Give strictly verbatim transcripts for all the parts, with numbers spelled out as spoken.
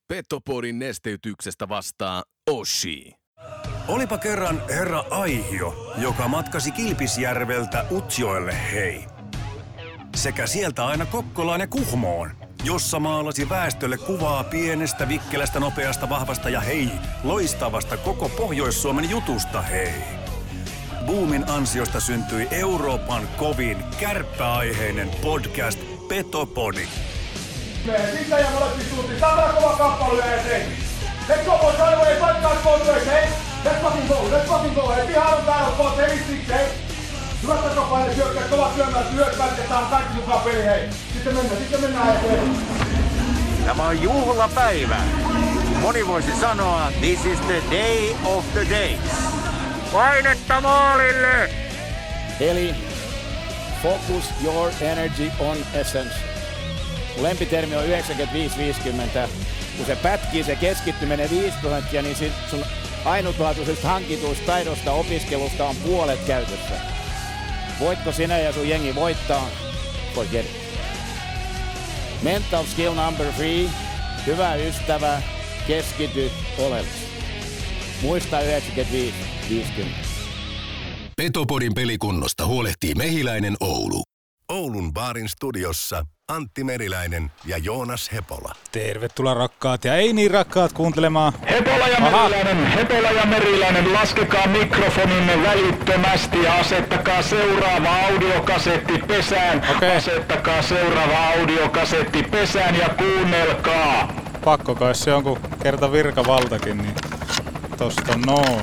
Petopodin nesteytyksestä vastaa Oshi. Olipa kerran herra Aihio, joka matkasi Kilpisjärveltä Utsjoelle hei. Sekä sieltä aina Kokkolaan ja Kuhmoon, jossa maalasi väestölle kuvaa pienestä, vikkelästä, nopeasta, vahvasta ja hei, loistavasta koko Pohjois-Suomen jutusta hei. Boomin ansiosta syntyi Euroopan kovin kärppäaiheinen podcast Petopodi. Sisään ja molempiin suuntiin. Saadaan kova kamppailu ja eteen. Let's go boys, right away, fight guys, both ways, hey. Let's fucking go, let's fucking go, hey. Pihaan on täällä, boys, hey, six, hey. Hyvät takapäin, syökkäät, kovat syömät, hyökkäät, ja saadaan kaikki mukaan peli, hei. Sitten mennään, sitten mennään eteen. Tämä on juhlapäivä. Moni voisi sanoa, this is the day of the days. Painetta maalille! Eli focus your energy on essence. Lempitermi on yhdeksänkymmentäviisi viisikymmentä. Kun se pätkii, se keskittyminen viisi prosenttia, niin sun ainutlaatuisesta hankituista taidosta opiskelusta on puolet käytössä. Voitko sinä ja sun jengi voittaa? Forget it. Mental skill number three. Hyvä ystävä, keskity oleellisesti. Muista yhdeksänkymmentäviisi viisikymmentä. Petopodin pelikunnosta huolehtii Mehiläinen Oulu. Oulun baarin studiossa Antti Meriläinen ja Joonas Hepola. Tervetuloa rakkaat ja ei niin rakkaat kuuntelemaan. Hepola ja Aha. Meriläinen, Hepola ja Meriläinen, laskekaa mikrofoninne välittömästi ja asettakaa seuraava audiokasetti pesään. Okei. Asettakaa seuraava audiokasetti pesään ja kuunnelkaa. Pakko kai se on, kun kerta virkavaltakin, niin tosta noin.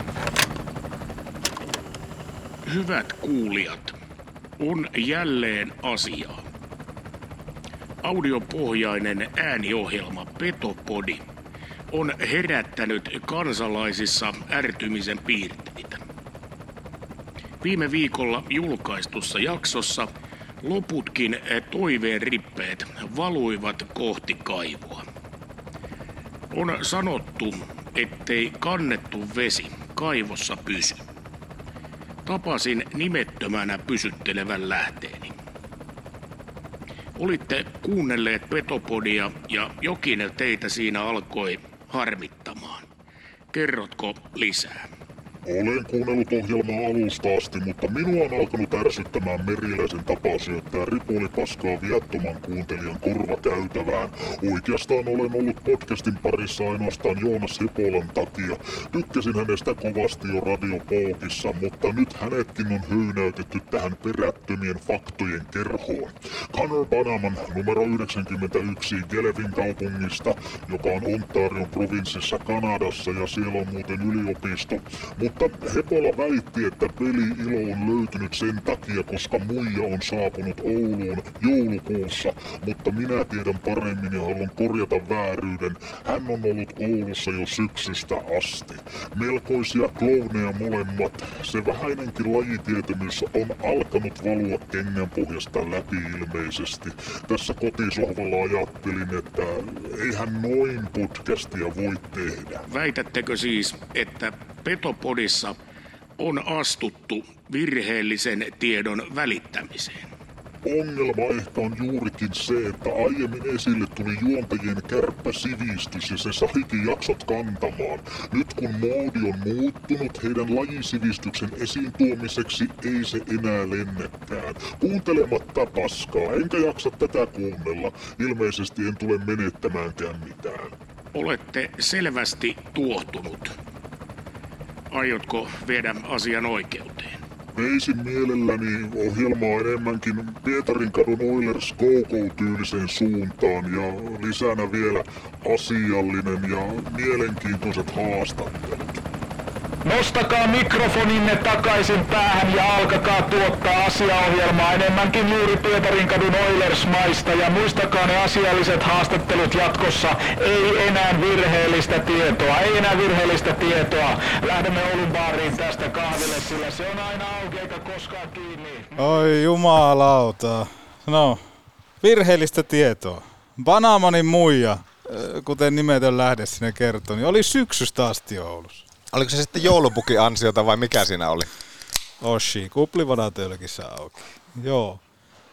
Hyvät kuulijat, on jälleen asiaa. Audiopohjainen ääniohjelma Petopodi on herättänyt kansalaisissa ärtymisen piirteitä. Viime viikolla julkaistussa jaksossa loputkin toiveen rippeet valuivat kohti kaivoa. On sanottu, ettei kannettu vesi kaivossa pysy. Tapasin nimettömänä pysyttelevän lähteeni. Olitte kuunnelleet Petopodia ja jokin teitä siinä alkoi harmittamaan. Kerrotko lisää? Olen kuunnellut ohjelmaa alusta asti, mutta minua on alkanut ärsyttämään Meriläisen tapa syöttää ripulipaskaa viattoman kuuntelijan korvakäytävään. Oikeastaan olen ollut podcastin parissa ainoastaan Joonas Hepolan takia. Tykkäsin hänestä kovasti jo radiopookissa, mutta nyt hänetkin on höynäytetty tähän perättömien faktojen kerhoon. Connor Banaman numero yhdeksänkymmentäyksi Gelevin kaupungista, joka on Ontarion provinssissa Kanadassa ja siellä on muuten yliopisto. Mutta Hepola väitti, että peli-ilo on löytynyt sen takia, koska muija on saapunut Ouluun joulukuussa. Mutta minä tiedän paremmin ja haluan korjata vääryyden. Hän on ollut Oulussa jo syksystä asti. Melkoisia klouneja molemmat. Se vähäinenkin lajitietämys on alkanut valua kengänpohjasta läpi ilmeisesti. Tässä kotisohvalla ajattelin, että eihän noin podcastia voi tehdä. Väitättekö siis, että Petopodissa on astuttu virheellisen tiedon välittämiseen? Ongelma ehkä on juurikin se, että aiemmin esille tuli juontajien kärppäsivistys ja se saikin jaksot kantamaan. Nyt kun moodi on muuttunut heidän lajisivistyksen esiin tuomiseksi, ei se enää lennäkään. Kuuntelematta paskaa, enkä jaksa tätä kuunnella. Ilmeisesti en tule menettämäänkään mitään. Olette selvästi tuohtunut. Aiotko viedä asian oikeuteen? Veisin mielelläni ohjelmaa enemmänkin Pietarinkadun Oilers Go-Go-tyyliseen suuntaan ja lisänä vielä asiallinen ja mielenkiintoiset haastattelut. Nostakaa mikrofoninne takaisin päähän ja alkakaa tuottaa asiaohjelmaa enemmänkin juuri Pietarinkadun Oilers-maista ja muistakaa ne asialliset haastattelut jatkossa. Ei enää virheellistä tietoa, ei enää virheellistä tietoa. Lähdemme Oulun baariin tästä kahville, sillä se on aina auki eikä koskaan kiinni. Oi jumalauta. No, virheellistä tietoa. Banamanin muija, kuten nimetön lähde sinne kertoi, niin oli syksystä asti Oulussa. Oliko se sitten joulupukin ansiota vai mikä siinä oli? Oshi, kuplivana tölkissä auki. Joo.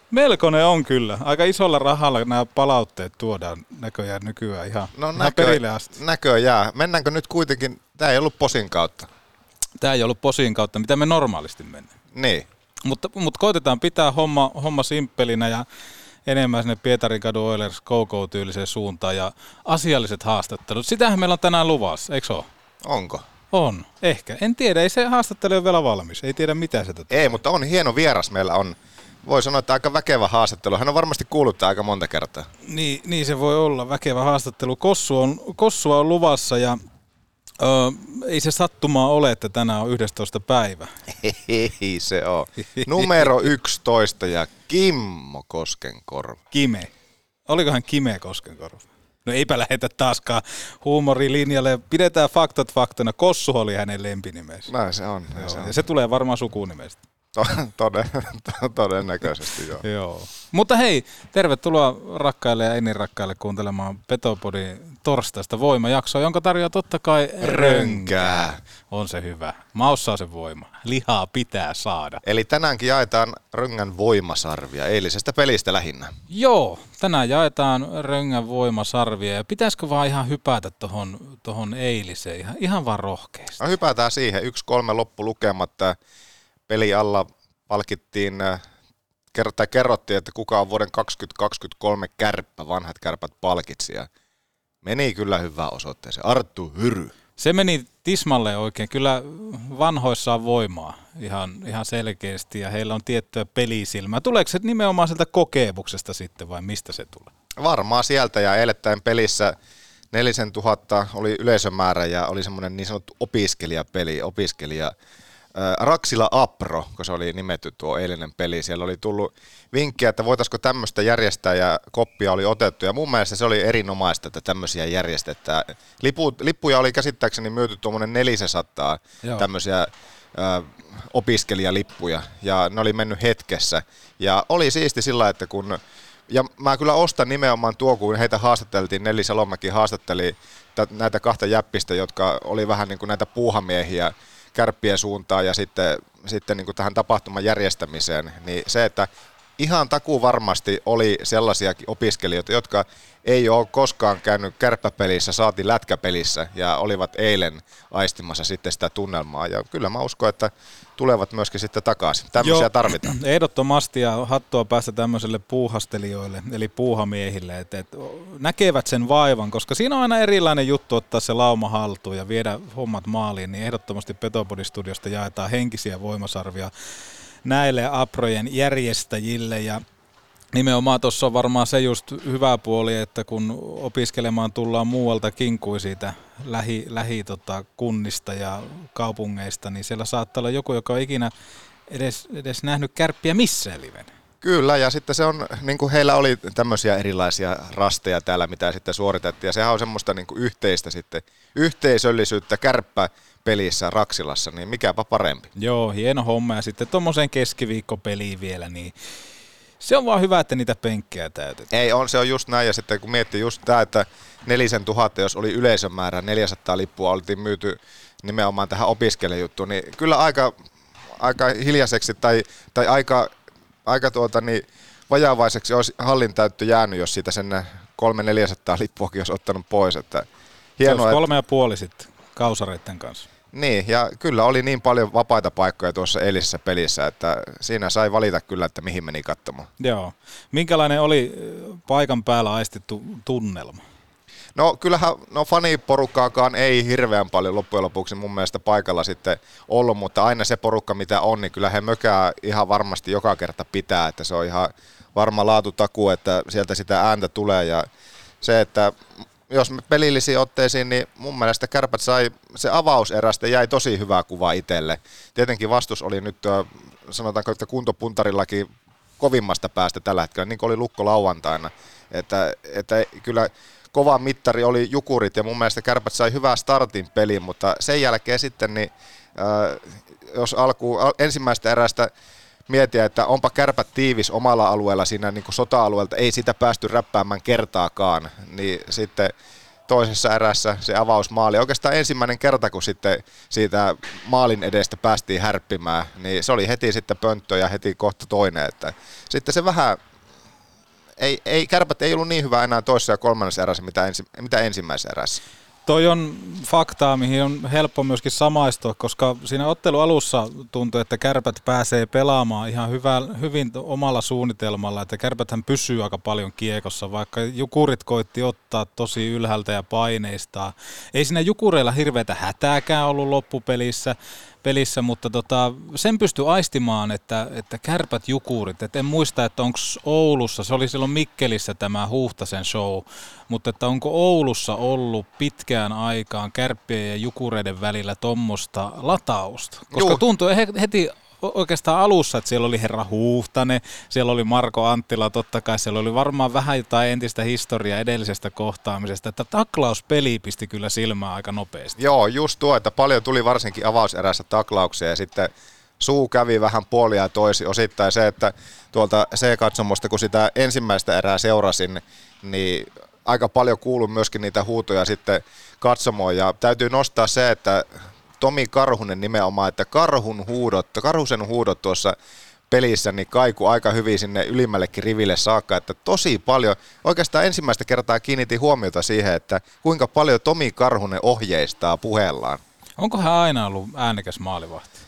Melkoinen on kyllä. Aika isolla rahalla nämä palautteet tuodaan näköjään nykyään ihan, no, ihan näkö, perille asti. Näköjään. Mennäänkö nyt kuitenkin, tämä ei ollut posin kautta. Tämä ei ollut posin kautta, mitä me normaalisti mennään. Niin. Mutta, mutta koitetaan pitää homma, homma simppelinä ja enemmän sinne Pietarinkadun Oilers Go Go-tyyliseen suuntaan ja asialliset haastattelut. Sitähän meillä on tänään luvassa, eikö ole? Onko? On, ehkä. En tiedä, ei se haastattelu ole vielä valmis. Ei tiedä mitä se tätä. Ei, mutta on hieno vieras meillä on. Voi sanoa, että aika väkevä haastattelu. Hän on varmasti kuullut aika monta kertaa. Niin, niin se voi olla, väkevä haastattelu. Kossu on, Kossua on luvassa ja ö, ei se sattumaa ole, että tänään on yhdestoista päivä. Ei se on. Numero yksitoista ja Kimmo Koskenkorva. Kime. Olikohan Kime Koskenkorva? No eipä lähetä taaskaan huumorilinjalle. Pidetään faktat faktana. Kossu oli hänen lempinimensä. Näin se on. Näin joo, se on. Ja se tulee varmaan sukunimestä. Toden, todennäköisesti joo. joo. Mutta hei, tervetuloa rakkaille ja ennen rakkaille kuuntelemaan Petopodin torstaista voimajaksoa, jonka tarjoaa totta kai rönkää. On se hyvä. Maussaa se voima. Lihaa pitää saada. Eli tänäänkin jaetaan Röngän voimasarvia, eilisestä pelistä lähinnä. Joo, tänään jaetaan Röngän voimasarvia ja pitäisikö vaan ihan hypätä tohon, tohon eiliseen, ihan, ihan vaan rohkeasti. No hypätään siihen, yksi kolme loppu lukematta. Peli alla palkittiin, tai kerrottiin, että kuka on vuoden kaksituhattakaksikymmentäkolme kärppä, vanhat kärpät palkitsi ja meni kyllä hyvään osoitteeseen. Arttu Hyry. Se meni tismalle oikein. Kyllä vanhoissa on voimaa ihan, ihan selkeästi ja heillä on tiettyä pelisilmää. Tuleeko se nimenomaan sieltä kokemuksesta sitten vai mistä se tulee? Varmaan sieltä ja eilettäin pelissä nelisen tuhatta oli yleisömäärä ja oli semmoinen niin sanottu opiskelijapeli, opiskelija. Raksila Apro, kun se oli nimetty tuo eilinen peli, siellä oli tullut vinkkiä, että voitaisiko tämmöistä järjestää ja koppia oli otettu ja mun mielestä se oli erinomaista, että tämmöisiä järjestetään. Lipu, lippuja oli käsittääkseni myyty tuommoinen neljäsataa Joo. tämmöisiä ö, opiskelijalippuja ja ne oli mennyt hetkessä ja oli siisti sillä, että kun ja mä kyllä ostan nimenomaan tuo, kun heitä haastateltiin, Nelli Salomäki haastatteli näitä kahta jäppistä, jotka oli vähän niin kuin näitä puuhamiehiä Kärppien suuntaan ja sitten, sitten niin kuin tähän tapahtuman järjestämiseen, niin se, että ihan takuu varmasti oli sellaisiakin opiskelijoita, jotka ei ole koskaan käynyt kärppäpelissä, saati lätkäpelissä ja olivat eilen aistimassa sitten sitä tunnelmaa ja kyllä mä uskon, että tulevat myöskin sitten takaisin. Tämmöisiä Joo, tarvitaan. Ehdottomasti ja hattua päästä tämmöiselle puuhastelijoille eli puuhamiehille, että, että näkevät sen vaivan, koska siinä on aina erilainen juttu ottaa se lauma haltuun ja viedä hommat maaliin, niin ehdottomasti Petopodi-studiosta jaetaan henkisiä voimasarvia näille Aprojen järjestäjille ja nimenomaan tuossa on varmaan se just hyvä puoli, että kun opiskelemaan tullaan muualtakin kuin siitä lähi, lähi tota, kunnista ja kaupungeista, niin siellä saattaa olla joku, joka on ikinä edes, edes nähnyt Kärppiä missään livenä. Kyllä, ja sitten se on, niin kuin heillä oli tämmöisiä erilaisia rasteja täällä, mitä sitten suoritettiin, ja sehän on semmoista niin kuin yhteistä sitten, yhteisöllisyyttä kärppäpelissä Raksilassa, niin mikäpä parempi. Joo, hieno homma, ja sitten tuommoiseen keskiviikkopeliin vielä, niin se on vaan hyvä, että niitä penkkejä täytetään. Ei, on, se on just näin, ja sitten kun miettii just tämä, että nelisen tuhatta, jos oli yleisömäärä, neljäsataa lippua oltiin myyty nimenomaan tähän opiskelijajuttuun, niin kyllä aika, aika hiljaiseksi tai, tai aika, aika tuota, niin vajavaiseksi olisi hallin täyttö jäänyt, jos siitä sen kolme neljäsataa lippuakin olisi ottanut pois. Että hienoa, se olisi kolme ja puoli sitten kausareiden kanssa. Niin, ja kyllä oli niin paljon vapaita paikkoja tuossa eilisessä pelissä, että siinä sai valita kyllä, että mihin meni katsomaan. Joo. Minkälainen oli paikan päällä aistettu tunnelma? No kyllähän no faniporukkaakaan ei hirveän paljon loppujen lopuksi mun mielestä paikalla sitten ollut, mutta aina se porukka mitä on, niin kyllä he mökää ihan varmasti joka kerta pitää, että se on ihan varma laatutakuu, että sieltä sitä ääntä tulee ja se, että jos me pelillisiin otteisiin, niin mun mielestä Kärpät sai, se avauserästä jäi tosi hyvää kuva itselle. Tietenkin vastus oli nyt, sanotaanko, että kuntopuntarillakin kovimmasta päästä tällä hetkellä, niin kuin oli Lukko lauantaina. Että, että kyllä kova mittari oli Jukurit ja mun mielestä Kärpät sai hyvää startin peliin, mutta sen jälkeen sitten, niin, äh, jos alkuun ensimmäistä erästä mietiä, että onpa Kärpät tiivis omalla alueella siinä niin kuin sota-alueelta, ei sitä päästy räppäämään kertaakaan, niin sitten toisessa erässä se avausmaali. Oikeastaan ensimmäinen kerta, kun sitten siitä maalin edestä päästiin härppimään, niin se oli heti sitten pönttö ja heti kohta toinen. Että sitten se vähän, ei, ei, Kärpät ei ollut niin hyvä enää toisessa ja kolmannessa erässä, mitä, ensi, mitä ensimmäisessä erässä. Toi on faktaa, mihin on helppo myöskin samaistua, koska siinä ottelun alussa tuntui, että Kärpät pääsee pelaamaan ihan hyvä, hyvin omalla suunnitelmalla, että Kärpäthän pysyy aika paljon kiekossa, vaikka Jukurit koitti ottaa tosi ylhäältä ja paineistaa. Ei siinä Jukureilla hirveätä hätääkään ollut loppupelissä, pelissä, mutta tota, sen pystyi aistimaan, että, että Kärpät Jukurit, et en muista, että onko Oulussa, se oli silloin Mikkelissä tämä Huhtasen show, mutta että onko Oulussa ollut pitkään aikaan Kärppien ja Jukureiden välillä tommoista latausta, koska Juh. tuntui heti oikeastaan alussa, että siellä oli herra Huhtanen, siellä oli Marko Anttila, totta kai siellä oli varmaan vähän jotain entistä historiaa edellisestä kohtaamisesta, että taklauspeli pisti kyllä silmään aika nopeasti. Joo, just tuo, että paljon tuli varsinkin avauserässä taklauksia ja sitten suu kävi vähän puolia ja toisi osittain se, että tuolta C-katsomosta, kun sitä ensimmäistä erää seurasin, niin aika paljon kuului myöskin niitä huutoja sitten katsomoon ja täytyy nostaa se, että Tomi Karhunen nimenomaan, että Karhun huudot, Karhusen huudot tuossa pelissä niin kaiku aika hyvin sinne ylimmällekin riville saakka, että tosi paljon, oikeastaan ensimmäistä kertaa kiinnitin huomiota siihen, että kuinka paljon Tomi Karhunen ohjeistaa puheellaan. Onko hän aina ollut äänekäs maalivahti?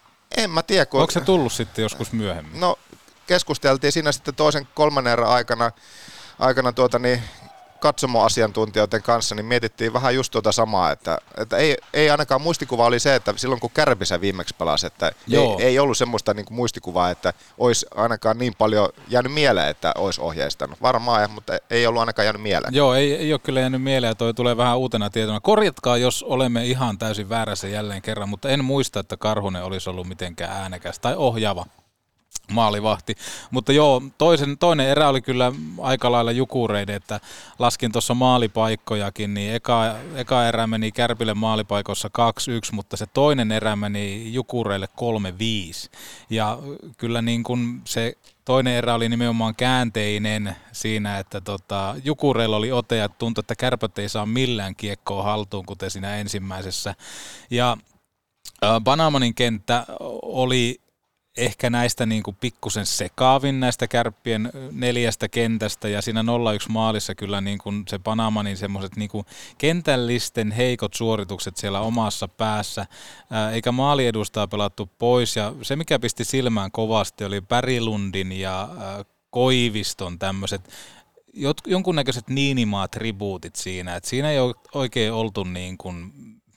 En mä tiedä. Kun... Onko se tullut sitten joskus myöhemmin? No keskusteltiin siinä sitten toisen kolmannen erän aikana, aikana tuota niin, katsomoasiantuntijoiden kanssa, niin mietittiin vähän just tuota samaa, että, että ei, ei ainakaan muistikuva oli se, että silloin kun Kärpisä viimeksi pelasi, että ei, ei ollut semmoista niin kuin muistikuvaa, että olisi ainakaan niin paljon jäänyt mieleen, että olisi ohjeistanut. Varmaan, mutta ei ollut ainakaan jäänyt mieleen. Joo, ei, ei ole kyllä jäänyt mieleen ja toi tulee vähän uutena tietona. Korjatkaa, jos olemme ihan täysin väärässä jälleen kerran, mutta en muista, että Karhunen olisi ollut mitenkään äänekäs tai ohjaava maalivahti, mutta joo, toisen, toinen erä oli kyllä aika lailla Jukureiden, että laskin tuossa maalipaikkojakin, niin eka, eka erä meni Kärpille maalipaikoissa kaksi yksi, mutta se toinen erä meni Jukureille kolme viisi, ja kyllä niin kuin se toinen erä oli nimenomaan käänteinen siinä, että tota, Jukureilla oli ote ja tuntui, että Kärpät ei saa millään kiekkoa haltuun, kuten siinä ensimmäisessä, ja äh, Banamanin kenttä oli ehkä näistä niin kuin pikkusen sekaavin näistä Kärppien neljästä kentästä ja siinä nolla yksi maalissa kyllä niin kuin se Banamanin semmoiset niin kuin kentällisten heikot suoritukset siellä omassa päässä, ää, eikä maaliedustaa pelattu pois ja se mikä pisti silmään kovasti oli Berglundin ja ää, Koiviston tämmöiset jonkunnäköiset Niinimaa-tribuutit siinä, että siinä ei ole oikein oltu niin kuin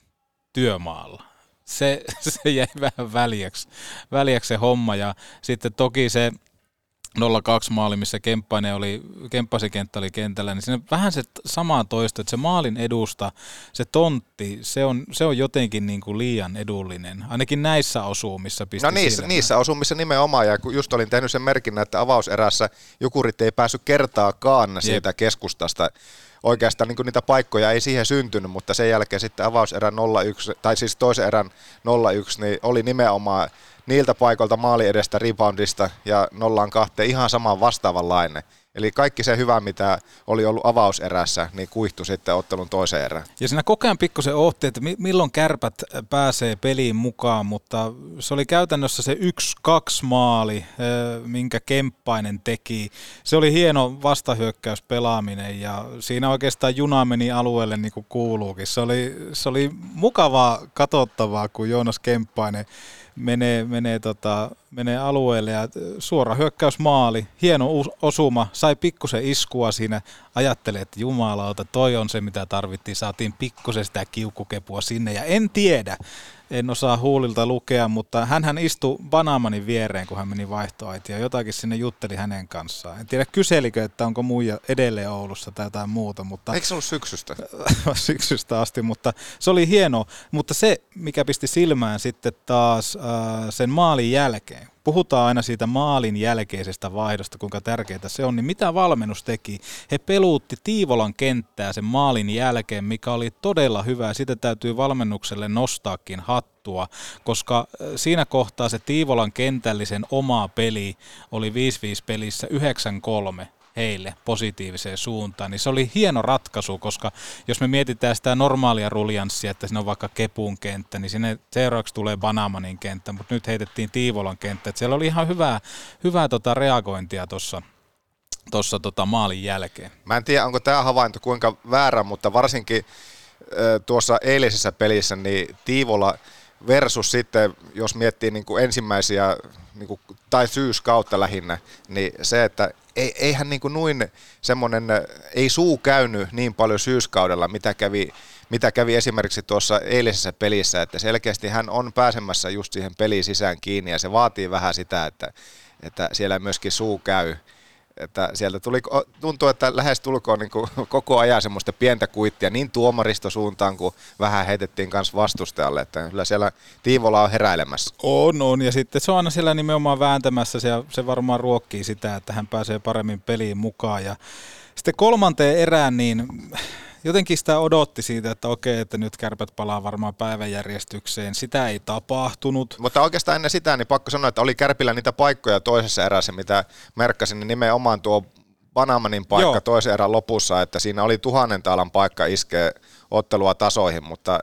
työmaalla. Se, se jäi vähän väljäksi, väljäksi se homma ja sitten toki se nolla kaksi maali, missä Kemppainen oli, Kemppaisen kenttä oli kentällä, niin siinä vähän se samaa toista, että se maalin edusta, se tontti, se on, se on jotenkin niin kuin liian edullinen, ainakin näissä osumissa pisti No niissä, niissä osumissa nimenomaan, ja kun just olin tehnyt sen merkinnän, että avauserässä Jukurit ei päässyt kertaakaan siitä Jep. keskustasta, oikeastaan niin kuin niitä paikkoja ei siihen syntynyt, mutta sen jälkeen sitten avauserän nolla yksi, tai siis toisen erän nolla yksi, niin oli nimenomaan niiltä paikoilta maali edestä reboundista ja nollaan kahteen ihan saman vastaavanlainen. Eli kaikki se hyvä, mitä oli ollut avauserässä, niin kuihtui sitten ottelun toiseen erään. Ja siinä koko ajan pikkusen ohti, että milloin Kärpät pääsee peliin mukaan, mutta se oli käytännössä se yksi kaksi maali, minkä Kemppainen teki. Se oli hieno vastahyökkäyspelaaminen ja siinä oikeastaan juna meni alueelle niin kuin kuuluukin. Se oli, se oli mukavaa katsottavaa, kun Joonas Kemppainen menee, menee, tota, menee alueelle ja suora hyökkäysmaali, hieno osuma, sai pikkusen iskua siinä, ajattelee, että jumalauta, toi on se mitä tarvittiin, saatiin pikkusen sitä kiukkukepua sinne ja en tiedä, en osaa huulilta lukea, mutta hänhän istui Banamanin viereen, kun hän meni vaihtoaitioon, jotakin sinne jutteli hänen kanssaan. En tiedä kyselikö, että onko muija edelleen Oulussa tai jotain muuta. Mutta eikö se ollut syksystä? Syksystä asti, mutta se oli hieno. Mutta se, mikä pisti silmään sitten taas äh, sen maalin jälkeen, puhutaan aina siitä maalin jälkeisestä vaihdosta, kuinka tärkeää se on, niin mitä valmennus teki? He peluutti Tiivolan kenttää sen maalin jälkeen, mikä oli todella hyvä. Sitä täytyy valmennukselle nostaakin hattua, koska siinä kohtaa se Tiivolan kentällisen oma peli oli viisi viisi pelissä yhdeksän kolme. heille positiiviseen suuntaan, niin se oli hieno ratkaisu, koska jos me mietitään sitä normaalia ruljanssia, että siinä on vaikka Kepun kenttä, niin sinne seuraavaksi tulee Banamanin kenttä, mutta nyt heitettiin Tiivolan kenttä, että siellä oli ihan hyvää, hyvää tota reagointia tuossa tuossa tota maalin jälkeen. Mä en tiedä, onko tämä havainto kuinka väärä, mutta varsinkin tuossa eilisessä pelissä niin Tiivola versus sitten, jos miettii niin kuin ensimmäisiä, niin kuin, tai syyskautta lähinnä, niin se, että ei, eihän niin kuin noin semmoinen, ei suu käynyt niin paljon syyskaudella, mitä kävi, mitä kävi esimerkiksi tuossa eilisessä pelissä, että selkeästi hän on pääsemässä just siihen peliin sisään kiinni, ja se vaatii vähän sitä, että, että siellä myöskin suu käy. Että sieltä tuli, tuntuu, että lähes tulkoon niin kuin koko ajan semmoista pientä kuittia niin tuomaristosuuntaan kuin vähän heitettiin kanssa vastustajalle, että kyllä siellä Tiivola on heräilemässä. On, on, ja sitten se on aina siellä nimenomaan vääntämässä, se, se varmaan ruokkii sitä, että hän pääsee paremmin peliin mukaan. Ja sitten kolmanteen erään, niin jotenkin sitä odotti siitä, että okei, että nyt Kärpät palaa varmaan päiväjärjestykseen. Sitä ei tapahtunut. Mutta oikeastaan ennen sitä, niin pakko sanoa, että oli Kärpillä niitä paikkoja toisessa erässä, mitä merkkasin, niin nimenomaan tuo Banamanin paikka Joo. toisen erän lopussa, että siinä oli tuhannen taalan paikka iskee ottelua tasoihin, mutta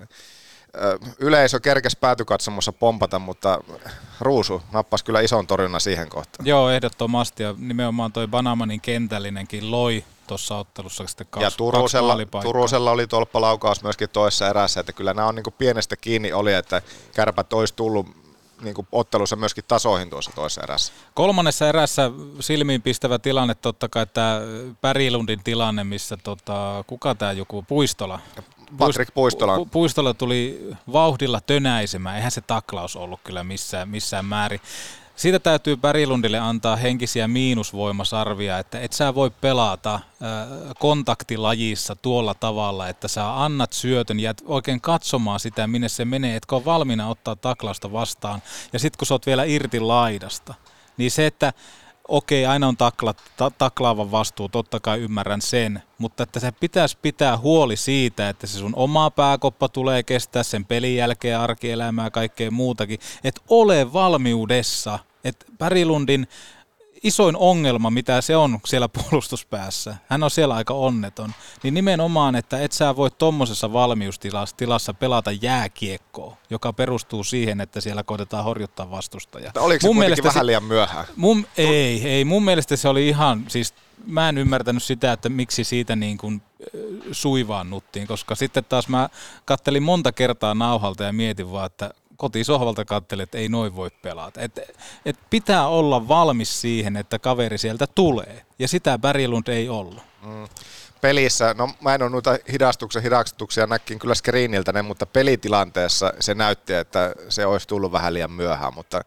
yleisö kerkesi päätykatsomossa pompata, mutta Ruusu nappasi kyllä ison torjunnan siihen kohtaan. Joo, ehdottomasti, ja nimenomaan toi Banamanin kentällinenkin loi tuossa ottelussa sitten kaksi, ja Turusella, kaksi Turusella oli tolppalaukaus myöskin toisessa erässä, että kyllä nämä on niin kuin pienestä kiinni oli, että Kärpät olisi tullut niin kuin ottelussa myöskin tasoihin tuossa toisessa erässä. Kolmannessa erässä silmiinpistävä tilanne totta kai tämä Pärilundin tilanne, missä tota, kuka tämä joku Puistola? Patrik Puistola. Pu- Puistola tuli vauhdilla tönäisemään, eihän se taklaus ollut kyllä missään, missään määrin. Siitä täytyy Pärilundille antaa henkisiä miinusvoimasarvia, että et sä voi pelata äh, kontaktilajissa tuolla tavalla, että sä annat syötön, jäät oikein katsomaan sitä, minne se menee, etkö ole valmiina ottaa taklausta vastaan. Ja sitten kun sä oot vielä irti laidasta, niin se, että okei, aina on takla, ta, taklaavan vastuu, totta kai ymmärrän sen, mutta että se pitäisi pitää huoli siitä, että se sun oma pääkoppa tulee kestää sen pelin jälkeen, arkielämää ja kaikkea muutakin, että ole valmiudessa, että Pärilundin isoin ongelma, mitä se on siellä puolustuspäässä, hän on siellä aika onneton, niin nimenomaan, että et sä voi tommosessa valmiustilassa pelata jääkiekkoa, joka perustuu siihen, että siellä koitetaan horjuttaa vastustajaa. Oliko se mun kuitenkin vähän liian myöhään? Mun, ei, ei, mun mielestä se oli ihan, siis mä en ymmärtänyt sitä, että miksi siitä niin kuin suivaannuttiin, koska sitten taas mä kattelin monta kertaa nauhalta ja mietin vaan, että kotisohvalta katselin, että ei noin voi pelata. Et, et pitää olla valmis siihen, että kaveri sieltä tulee. Ja sitä Berglund ei ollut. Mm. Pelissä, no mä en ole noita hidastuksen hidastuksia näkin kyllä screeniltä ne, mutta pelitilanteessa se näytti, että se olisi tullut vähän liian myöhään, mutta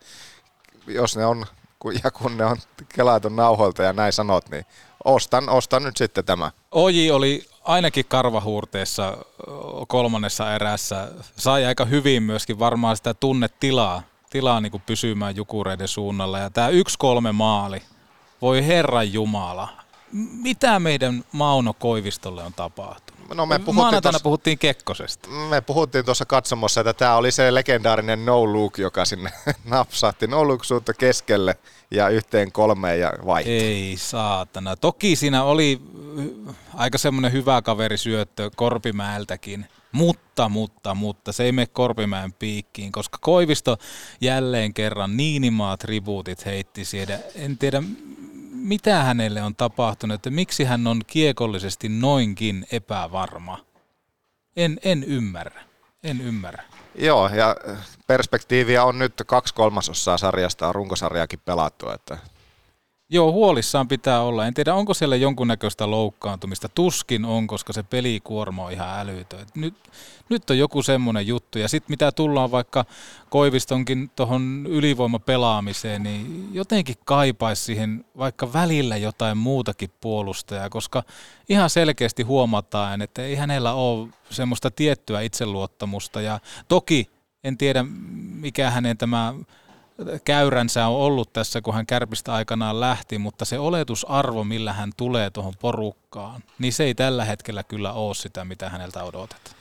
jos ne on, ja kun ne on kelaatu nauhoilta ja näin sanot, niin ostan, ostan nyt sitten tämä. Oji oli ainakin karvahuurteessa kolmannessa erässä, sai aika hyvin myöskin varmaan sitä tunnetilaa tilaa niin kuin pysymään Jukureiden suunnalla. Ja tämä yksi kolme maali, voi Herran Jumala, mitä meidän Mauno Koivistolle on tapahtunut? No me Maanantaina puhuttiin Kekkosesta. Me puhuttiin tuossa katsomossa, että tämä oli se legendaarinen no look, joka sinne napsahti. No look suutta keskelle ja yhteen kolmeen ja vaihti. Ei saatana. Toki siinä oli aika semmoinen hyvä kaverisyöttö Korpimäeltäkin, mutta, mutta, mutta se ei mene Korpimäen piikkiin, koska Koivisto jälleen kerran niinimaa tribuutit heitti siellä. En tiedä, mitä hänelle on tapahtunut, että miksi hän on kiekollisesti noinkin epävarma. En, en ymmärrä, en ymmärrä. Joo, ja perspektiiviä on nyt kaksi kolmasosaa sarjasta, on runkosarjaakin pelattu. Että... Joo, huolissaan pitää olla. En tiedä, onko siellä jonkunnäköistä loukkaantumista. Tuskin on, koska se pelikuorma on ihan älytön. Nyt, nyt on joku semmoinen juttu. Ja sitten mitä tullaan vaikka Koivistonkin tuohon ylivoimapelaamiseen, niin jotenkin kaipaisi siihen vaikka välillä jotain muutakin puolustajaa, koska ihan selkeästi huomataan, että ei hänellä ole semmoista tiettyä itseluottamusta. Ja toki en tiedä, mikä hänen tämä käyränsä on ollut tässä, kun hän Kärpistä aikanaan lähti, mutta se oletusarvo, millä hän tulee tuohon porukkaan, niin se ei tällä hetkellä kyllä ole sitä, mitä häneltä odotetaan.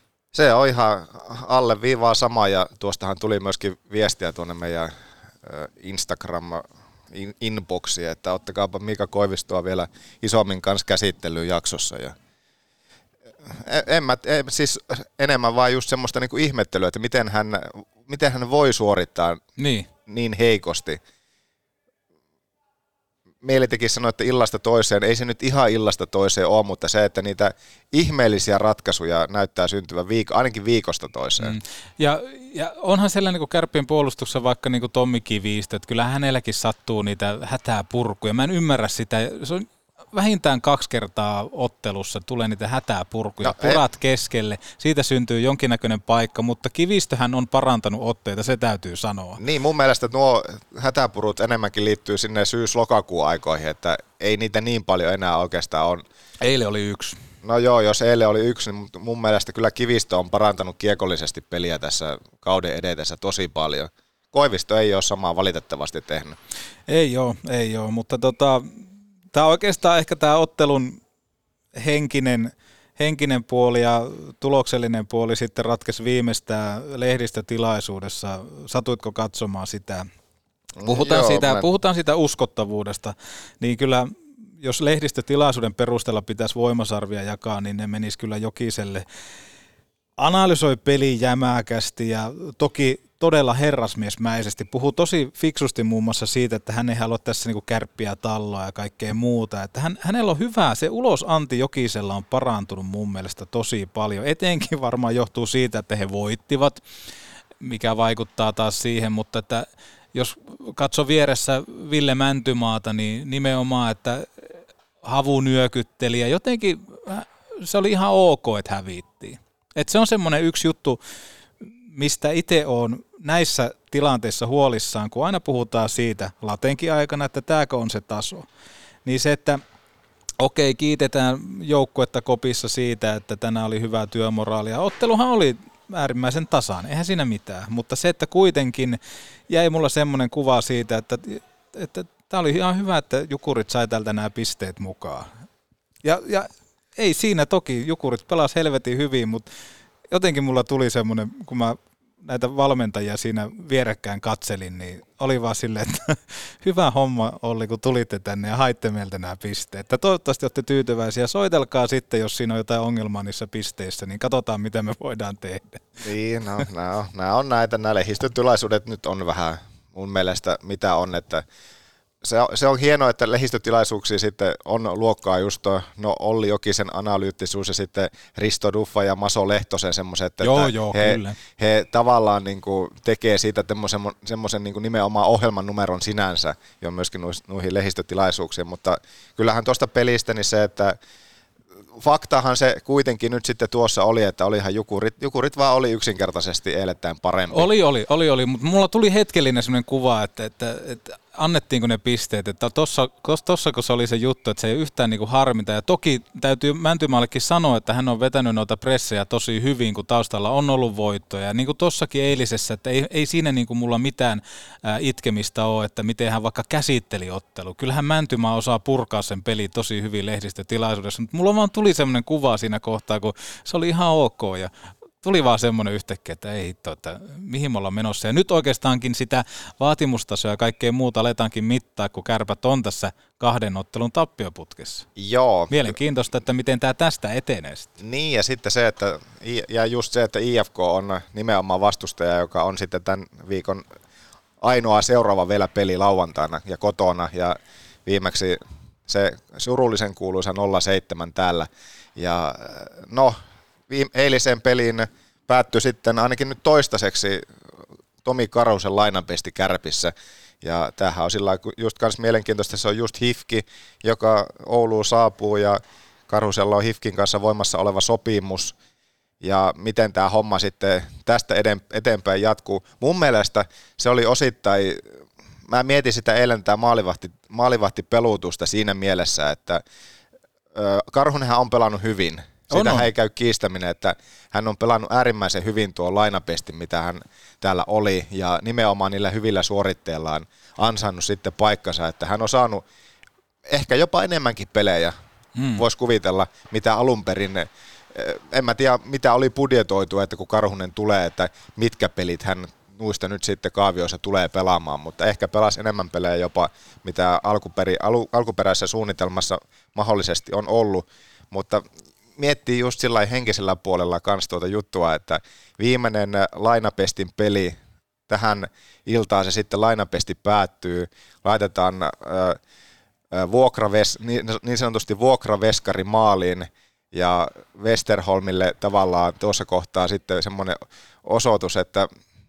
Se on ihan alle viivaa sama, ja tuostahan tuli myöskin viestiä tuonne meidän Instagram, inboxiin, että ottakaapa Mika Koivistoa vielä isommin kanssa käsittelyyn jaksossa. Ja en mä, en, siis enemmän vaan just semmoista niinku ihmettelyä, että miten hän, miten hän voi suorittaa niin, niin heikosti. Mieli teki sanoa, että illasta toiseen, ei se nyt ihan illasta toiseen ole, mutta se, että niitä ihmeellisiä ratkaisuja näyttää syntyvän viik- ainakin viikosta toiseen. Mm. Ja, ja onhan sellainen niin Kärppien puolustuksessa vaikka niin kuin Tommi Kivistö, että kyllä hänelläkin sattuu niitä hätäpurkuja. Mä en ymmärrä sitä. Se on vähintään kaksi kertaa ottelussa tulee niitä hätäpurkuja, no, purat ei. keskelle, siitä syntyy jonkinnäköinen paikka, mutta Kivistöhän on parantanut otteita, se täytyy sanoa. Niin, mun mielestä nuo hätäpurut enemmänkin liittyy sinne syys-lokakuun aikoihin, että ei niitä niin paljon enää oikeastaan on. Eilen oli yksi. No joo, jos eilen oli yksi, niin mun mielestä kyllä Kivistö on parantanut kiekollisesti peliä tässä kauden edetessä tosi paljon. Koivisto ei ole samaa valitettavasti tehnyt. Ei ole, ei ole, mutta tota... Tämä on oikeastaan ehkä tämä ottelun henkinen, henkinen puoli ja tuloksellinen puoli sitten ratkesi viimeistään lehdistötilaisuudessa. Satuitko katsomaan sitä? Puhutaan, Joo, siitä, mä... puhutaan siitä uskottavuudesta, niin kyllä jos lehdistötilaisuuden perusteella pitäisi voimasarvia jakaa, niin ne menisi kyllä Jokiselle. Analysoi peli jämäkästi ja toki todella herrasmiesmäisesti. Puhuu tosi fiksusti muun muassa siitä, että hän ei halua tässä niinku kärppiä talloa ja kaikkea muuta. Että hän, hänellä on hyvää. Se ulosanti Jokisella on parantunut mun mielestä tosi paljon. Etenkin varmaan johtuu siitä, että he voittivat, mikä vaikuttaa taas siihen. Mutta että jos katso vieressä Ville Mäntymaata, niin nimenomaan, että Havu nyökytteli ja jotenkin se oli ihan ok, että hävittiin. Että se on semmoinen yksi juttu, mistä itse olen näissä tilanteissa huolissaan, kun aina puhutaan siitä latenkin aikana, että tämäkö on se taso. Niin se, että okei, kiitetään joukkuetta kopissa siitä, että tänään oli hyvää työmoraalia. Otteluhan oli äärimmäisen tasainen, eihän siinä mitään. Mutta se, että kuitenkin jäi mulla semmoinen kuva siitä, että, että tämä oli ihan hyvä, että Jukurit sai tältä nämä pisteet mukaan. Ja, ja ei siinä toki, Jukurit pelasi helvetin hyvin, mutta jotenkin mulla tuli semmoinen, kun mä näitä valmentajia siinä vierekkäin katselin, niin oli vaan silleen, että hyvä homma Olli, kun tulitte tänne ja haitte meiltä nämä pisteet. Että toivottavasti olette tyytyväisiä. Soitelkaa sitten, jos siinä on jotain ongelmaa niissä pisteissä, niin katsotaan, mitä me voidaan tehdä. Niin, no, nämä on, nämä on näitä. Nämä lehdistötilaisuudet nyt on vähän mun mielestä mitä on, että Se on, se on hienoa, että lehdistötilaisuuksia sitten on luokkaa just tuo, no Olli Jokisen analyyttisuus ja sitten Risto Duffa ja Maso Lehtosen semmoiset, että joo, joo, he, kyllä. he tavallaan niin kuin tekee siitä semmoisen niin kuin nimenomaan ohjelman numeron sinänsä jo myöskin noihin lehdistötilaisuuksiin, mutta kyllähän tuosta pelistä niin se, että faktahan se kuitenkin nyt sitten tuossa oli, että olihan Jukurit, Jukurit vaan oli yksinkertaisesti eilettäin parempi. Oli, oli, oli, oli, mutta mulla tuli hetkellinen semmoinen kuva, että, että, että annettiinko ne pisteet, että tossa, tossa kun se oli se juttu, että se ei yhtään niinku harmita, ja toki täytyy Mäntymaallekin sanoa, että hän on vetänyt noita pressejä tosi hyvin, kun taustalla on ollut voittoja, ja niin kuin tossakin eilisessä, että ei, ei siinä niinku mulla mitään ää, itkemistä ole, että miten hän vaikka käsitteli ottelu. Kyllähän Mäntymaa osaa purkaa sen peli tosi hyvin lehdistötilaisuudessa, mutta mulla vaan tuli semmoinen kuva siinä kohtaa, kun se oli ihan ok, ja tuli vaan semmoinen yhtäkkiä, että ei hitto, että mihin me ollaan menossa. Ja nyt oikeastaankin sitä vaatimustasoa ja kaikkea muuta aletaankin mittaa, kun Kärpät on tässä kahden ottelun tappioputkessa. Joo. Mielenkiintoista, että miten tämä tästä etenee sitten. Niin, ja sitten se, että, ja just se, että I F K on nimenomaan vastustaja, joka on sitten tämän viikon ainoa seuraava vielä peli lauantaina ja kotona, ja viimeksi se surullisen kuuluisa nolla seitsemän täällä. Ja no, eiliseen peliin päättyi sitten ainakin nyt toistaiseksi Tomi Karusen lainanpesti Kärpissä. Ja tämähän on sillä just kans mielenkiintoista, se on just Hifki, joka Ouluun saapuu ja Karhusella on Hifkin kanssa voimassa oleva sopimus. Ja miten tämä homma sitten tästä eteenpäin jatkuu. Mun mielestä se oli osittain, mä mietin sitä eilen tämä maalivahti, maalivahtipelutusta siinä mielessä, että Karhunenhan on pelannut hyvin. Sitä ei käy kiistäminen, että hän on pelannut äärimmäisen hyvin tuon lainapestin, mitä hän täällä oli, ja nimenomaan niillä hyvillä suoritteillaan ansainnut sitten paikkansa, että hän on saanut ehkä jopa enemmänkin pelejä, hmm. voisi kuvitella, mitä alun perin, en mä tiedä mitä oli budjetoitu, että kun Karhunen tulee, että mitkä pelit hän nuista nyt sitten kaavioissa tulee pelaamaan, mutta ehkä pelasi enemmän pelejä jopa, mitä alkuperi, al, alkuperäisessä suunnitelmassa mahdollisesti on ollut, mutta miettii just sillä henkisellä puolella kans tuota juttua, että viimeinen lainapestin peli tähän iltaan se sitten lainapesti päättyy, laitetaan äh, vuokraves, niin, niin sanotusti vuokraveskari maaliin ja Westerholmille tavallaan tuossa kohtaa sitten semmoinen osoitus, että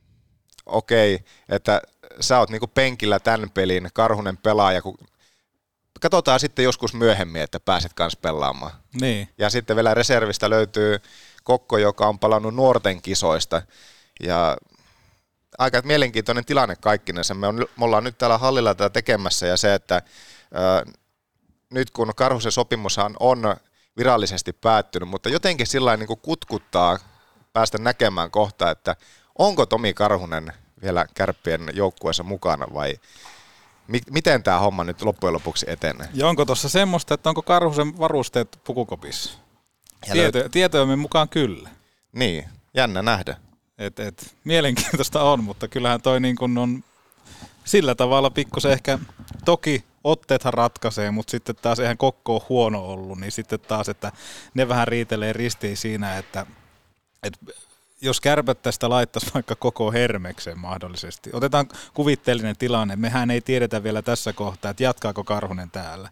okei, että sä oot niinku penkillä tämän pelin, Karhunen pelaaja, kun katsotaan sitten joskus myöhemmin, että pääset kanssa pelaamaan. Niin. Ja sitten vielä reservistä löytyy Kokko, joka on palannut nuorten kisoista ja aika mielenkiintoinen tilanne kaikkinensa. Me, on, me ollaan nyt täällä hallilla tätä tekemässä ja se, että ää, nyt kun Karhusen sopimushan on virallisesti päättynyt, mutta jotenkin sillä niin kuin kutkuttaa päästä näkemään kohta, että onko Tomi Karhunen vielä Kärppien joukkueessa mukana vai mi- miten tämä homma nyt loppujen lopuksi etenee? Ja onko tuossa semmoista, että onko Karhusen varusteet pukukopissa? Tieto, tietojemme mukaan kyllä. Niin, jännä nähdä. Et, et, mielenkiintoista on, mutta kyllähän toi niin kun on sillä tavalla pikkusen ehkä, toki otteethan ratkaisee, mutta sitten taas eihän Kokko ole huono ollut, niin sitten taas, että ne vähän riitelee ristiin siinä, että, että jos Kärpät tästä laittaisi vaikka koko Hermekseen mahdollisesti. Otetaan kuvitteellinen tilanne, mehän ei tiedetä vielä tässä kohtaa, että jatkaako Karhunen täällä.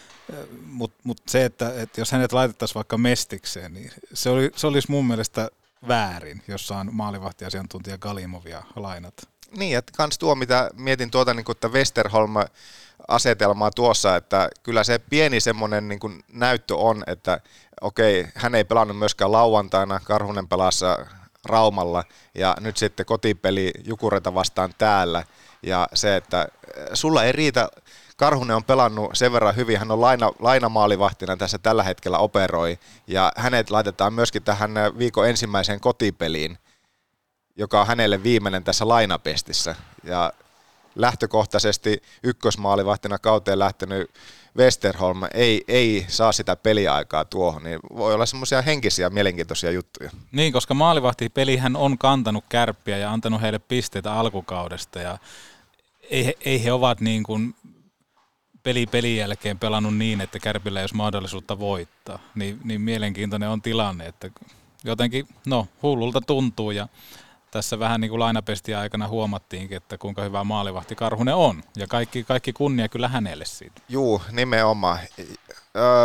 Mutta mut se, että, että jos hänet laitettaisiin vaikka Mestikseen, niin se, oli, se olisi mun mielestä väärin, jos saan maalivahtiasiantuntija Galimovia lainata. Niin, että kans tuo, mitä mietin tuota niin kuin, että Westerholm-asetelmaa tuossa, että kyllä se pieni semmoinen niin kuin näyttö on, että okei, hän ei pelannut myöskään lauantaina, Karhunen pelasi Raumalla ja nyt sitten kotipeli Jukureita vastaan täällä ja se, että sulla ei riitä, Karhunen on pelannut sen verran hyvin, hän on laina, lainamaalivahtina tässä tällä hetkellä operoi ja hänet laitetaan myöskin tähän viikon ensimmäiseen kotipeliin, joka on hänelle viimeinen tässä lainapestissä. Ja lähtökohtaisesti ykkösmaalivahtina kauteen lähtenyt Westerholm ei, ei saa sitä peliaikaa tuohon, niin voi olla semmoisia henkisiä mielenkiintoisia juttuja. Niin, koska maalivahtipelihän on kantanut Kärppiä ja antanut heille pisteitä alkukaudesta ja ei, he, ei he ovat niin kuin peli pelin jälkeen pelannut niin, että Kärpillä ei olisi mahdollisuutta voittaa. Niin, niin mielenkiintoinen on tilanne, että jotenkin no hullulta tuntuu ja tässä vähän niin kuin lainapestiä aikana huomattiinkin, että kuinka hyvä maalivahti Karhunen on. Ja kaikki, kaikki kunnia kyllä hänelle siitä. Juu, nimenomaan. Öö,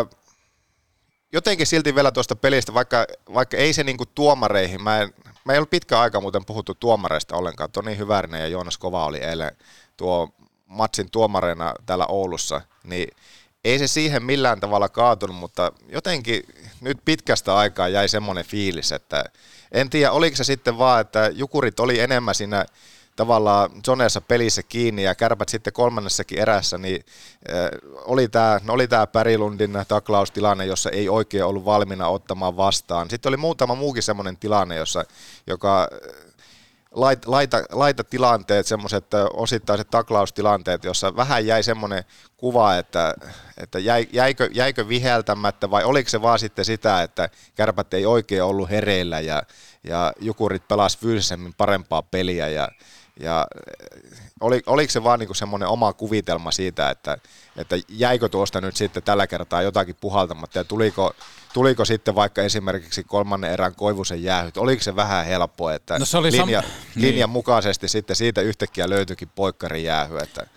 jotenkin silti vielä tuosta pelistä, vaikka, vaikka ei se niin kuin tuomareihin, mä en, mä ei ollut pitkä aika muuten puhuttu tuomareista ollenkaan. Toni Hyvärinen ja Joonas Kova oli eilen tuo matsin tuomareina täällä Oulussa, niin ei se siihen millään tavalla kaatunut, mutta jotenkin nyt pitkästä aikaa jäi semmoinen fiilis, että en tiedä, oliko se sitten vaan, että Jukurit oli enemmän siinä tavallaan zoneessa pelissä kiinni ja Kärpät sitten kolmannessakin erässä, niin äh, oli tämä no oli tää Pärilundin taklaustilanne, jossa ei oikein ollut valmiina ottamaan vastaan. Sitten oli muutama muukin semmoinen tilanne, jossa, joka laita, laita, laita tilanteet, semmoiset osittaiset taklaustilanteet, jossa vähän jäi semmoinen kuva, että, että jäi, jäikö, jäikö viheltämättä vai oliko se vaan sitten sitä, että Kärpät ei oikein ollut hereillä ja, ja Jukurit pelasi fyysisemmin parempaa peliä ja, ja oli, oliko se vaan niinku semmoinen oma kuvitelma siitä, että, että jäikö tuosta nyt sitten tällä kertaa jotakin puhaltamatta ja tuliko, tuliko sitten vaikka esimerkiksi kolmannen erän Koivusen jäähyt, oliko se vähän helppoa, että no se oli linja, sam- linjan niin. mukaisesti sitten siitä yhtäkkiä löytyikin poikkarin jäähy, että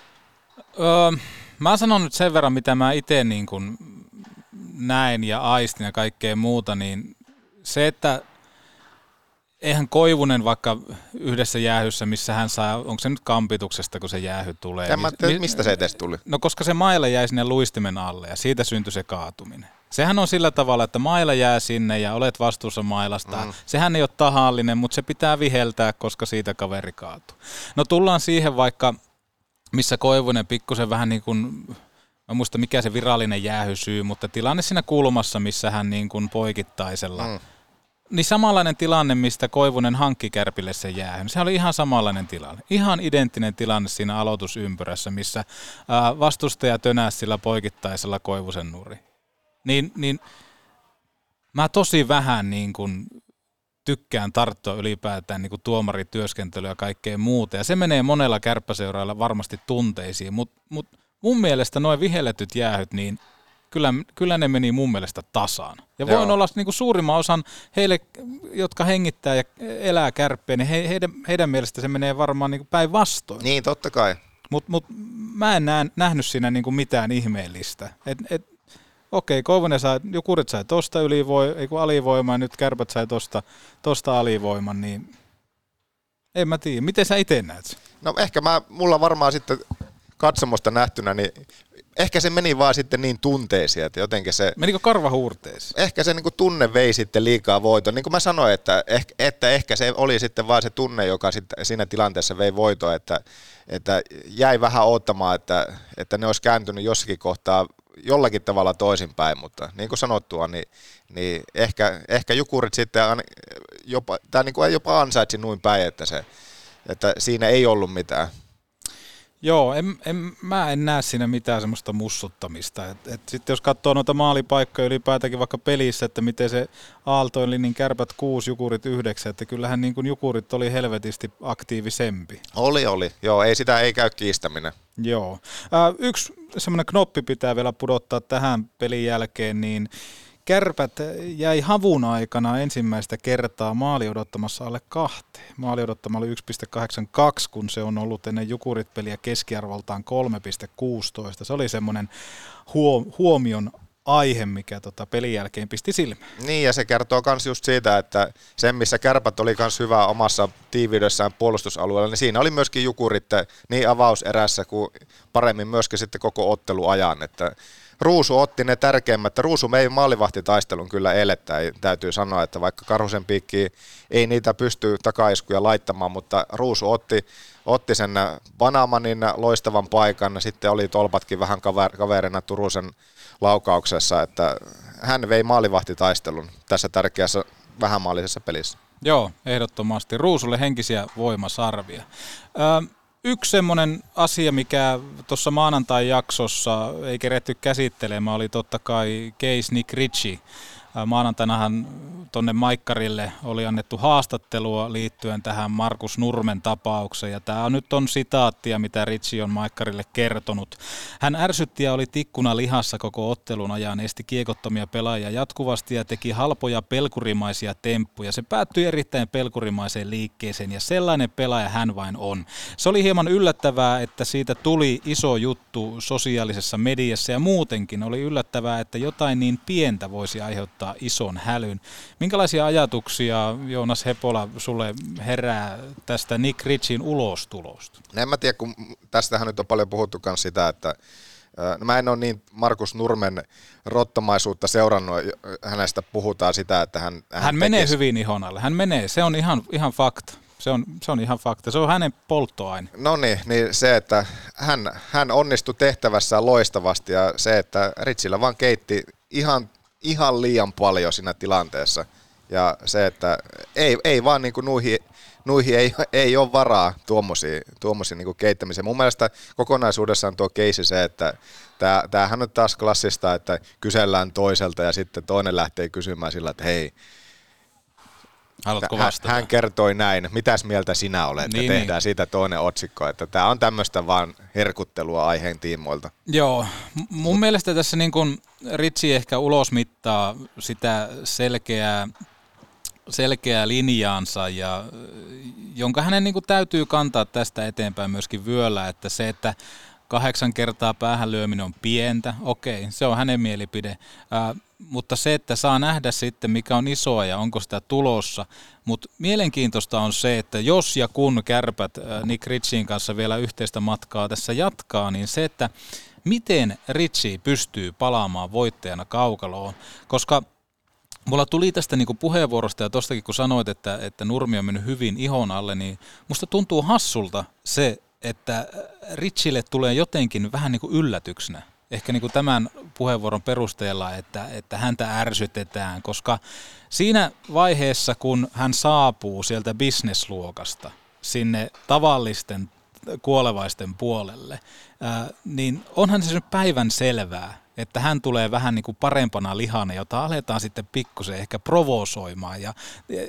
öö, mä sanon nyt sen verran, mitä mä itse niin kuin näin ja aistin ja kaikkea muuta, niin se, että eihän Koivunen vaikka yhdessä jäähyssä, missä hän saa, onko se nyt kampituksesta, kun se jäähy tulee? En mä tiedä, mistä se edes tuli. No koska se maila jäi sinne luistimen alle ja siitä syntyi se kaatuminen. Sehän on sillä tavalla, että maila jää sinne ja olet vastuussa mailasta. Mm. Sehän ei ole tahallinen, mutta se pitää viheltää, koska siitä kaveri kaatuu. No tullaan siihen vaikka, missä Koivunen pikkusen vähän niin kuin, mä muista mikä se virallinen jäähysyy, mutta tilanne siinä kulmassa, missä hän niin kuin poikittaisella. Mm. Niin samanlainen tilanne, mistä Koivunen hankki Kärpille sen jäähyn. Se oli ihan samanlainen tilanne. Ihan identtinen tilanne siinä aloitusympyrässä, missä ää, vastustaja tönäsi sillä poikittaisella Koivusen nuri. Niin, niin mä tosi vähän niin kuin tykkään tarttua ylipäätään niin kuin tuomarityöskentelyä ja kaikkea muuta. Ja se menee monella kärppäseurailla varmasti tunteisiin, mutta mut mun mielestä nuo vihelletyt jäähyt, niin kyllä, kyllä ne meni mun mielestä tasaan. Ja voin Joo. olla niin kuin suurimman osan heille, jotka hengittää ja elää Kärppiä, niin he, heidän, heidän mielestä se menee varmaan niin kuin päinvastoin. Niin, totta kai. Mutta mut, mä en näe, nähnyt siinä niin kuin mitään ihmeellistä. Et, et, okei, Koivunen sai, Jukurit sai tosta ylivoimaa, ei kun alivoimaa, ja nyt Kärpät sai tosta, tosta alivoiman, niin en mä tiedä. Miten sä itse näet sen? No ehkä mä, mulla varmaan sitten katsomosta nähtynä, niin ehkä se meni vaan sitten niin tunteisiin, että jotenkin se... Menikö karva huurteisiin? Ehkä se niin kuin tunne vei sitten liikaa voiton. Niin kuin mä sanoin, että ehkä, että ehkä se oli sitten vaan se tunne, joka sitten siinä tilanteessa vei voitoa, että, että jäi vähän odottamaan, että, että ne olisi kääntynyt jossakin kohtaa jollakin tavalla toisinpäin, mutta niin kuin sanottua, niin, niin ehkä, ehkä Jukurit sitten jopa, tai niin kuin jopa ansaitsi noin päin, että, se, että siinä ei ollut mitään. Joo, en, en, mä en näe siinä mitään semmoista mussuttamista. Et, et sitten jos katsoo noita maalipaikkoja ylipäätäänkin vaikka pelissä, että miten se aaltoili, niin Kärpät kuusi, Jukurit yhdeksän, että kyllähän niin kuin Jukurit oli helvetisti aktiivisempi. Oli, oli. Joo, ei sitä ei käy kiistäminen. Joo. Äh, yksi semmoinen knoppi pitää vielä pudottaa tähän pelin jälkeen, niin Kärpät jäi havun aikana ensimmäistä kertaa maali odottamassa alle kahteen. Maali odottama oli yksi pilkku kahdeksankymmentäkaksi, kun se on ollut ennen Jukurit-peliä keskiarvoltaan kolme pilkku kuusitoista. Se oli semmoinen huomion aihe, mikä tota pelin jälkeen pisti silmään. Niin, ja se kertoo myös just siitä, että sen, missä Kärpät oli myös hyvä omassa tiiviydessään puolustusalueella, niin siinä oli myöskin Jukurit niin avauserässä kuin paremmin myöskin sitten koko otteluajan, että Ruusu otti ne tärkeimmät. Ruusu mei maalivahtitaistelun kyllä elettä, täytyy sanoa, että vaikka Karhusen piikkiin ei niitä pysty takaiskuja laittamaan, mutta Ruusu otti, otti sen Banamanin loistavan paikan, sitten oli tolpatkin vähän kaver, kaverina Turusen laukauksessa, että hän vei maalivahtitaistelun tässä tärkeässä vähämaallisessa pelissä. Joo, ehdottomasti. Ruusulle henkisiä voimasarvia. Ö, Yksi semmoinen asia, mikä tuossa maanantai-jaksossa ei keretty käsittelemään, oli totta kai case Nick Ritchie. Maanantainahan tuonne Maikkarille oli annettu haastattelua liittyen tähän Markus Nurmen tapaukseen, ja tämä nyt on sitaattia, mitä Ritchie on Maikkarille kertonut. Hän ärsytti ja oli tikkuna lihassa koko ottelun ajan, esti kiekottomia pelaajia jatkuvasti ja teki halpoja pelkurimaisia temppuja. Se päättyi erittäin pelkurimaiseen liikkeeseen, ja sellainen pelaaja hän vain on. Se oli hieman yllättävää, että siitä tuli iso juttu sosiaalisessa mediassa, ja muutenkin oli yllättävää, että jotain niin pientä voisi aiheuttaa ison hälyn. Minkälaisia ajatuksia, Joonas Hepola, sulle herää tästä Nick Ritchien ulostulosta? No en mä tiedä, kun tästähän nyt on paljon puhuttu myös sitä, että no mä en ole niin Markus Nurmen rottomaisuutta seurannut, hänestä puhutaan sitä, että hän... Hän, hän menee tekisi... hyvin ihon alle, hän menee, se on ihan, ihan fakta. Se on, se on ihan fakta. Se on hänen polttoaine. No niin, niin se, että hän, hän onnistui tehtävässään loistavasti ja se, että Ritchillä vaan keitti ihan ihan liian paljon siinä tilanteessa. Ja se, että ei, ei vaan niin kuin nuihin, nuihin ei, ei ole varaa tuommoisia, tuommoisia niin kuin keittämiseen. Mun mielestä kokonaisuudessaan tuo keissi se, että tää, tämähän on taas klassista, että kysellään toiselta ja sitten toinen lähtee kysymään sillä, että hei, haluatko vastata? Hän kertoi näin, mitäs mieltä sinä olet, niin, ja tehdään niin. Siitä toinen otsikko, että tämä on tämmöistä vaan herkuttelua aiheen tiimoilta. Joo, mun mielestä tässä niin kuin Ritchie ehkä ulosmittaa sitä selkeää, selkeää linjaansa, ja, jonka hänen niin kuin täytyy kantaa tästä eteenpäin myöskin vyöllä, että se, että kahdeksan kertaa päähän lyöminen on pientä, okei, se on hänen mielipide, äh, mutta se, että saa nähdä sitten, mikä on isoa ja onko sitä tulossa, mutta mielenkiintoista on se, että jos ja kun Kärpät äh, Nick Ritchien kanssa vielä yhteistä matkaa tässä jatkaa, niin se, että miten Ritchie pystyy palaamaan voittajana kaukaloon, koska mulla tuli tästä niinku puheenvuorosta ja tostakin kun sanoit, että, että Nurmi on mennyt hyvin ihon alle, niin musta tuntuu hassulta se, että Ritchille tulee jotenkin vähän niin kuin yllätyksenä, ehkä niin kuin tämän puheenvuoron perusteella, että, että häntä ärsytetään, koska siinä vaiheessa, kun hän saapuu sieltä bisnesluokasta sinne tavallisten kuolevaisten puolelle, ää, niin onhan se nyt päivän selvää, että hän tulee vähän niin kuin parempana lihana, jota aletaan sitten pikkusen ehkä provosoimaan. Ja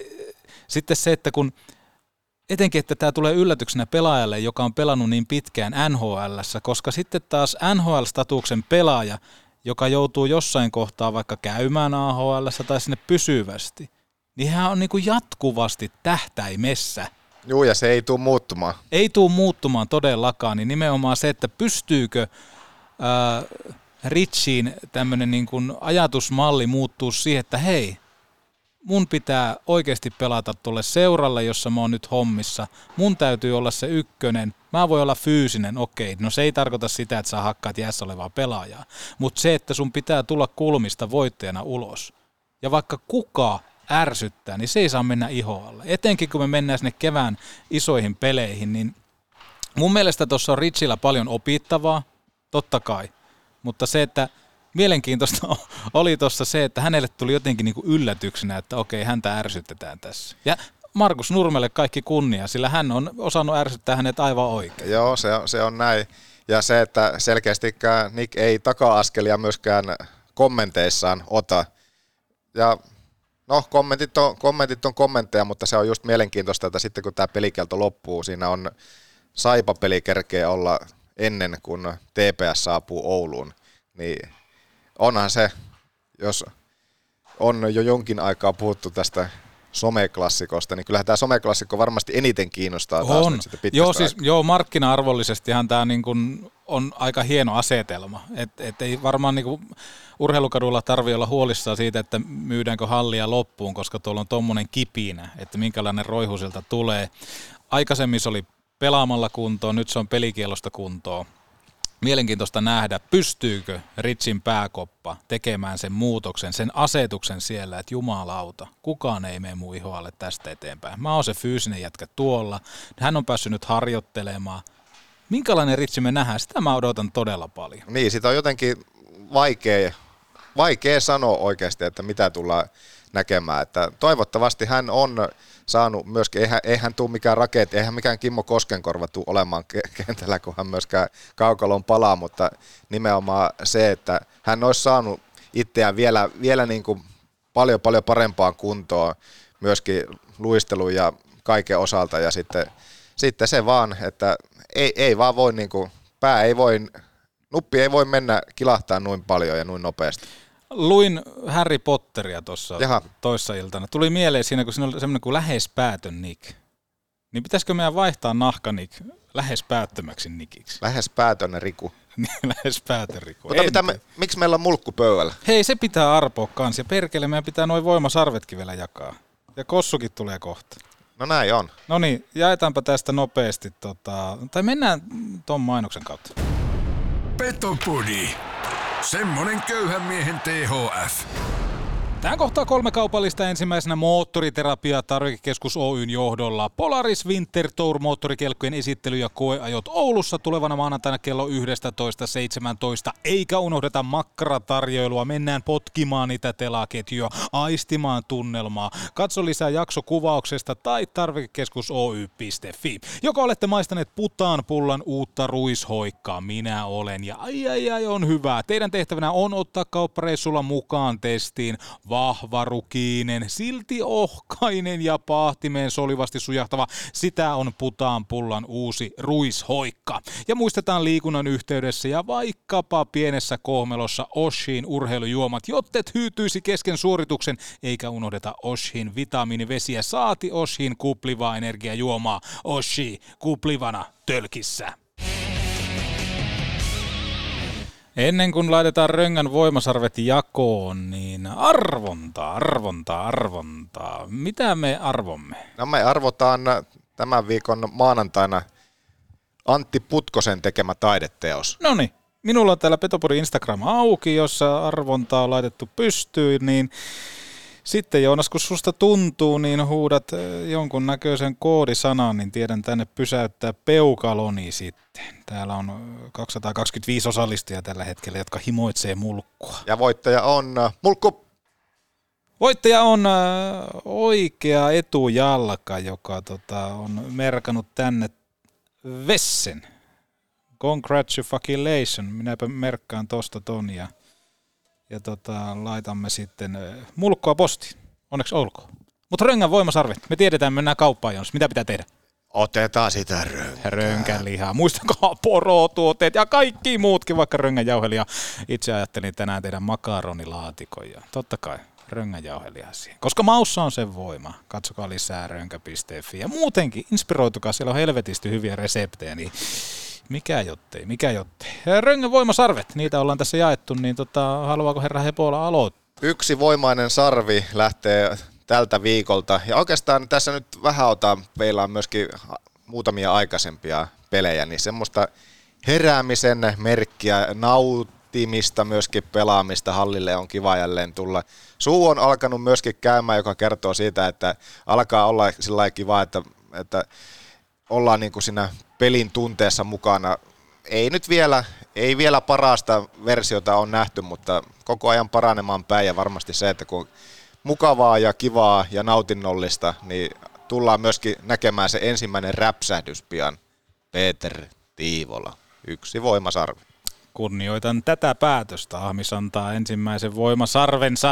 sitten se, että kun etenkin, että tämä tulee yllätyksenä pelaajalle, joka on pelannut niin pitkään N H L:ssä, koska sitten taas N H L-statuksen pelaaja, joka joutuu jossain kohtaa vaikka käymään A H L:ssä tai sinne pysyvästi, niin hän on niin kuin jatkuvasti tähtäimessä. Joo, ja se ei tule muuttumaan. Ei tule muuttumaan todellakaan, niin nimenomaan se, että pystyykö ää, Richiin tämmöinen niin kuin ajatusmalli muuttuu siihen, että hei, mun pitää oikeasti pelata tuolle seuralle, jossa mä oon nyt hommissa. Mun täytyy olla se ykkönen. Mä voin olla fyysinen, okei. No se ei tarkoita sitä, että sä hakkaat jäässä olevaa pelaajaa. Mutta se, että sun pitää tulla kulmista voittajana ulos. Ja vaikka kuka ärsyttää, niin se ei saa mennä ihoalle. Etenkin kun me mennään sinne kevään isoihin peleihin, niin mun mielestä tuossa on Richillä paljon opittavaa, totta kai. Mutta se, että mielenkiintoista oli tuossa se, että hänelle tuli jotenkin niin kuin yllätyksenä, että okei, häntä ärsytetään tässä. Ja Markus Nurmelle kaikki kunnia, sillä hän on osannut ärsyttää hänet aivan oikein. Joo, se on, se on näin. Ja se, että selkeästikään Nick ei taka-askelia myöskään kommenteissaan ota. Ja no, kommentit on, kommentit on kommentteja, mutta se on just mielenkiintoista, että sitten kun tämä pelikielto loppuu, siinä on Saipa-peli kerkeä olla ennen kuin T P S saapuu Ouluun, niin onhan se, jos on jo jonkin aikaa puhuttu tästä someklassikosta, niin kyllähän tämä someklassikko varmasti eniten kiinnostaa taas on. Nyt sitten pitkästä Joo, siis, joo, markkina-arvollisestihan tämä niin kuin on aika hieno asetelma. Et, et ei varmaan niin kuin urheilukadulla tarvitse olla huolissaan siitä, että myydäänkö hallia loppuun, koska tuolla on tommonen kipinä, että minkälainen roihu sieltä tulee. Aikaisemmin se oli pelaamalla kuntoon, nyt se on pelikielosta kuntoon. Mielenkiintoista nähdä, pystyykö Richin pääkoppa tekemään sen muutoksen, sen asetuksen siellä, että jumalauta, kukaan ei mene mun ihoalle tästä eteenpäin. Mä oon se fyysinen jätkä tuolla, hän on päässyt nyt harjoittelemaan. Minkälainen Richi me nähdään, sitä mä odotan todella paljon. Niin, sitä on jotenkin vaikea, vaikea sanoa oikeasti, että mitä tullaan näkemään. Että toivottavasti hän on saanut myöskin, eihän, eihän tule mikään raketti, eihän mikään Kimmo Koskenkorva tule olemaan kentällä, kun hän myöskään kaukalon palaa, mutta nimenomaan se, että hän olisi saanut itseään vielä, vielä niin kuin paljon paljon parempaan kuntoon myöskin luistelun ja kaiken osalta, ja sitten, sitten se vaan, että ei, ei vaan voi, niin kuin, pää ei voi, nuppi ei voi mennä kilahtaa noin paljon ja noin nopeasti. Luin Harry Potteria tuossa toissa iltana. Tuli mieleen siinä, kun siinä oli semmoinen kuin lähes päätön Nick. Niin pitäisikö meidän vaihtaa nahka Nick lähes päättömäksi Nickiksi? Lähes päätön Riku. lähes päätön Riku. Mutta mitä me, miksi meillä on mulkku pöydällä? Hei, se pitää arpoa kans. Ja perkele, meidän pitää noin voimasarvetkin vielä jakaa. Ja Kossukin tulee kohta. No näin on. No niin, jaetaanpa tästä nopeasti. Tota, tai mennään ton mainoksen kautta. Petopodi. Semmonen köyhän miehen T H F. Tähän kohtaa kolme kaupallista. Ensimmäisenä Moottoriterapia Tarvikekeskus Oyn johdolla. Polaris Winter Tour moottorikelkkojen esittely ja koeajot Oulussa tulevana maanantaina kello yksitoista seitsemäntoista. Eikä unohdeta makkaratarjoilua. Mennään potkimaan niitä telaketjua, aistimaan tunnelmaa. Katso lisää jaksokuvauksesta tai tarvikekeskus oy piste fi. Joko olette maistaneet Putaanpullan uutta ruishoikkaa? Minä olen ja ai ai ai on hyvä. Teidän tehtävänä on ottaa kauppareissulla mukaan testiin. Vahva, rukiinen, silti ohkainen ja pahtimeen solivasti sujahtava. Sitä on Putaanpullan uusi ruishoikka. Ja muistetaan liikunnan yhteydessä ja vaikkapa pienessä kohmelossa Oshin urheilujuomat, jottet hyytyisi kesken suorituksen, eikä unohdeta Oshin vitamiinivesiä saati Oshin kuplivaa energiajuomaa. Oshi kuplivana tölkissä. Ennen kuin laitetaan Röngän voimasarvet jakoon, niin arvontaa, arvontaa, arvontaa. Mitä me arvomme? No me arvotaan tämän viikon maanantaina Antti Putkosen tekemä taideteos. No niin, minulla on täällä Petopodin Instagram auki, jossa arvontaa on laitettu pystyyn, niin sitten Joonas, kun susta tuntuu, niin huudat jonkun näköisen koodisanan, niin tiedän tänne pysäyttää peukaloni sitten. Täällä on kaksisataakaksikymmentäviisi osallistujaa tällä hetkellä, jotka himoitsee mulkkua. Ja voittaja on mulkku. Voittaja on oikea etujalka, joka tota, on merkannut tänne Vessen. Congratulations. Minäpä merkkaan tosta ton ja... Ja tota, laitamme sitten mulkkua postiin. Onneksi olkoon. Mutta Röngän voimasarvet, me tiedetään, mennään kauppaan, Jons. Mitä pitää tehdä? Otetaan sitä rönkää. Rönkän lihaa. Muistakaa porotuotteet ja kaikki muutkin, vaikka Röngän jauhelia. Itse ajattelin tänään tehdä makaronilaatikon ja totta kai Röngän jauhelia siihen. Koska maussa on sen voima. Katsokaa lisää rönkä piste fi ja muutenkin inspiroitukaa, siellä on helvetisti hyviä reseptejä, niin mikä jottei, mikä jottei. Röngän voimasarvet, niitä ollaan tässä jaettu, niin tota, haluaako herra Hepola aloittaa? Yksi voimainen sarvi lähtee tältä viikolta. Ja oikeastaan tässä nyt vähän otan peilaan myöskin muutamia aikaisempia pelejä, niin semmoista heräämisen merkkiä, nautimista myöskin pelaamista hallille on kiva jälleen tulla. Suu on alkanut myöskin käymään, joka kertoo siitä, että alkaa olla sillä lailla kiva, että, että ollaan niin kuin siinä pelin tunteessa mukana. Ei nyt vielä, ei vielä parasta versiota on nähty, mutta koko ajan paranemaan päin ja varmasti se, että kun mukavaa ja kivaa ja nautinnollista, niin tullaan myöskin näkemään se ensimmäinen räpsähdys pian. Peter Tiivola, yksi voimasarvi. Kunnioitan tätä päätöstä. Ahmis antaa ensimmäisen voimasarvensa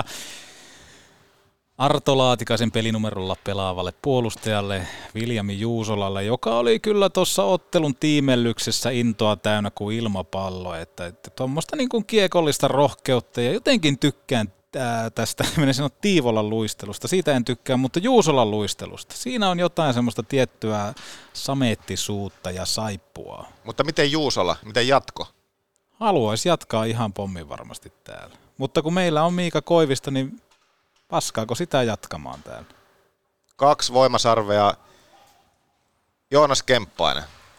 Arto Laatikaisen pelinumerolla pelaavalle puolustajalle Viljami Juusolalle, joka oli kyllä tuossa ottelun tiimellyksessä intoa täynnä kuin ilmapallo. Että, että tuommoista niin kuin kiekollista rohkeutta ja jotenkin tykkään tästä, menen sanoa Tiivolan luistelusta, siitä en tykkää, mutta Juusolan luistelusta. Siinä on jotain semmoista tiettyä sameettisuutta ja saippua. Mutta miten Juusola, miten jatko? Haluaisi jatkaa ihan pommin varmasti täällä. Mutta kun meillä on Miika Koivisto, niin paskaako sitä jatkamaan täällä? Kaksi voimasarvea. Joonas Kemppainen.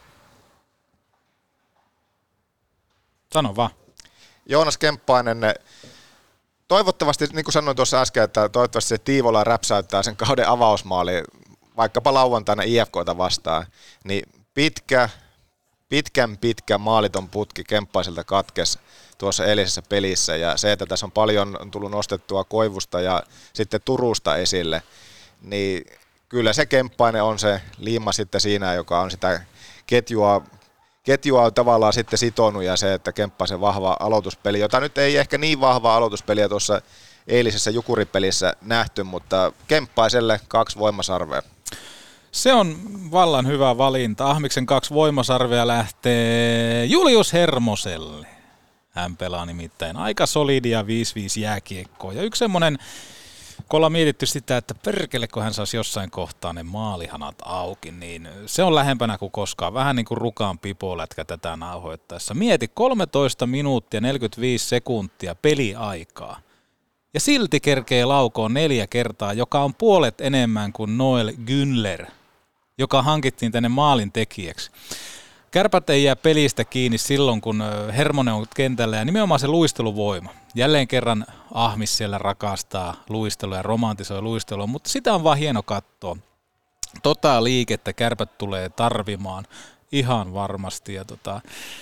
Sano vaan. Joonas Kemppainen, toivottavasti, niin kuin sanoin tuossa äsken, että toivottavasti se Tiivola räpsäyttää sen kauden avausmaali, vaikkapa lauantaina I F K:ta vastaan, niin pitkä, pitkän pitkä maaliton putki Kemppaiselta katkesi tuossa eilisessä pelissä, ja se, että tässä on paljon tullut nostettua Koivusta ja sitten Turusta esille, niin kyllä se Kemppainen on se liima sitten siinä, joka on sitä ketjua, ketjua on tavallaan sitten sitonut, ja se, että Kemppaisen vahva aloituspeli, jota nyt ei ehkä niin vahvaa aloituspeliä tuossa eilisessä Jukuripelissä nähty, mutta Kemppaiselle kaksi voimasarvea. Se on vallan hyvä valinta. Ahmiksen kaksi voimasarvea lähtee Julius Hermoselle. Hän pelaa nimittäin aika solidia viisi viisi jääkiekkoa. Ja yksi semmoinen, kun ollaan mietitty sitä, että perkele, kun hän saisi jossain kohtaa ne maalihanat auki, niin se on lähempänä kuin koskaan. Vähän niin kuin Rukaan pipolätkä tätä nauhoittaessa. Mieti, kolmetoista minuuttia neljäkymmentäviisi sekuntia peliaikaa. Ja silti kerkee laukoon neljä kertaa, joka on puolet enemmän kuin Noel Günler, joka hankittiin tänne maalin tekijäksi. Kärpät ei jää pelistä kiinni silloin, kun Hermonen on kentällä, ja nimenomaan se luisteluvoima. Jälleen kerran Ahmis siellä rakastaa luistelua ja romantisoi luistelua, mutta sitä on vaan hieno katsoa. Tota liikettä Kärpät tulee tarvimaan ihan varmasti. Ja tota,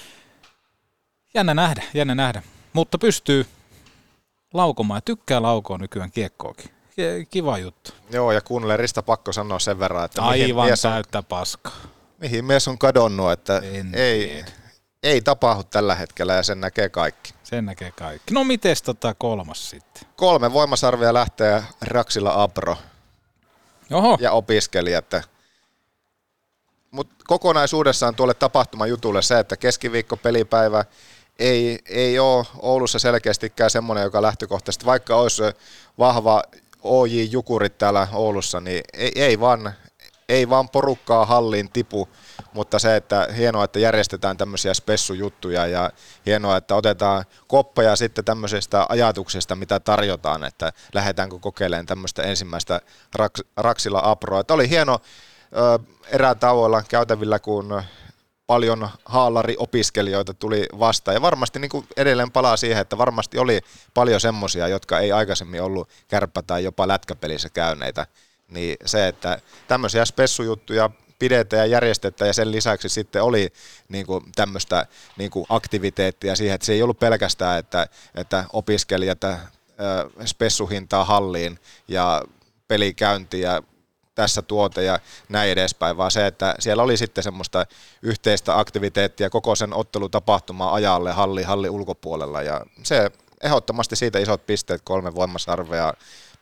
jännä nähdä, jännä nähdä. Mutta pystyy laukomaan ja tykkää laukoa nykyään kiekkoakin. Kiva juttu. Joo, ja Kunlerista pakko sanoa sen verran, että aivan täyttä paskaa. Mihin mies on kadonnut, että ei, ei tapahdu tällä hetkellä, ja sen näkee kaikki. Sen näkee kaikki. No mites tota kolmas sitten? Kolme voimasarvia lähtee Raksila Apro. Oho. Ja opiskelijat. Mutta kokonaisuudessaan tuolle tapahtumajutulle se, että keskiviikko pelipäivä ei, ei ole Oulussa selkeästikään semmoinen, joka lähtökohtaisesti, vaikka olisi vahva O J Jukurit täällä Oulussa, niin ei, ei, vaan, ei vaan porukkaa halliin tipu, mutta se, että hienoa, että järjestetään tämmöisiä spessujuttuja ja hienoa, että otetaan koppeja sitten tämmöisistä ajatuksista, mitä tarjotaan, että lähdetäänkö kokeilemaan tämmöistä ensimmäistä Raks, Raksila Aproa. Että oli hieno ö, erätauoilla käytävillä, kun paljon haalari-opiskelijoita tuli vastaan. Ja varmasti niin kuin edelleen palaa siihen, että varmasti oli paljon semmoisia, jotka ei aikaisemmin ollut kärppä- tai jopa lätkäpelissä käyneitä. Niin se, että tämmöisiä spessujuttuja pidetään ja järjestetään, ja sen lisäksi sitten oli niin kuin tämmöistä niin kuin aktiviteettia siihen, että se ei ollut pelkästään, että, että opiskelijat äh, spessuhintaa halliin ja pelikäyntiä tässä tuote ja näin edespäin, vaan se, että siellä oli sitten semmoista yhteistä aktiviteettia koko sen ottelutapahtuman ajalle halli, halli ulkopuolella, ja se ehdottomasti siitä isot pisteet, kolme voimasarvea.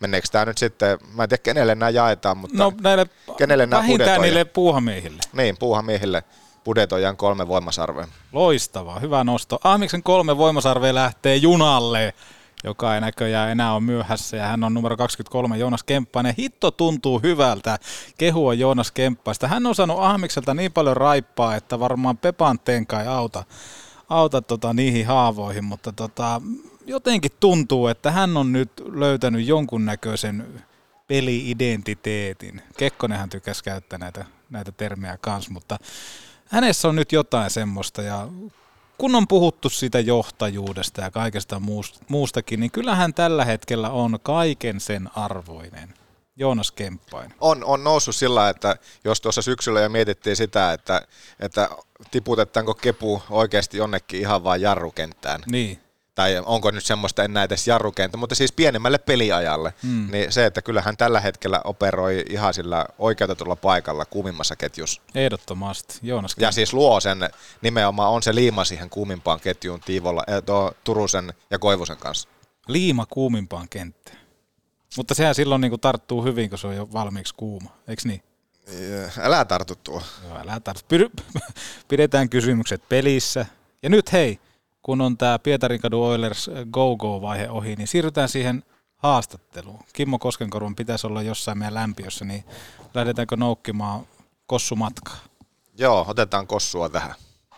Meneekö tämä nyt sitten, mä en tiedä kenelle nämä jaetaan, mutta no, näille, kenelle nämä vähintään budetoidaan? niille puuhamiehille. Niin, puuhamiehille budetoidaan kolme voimasarvea. Loistavaa, hyvä nosto. Ahmiksen kolme voimasarvea lähtee junalle, joka ei näköjään enää ole myöhässä, ja hän on numero kaksikymmentäkolme, Joonas Kemppainen. Hitto tuntuu hyvältä kehua Joonas Kemppaista. Hän on saanut Ahmikselta niin paljon raippaa, että varmaan Pepan tenka ei auta, auta tota, niihin haavoihin, mutta tota, jotenkin tuntuu, että hän on nyt löytänyt jonkunnäköisen peli-identiteetin. Kekkonenhan tykäsi käyttää näitä, näitä termejä kanssa, mutta hänessä on nyt jotain semmoista, ja kun on puhuttu siitä johtajuudesta ja kaikesta muustakin, niin kyllähän tällä hetkellä on kaiken sen arvoinen. Joonas Kemppainen. On, on noussut sillä, että jos tuossa syksyllä jo mietittiin sitä, että, että tiputetaanko kepu oikeasti jonnekin ihan vaan jarrukenttään. Niin. Tai onko nyt semmoista enää edes jarrukenttä, mutta siis pienemmälle peliajalle, hmm. niin se, että kyllähän tällä hetkellä operoi ihan sillä oikeutetulla paikalla kuumimmassa ketjussa. Ehdottomasti, Joonas Kemppainen. Ja siis luo sen, nimenomaan on se liima siihen kuumimpaan ketjuun Tiivolla, tuo Turusen ja Koivusen kanssa. Liima kuumimpaan kenttään. Mutta sehän silloin niin kuin tarttuu hyvin, kun se on jo valmiiksi kuuma, eikö niin? Älä tartu tuo. Joo, älä tartu. Pidetään kysymykset pelissä. Ja nyt hei, kun on tämä Pietarinkadun Oilers go-go-vaihe ohi, niin siirrytään siihen haastatteluun. Kimmo Koskenkorvan pitäisi olla jossain meidän lämpiössä, niin lähdetäänkö noukkimaan kossumatkaa? Joo, otetaan kossua tähän.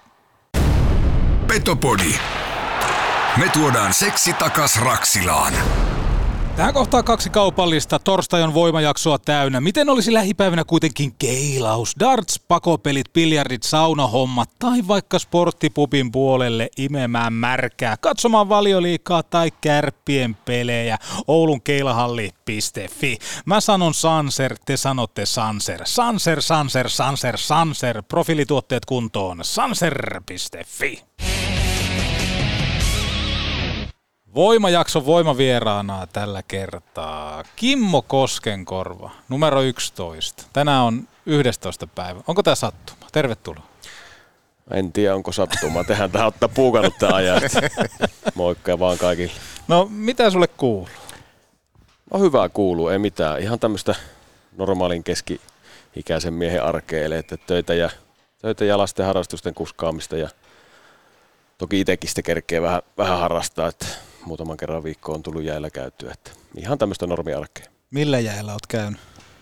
Petopodi. Me tuodaan seksi takas Raksilaan. Tähän kohtaa kaksi kaupallista. Torstai on voimajaksoa täynnä. Miten olisi lähipäivänä kuitenkin keilaus, darts, pakopelit, biljardit, saunahommat tai vaikka sporttipupin puolelle imemään märkää, katsomaan Valioliigaa tai Kärppien pelejä. Oulun keilahalli piste fi. Mä sanon Sanser, te sanotte Sanser. Sanser, Sanser, Sanser, Sanser. Profiilituotteet kuntoon. Sanser piste fi. Voimajakson voimavieraana tällä kertaa Kimmo Koskenkorva, numero yksitoista. Tänään on yhdestoista päivä. Onko tämä sattuma? Tervetuloa. En tiedä, onko sattuma. Tehän tähän ottaa puukannut tämän ajan. Moikka vaan kaikille. No, mitä sulle kuuluu? No hyvää kuuluu, ei mitään. Ihan tämmöistä normaalin keski-ikäisen miehen arkea, että töitä ja, töitä ja lasten harrastusten kuskaamista. Ja toki itsekin sitä kerkee vähän, vähän harrastaa, että muutaman kerran viikkoon on tullut jäällä käytyä, että ihan tämmöistä normiarkea. Millä jäällä oot käynyt?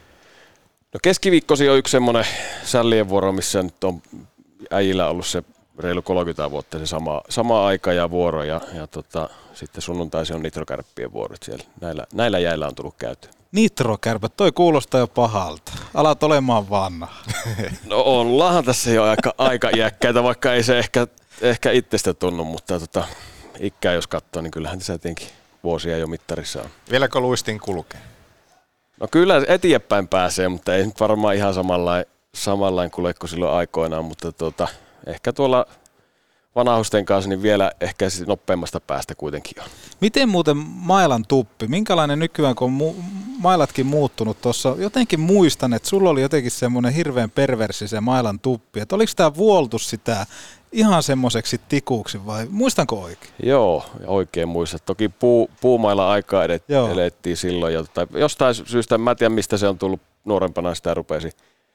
No keskiviikkosi on yksi semmoinen sällien vuoro, missä nyt on äijillä ollut se reilu kolmekymmentä vuotta se sama, sama aika ja vuoro ja, ja tota, sitten sunnuntaisi on nitrokärppien vuorot siellä. Näillä, näillä jäillä on tullut käytyä. Nitrokärpät, toi kuulostaa jo pahalta. Alat olemaan vanha. No ollaanhan tässä jo aika, aika iäkkäitä, vaikka ei se ehkä, ehkä itsestä tunnu, mutta tota, ikää jos katsoo, niin kyllähän tässä tietenkin vuosia jo mittarissa on. Vieläkö luistin kulkee? No kyllä eteenpäin pääsee, mutta ei nyt varmaan ihan samanlainen samanlain kulje kuin silloin aikoinaan, mutta tota, ehkä tuolla vanhusten kanssa niin vielä ehkä nopeammasta päästä kuitenkin on. Miten muuten mailan tuppi? Minkälainen nykyään, kun on mu- mailatkin muuttunut tuossa? Jotenkin muistan, että sulla oli jotenkin semmoinen hirveän perversi se mailan tuppi. Että oliko tämä vuoltu sitä ihan semmoiseksi tikuksi vai muistanko oikein? Joo, oikein muistan. Toki puu, puumailla aikaa edet, elettiin silloin. Ja tota, jostain syystä, mä en tiedä mistä se on tullut nuorempana, sitä rupesi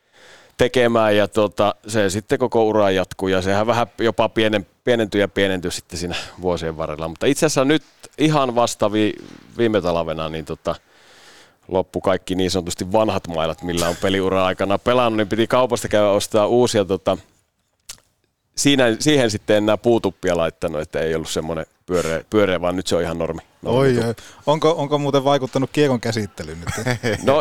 tekemään ja tota, se sitten koko ura jatkuu ja sehän vähän jopa pienen, pienentyi ja pienentyi sitten siinä vuosien varrella. Mutta itse asiassa nyt ihan vasta vi, viime talvena niin tota, loppu kaikki niin sanotusti vanhat mailat, millä on peliura aikana pelannut, niin piti kaupasta käydä ostaa uusia. Tota, siinä, siihen sitten enää puutuppia laittanut, että ei ollut semmoinen pyöreä, pyöreä vaan nyt se on ihan normi. Oi, onko, onko muuten vaikuttanut kiekon käsittelyyn nyt? No,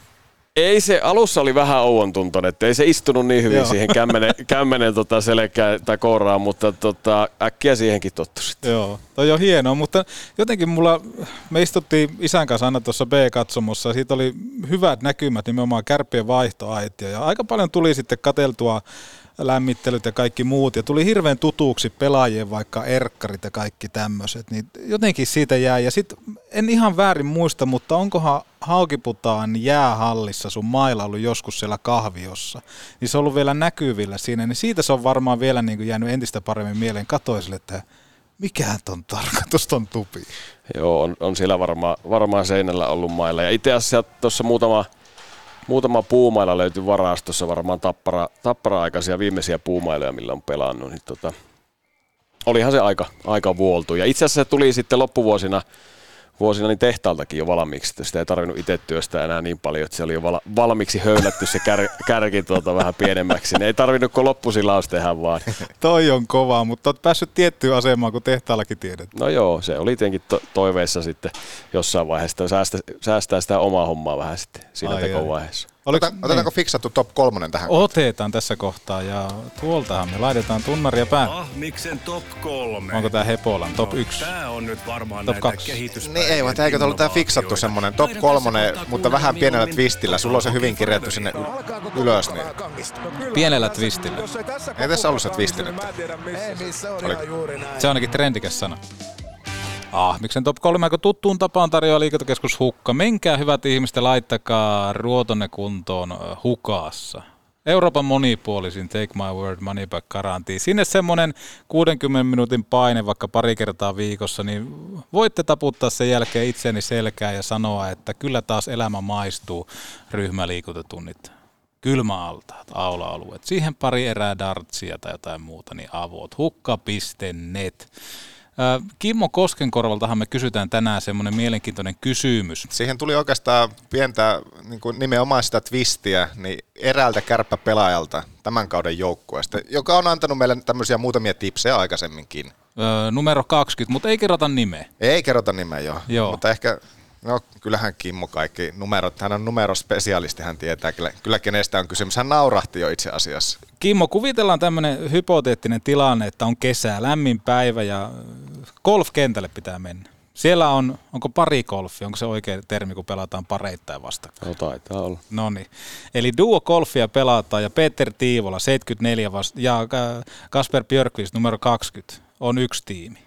ei se, alussa oli vähän ouon tuntoinen, että ei se istunut niin hyvin Joo. siihen kämmenen, kämmenen tota selkään tai kouraan, mutta tota, äkkiä siihenkin tottu sitten. Joo, toi on hienoa, mutta jotenkin mulla, me istuttiin isän kanssa aina tuossa B-katsomossa ja siitä oli hyvät näkymät nimenomaan Kärppien vaihtoaitio ja aika paljon tuli sitten katseltua lämmittelyt ja kaikki muut ja tuli hirveän tutuuksi pelaajien vaikka erkkarit ja kaikki tämmöiset, niin jotenkin siitä jää ja sitten en ihan väärin muista, mutta onkohan Haukiputaan jäähallissa sun mailla ollut joskus siellä kahviossa, niin se on ollut vielä näkyvillä siinä, niin siitä se on varmaan vielä niin kuin jäänyt entistä paremmin mieleen. Katoin sille, että Mikähän ton tarkoitus ton tupi? Joo, on, on siellä varmaan, varmaan seinällä ollut mailla. Ja itse asiassa tuossa muutama, muutama puumaila löytyi varastossa, varmaan tappara, tappara-aikaisia viimeisiä puumailoja, millä on pelannut. Niin tota, olihan se aika, aika vuoltu. Ja itse asiassa se tuli sitten loppuvuosina vuosina niin tehtaaltakin jo valmiiksi, että sitä ei tarvinnut itse työstää enää niin paljon, että se oli jo val- valmiiksi höylätty se kär- kärki tuota vähän pienemmäksi. Ne ei tarvinnut kuin loppusilaus tehdä vaan. Toi on kovaa, mutta olet päässyt tiettyyn asemaan, kun tehtaallakin tiedät. No joo, se oli tietenkin to- toiveissa sitten jossain vaiheessa, säästää, säästää sitä omaa hommaa vähän sitten siinä ai tekovaiheessa. Oliko, Otetaanko fiksattu top kolmonen tähän? Otetaan tässä kohtaa ja tuoltahan me laitetaan tunnaria päähän. Ah, miksen top kolme? Onko tää Hepolan top yksi? No, tää on nyt varmaan top näitä kaksi. kehityspäiviä. Niin ei, mutta eikö ollut tää fiksattu semmonen top kolmonen, mutta vähän pienellä twistillä. Sulla on se hyvin kirjattu sinne ylös. Niin. Pienellä twistillä. Ei tässä ollut se twisti nyt. Se on ainakin trendikäs sana. Ah, miksen top kolme, kun tuttuun tapaan tarjoaa liikuntakeskus Hukka. Menkää hyvät ihmiset ja laittakaa ruotonne kuntoon Hukassa. Euroopan monipuolisin Take My Word Money Back -garantii. Sinne semmonen kuudenkymmenen minuutin paine vaikka pari kertaa viikossa, niin voitte taputtaa sen jälkeen itseäni selkään ja sanoa, että kyllä taas elämä maistuu ryhmäliikuntatunnit. Kylmäaltaat, aula-alueet. Siihen pari erää dartsia tai jotain muuta, niin avot. Hukka piste net. Kimmo Koskenkorvaltahan me kysytään tänään semmoinen mielenkiintoinen kysymys. Siihen tuli oikeastaan pientä niin kuin nimenomaan sitä twistiä niin eräältä kärppäpelaajalta tämän kauden joukkueesta, joka on antanut meille tämmöisiä muutamia tipsejä aikaisemminkin. Öö, numero kaksikymmentä, mutta ei kerrota nimeä. Ei kerrota nimeä, joo. joo. Mutta ehkä, no kyllähän Kimmo kaikki numerot, hän on numerospesialisti, hän tietää kyllä, kyllä kenestä on kysymys. Hän naurahti jo itse asiassa. Kimmo, kuvitellaan tämmöinen hypoteettinen tilanne, että on kesä, lämmin päivä ja golfkentälle pitää mennä. Siellä on, onko pari golfi, onko se oikea termi, kun pelataan pareittain vastakkain? No taitaa olla. Noniin. Eli duo golfia pelataan ja Peter Tiivola seitsemänkymmentäneljä vasta, ja Kasper Björkqvist numero kaksikymmentä on yksi tiimi.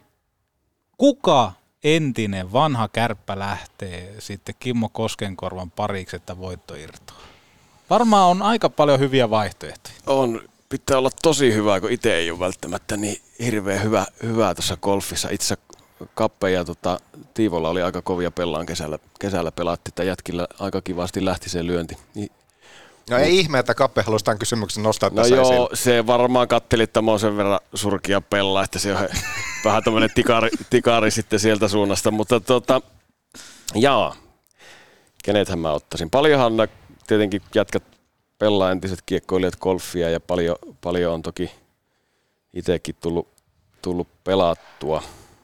Kuka entinen vanha kärppä lähtee sitten Kimmo Koskenkorvan pariksi, että voitto irtoaa? Varmaan on aika paljon hyviä vaihtoehtoja. On. Pitää olla tosi hyvä, kun itse ei ole välttämättä niin hirveän hyvä, hyvää tuossa golfissa. Itse Kappe ja tota, Tiivolla oli aika kovia pelaan kesällä. Kesällä pelattiin, että jätkillä aika kivasti lähti se lyönti. Niin, no ei mut, ihme, että Kappe halusi tämän kysymyksen nostaa no tässä joo, esiin. se varmaan katteli, että mä oon sen verran surkia pelaa, että se on vähän tämmöinen tikari, tikari sitten sieltä suunnasta. Mutta tota, jaa, kenethän mä ottaisin. Paljonhan tietenkin jätkät pelaa entiset kiekkoilijat golfia ja paljon, paljon on toki itsekin tullut, tullut pelattua.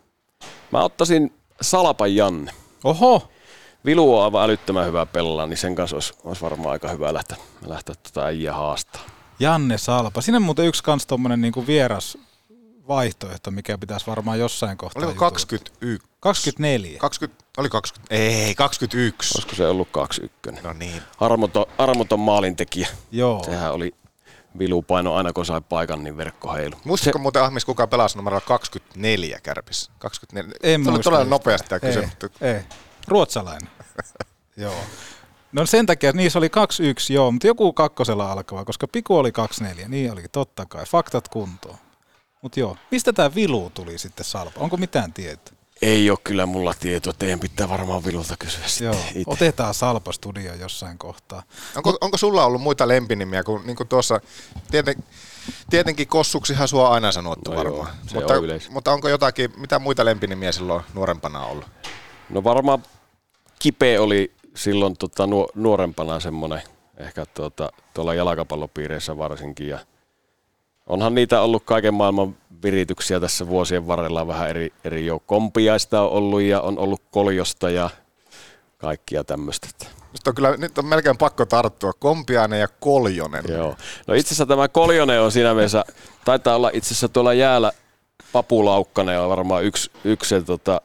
Mä ottaisin Salpan Janne. Oho! Vilu on aivan älyttömän hyvä pelaa, niin sen kanssa olisi, olisi varmaan aika hyvä lähteä, lähteä tuota äijää haastaa. Janne Salpa. Siinä on muuten yksi kans tommonen niinku vieras vaihtoehto, mikä pitäisi varmaan jossain kohtaa. Oliko kaksikymmentäyksi? kaksikymmentäneljä. kaksikymmentä, oli kaksikymmentä, ei, kaksikymmentäyksi. Olisiko se ollut kaksikymmentäyksi? No niin. Armoton, armoton maalintekijä. Joo. Sehän oli Vilu paino aina kun sai paikan, niin verkko heilu. Muistatko muuten Ahmis, kuka pelasi numerolla kaksikymmentäneljä Kärpissä? kaksikymmentäneljä. En se oli muista. todella nopeasti tämä kysymys. Ei, ei. Ruotsalainen. Joo. No sen takia, että niissä oli kaksi yksi, joo, mutta joku kakkosella alkava, koska Piku oli kaksi neljä, niin olikin, totta kai, faktat kuntoon. Mutta joo, mistä tämä Vilu tuli sitten Salpa? Onko mitään tietoa? Ei ole kyllä mulla tietoa, teidän pitää varmaan Vilulta kysyä sitten joo, itse. Otetaan Salpa studio jossain kohtaa. Onko, Mut, onko sulla ollut muita lempinimiä, kun niin kuin tuossa, tieten, tietenkin Kossuksihan sua aina sanottu no varmaan, joo, mutta, on mutta onko jotakin, mitä muita lempinimiä silloin nuorempana ollut? No varmaan Kipe oli silloin tota, nuorempana semmoinen, ehkä tuota, tuolla jalkapallopiireissä varsinkin. Ja onhan niitä ollut kaiken maailman virityksiä tässä vuosien varrella, vähän eri, eri jo Kompiaista on ollut ja on ollut Koljosta ja kaikkia tämmöistä. Nyt on, kyllä, nyt on melkein pakko tarttua, Kompiainen ja Koljonen. Joo. No itse asiassa tämä Koljonen on siinä mielessä, taitaa olla itse asiassa tuolla jäällä Papu Laukkanen on varmaan yksi, yksi se, tota,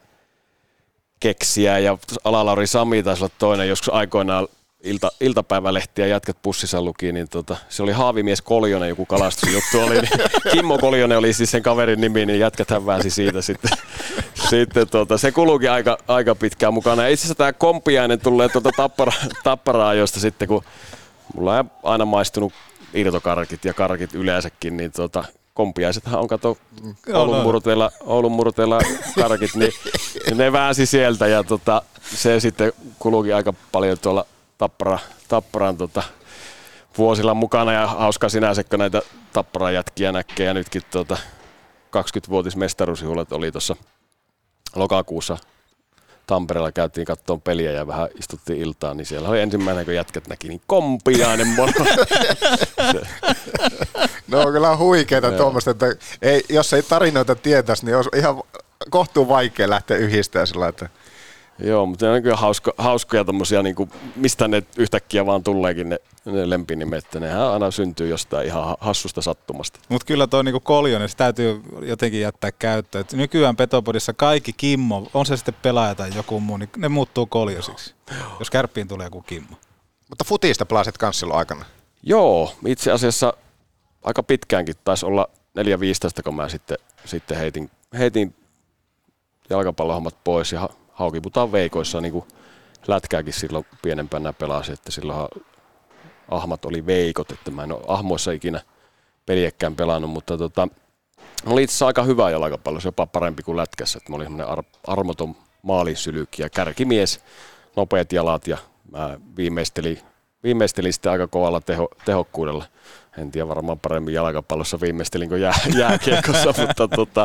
keksiä ja Ala-Lauri Sami taisi olla toinen, joskus aikoinaan ilta, iltapäivälehtiä jätkät pussissa luki, niin tota, se oli Haavimies Koljonen, joku kalastusjuttu oli, niin Kimmo Koljonen oli siis sen kaverin nimi, niin jätkäthän väänsi siitä sitten. sitten tota, se kulukin aika, aika pitkään mukana. Ja itse asiassa tämä Kompiainen tulee tuota tappara, tappara-ajoista sitten, kun mulla on aina maistunut irtokarkit ja karkit yleensäkin, niin tota, kompiaisethan on kato Oulun murteella, Oulun murteella karkit, niin ne väänsi sieltä ja tota, se sitten kulukin aika paljon tuolla tappara, tapparan tota, vuosilla mukana ja hauska sinänsä, kun näitä tapparan jätkiä näkee ja nytkin tota, kaksikymmenvuotis mestaruusjuhlat oli tuossa lokakuussa Tampereella, käytiin kattoon peliä ja vähän istuttiin iltaan, niin siellä oli ensimmäinen, kun jätkät näki, niin kompiainen mono. No on kyllä huikeeta tuommoista, että ei, jos ei tarinoita tietäisi, niin olisi ihan kohtuu vaikea lähteä yhdistämään sillä, että joo, mutta ne on kyllä hausko, hauskoja tommosia, niin kuin, mistä ne yhtäkkiä vaan tuleekin ne, ne lempinimet, että nehän aina syntyy jostain ihan hassusta sattumasta. Mutta kyllä toi niinku koljonen, se täytyy jotenkin jättää käyttöön. Et nykyään Petopodissa kaikki Kimmo, on se sitten pelaaja tai joku muu, niin ne muuttuu koljosiksi, jos Kärppiin tulee joku Kimmo. Mutta futista pelasit kans silloin aikana? Joo, itse asiassa aika pitkäänkin, taisi olla neljä viisitoista, kun mä sitten, sitten heitin, heitin jalkapallohommat pois ja Haukiputaan veikoissa niin kuin lätkääkin silloin pienempänä pelasi, että silloinhan ahmat oli veikot, että mä en ole ahmoissa ikinä peliäkään pelannut, mutta tota, oli itse asiassa aika hyvä jalkapallo, se jopa parempi kuin lätkässä, että mä olin semmoinen ar- armoton maalisylyki ja kärkimies, nopeat jalat ja mä viimeistelin, viimeistelin sitten aika kovalla teho, tehokkuudella. En tiedä, varmaan paremmin jalkapallossa viimeistelin kuin jää, jääkiekossa, mutta tota,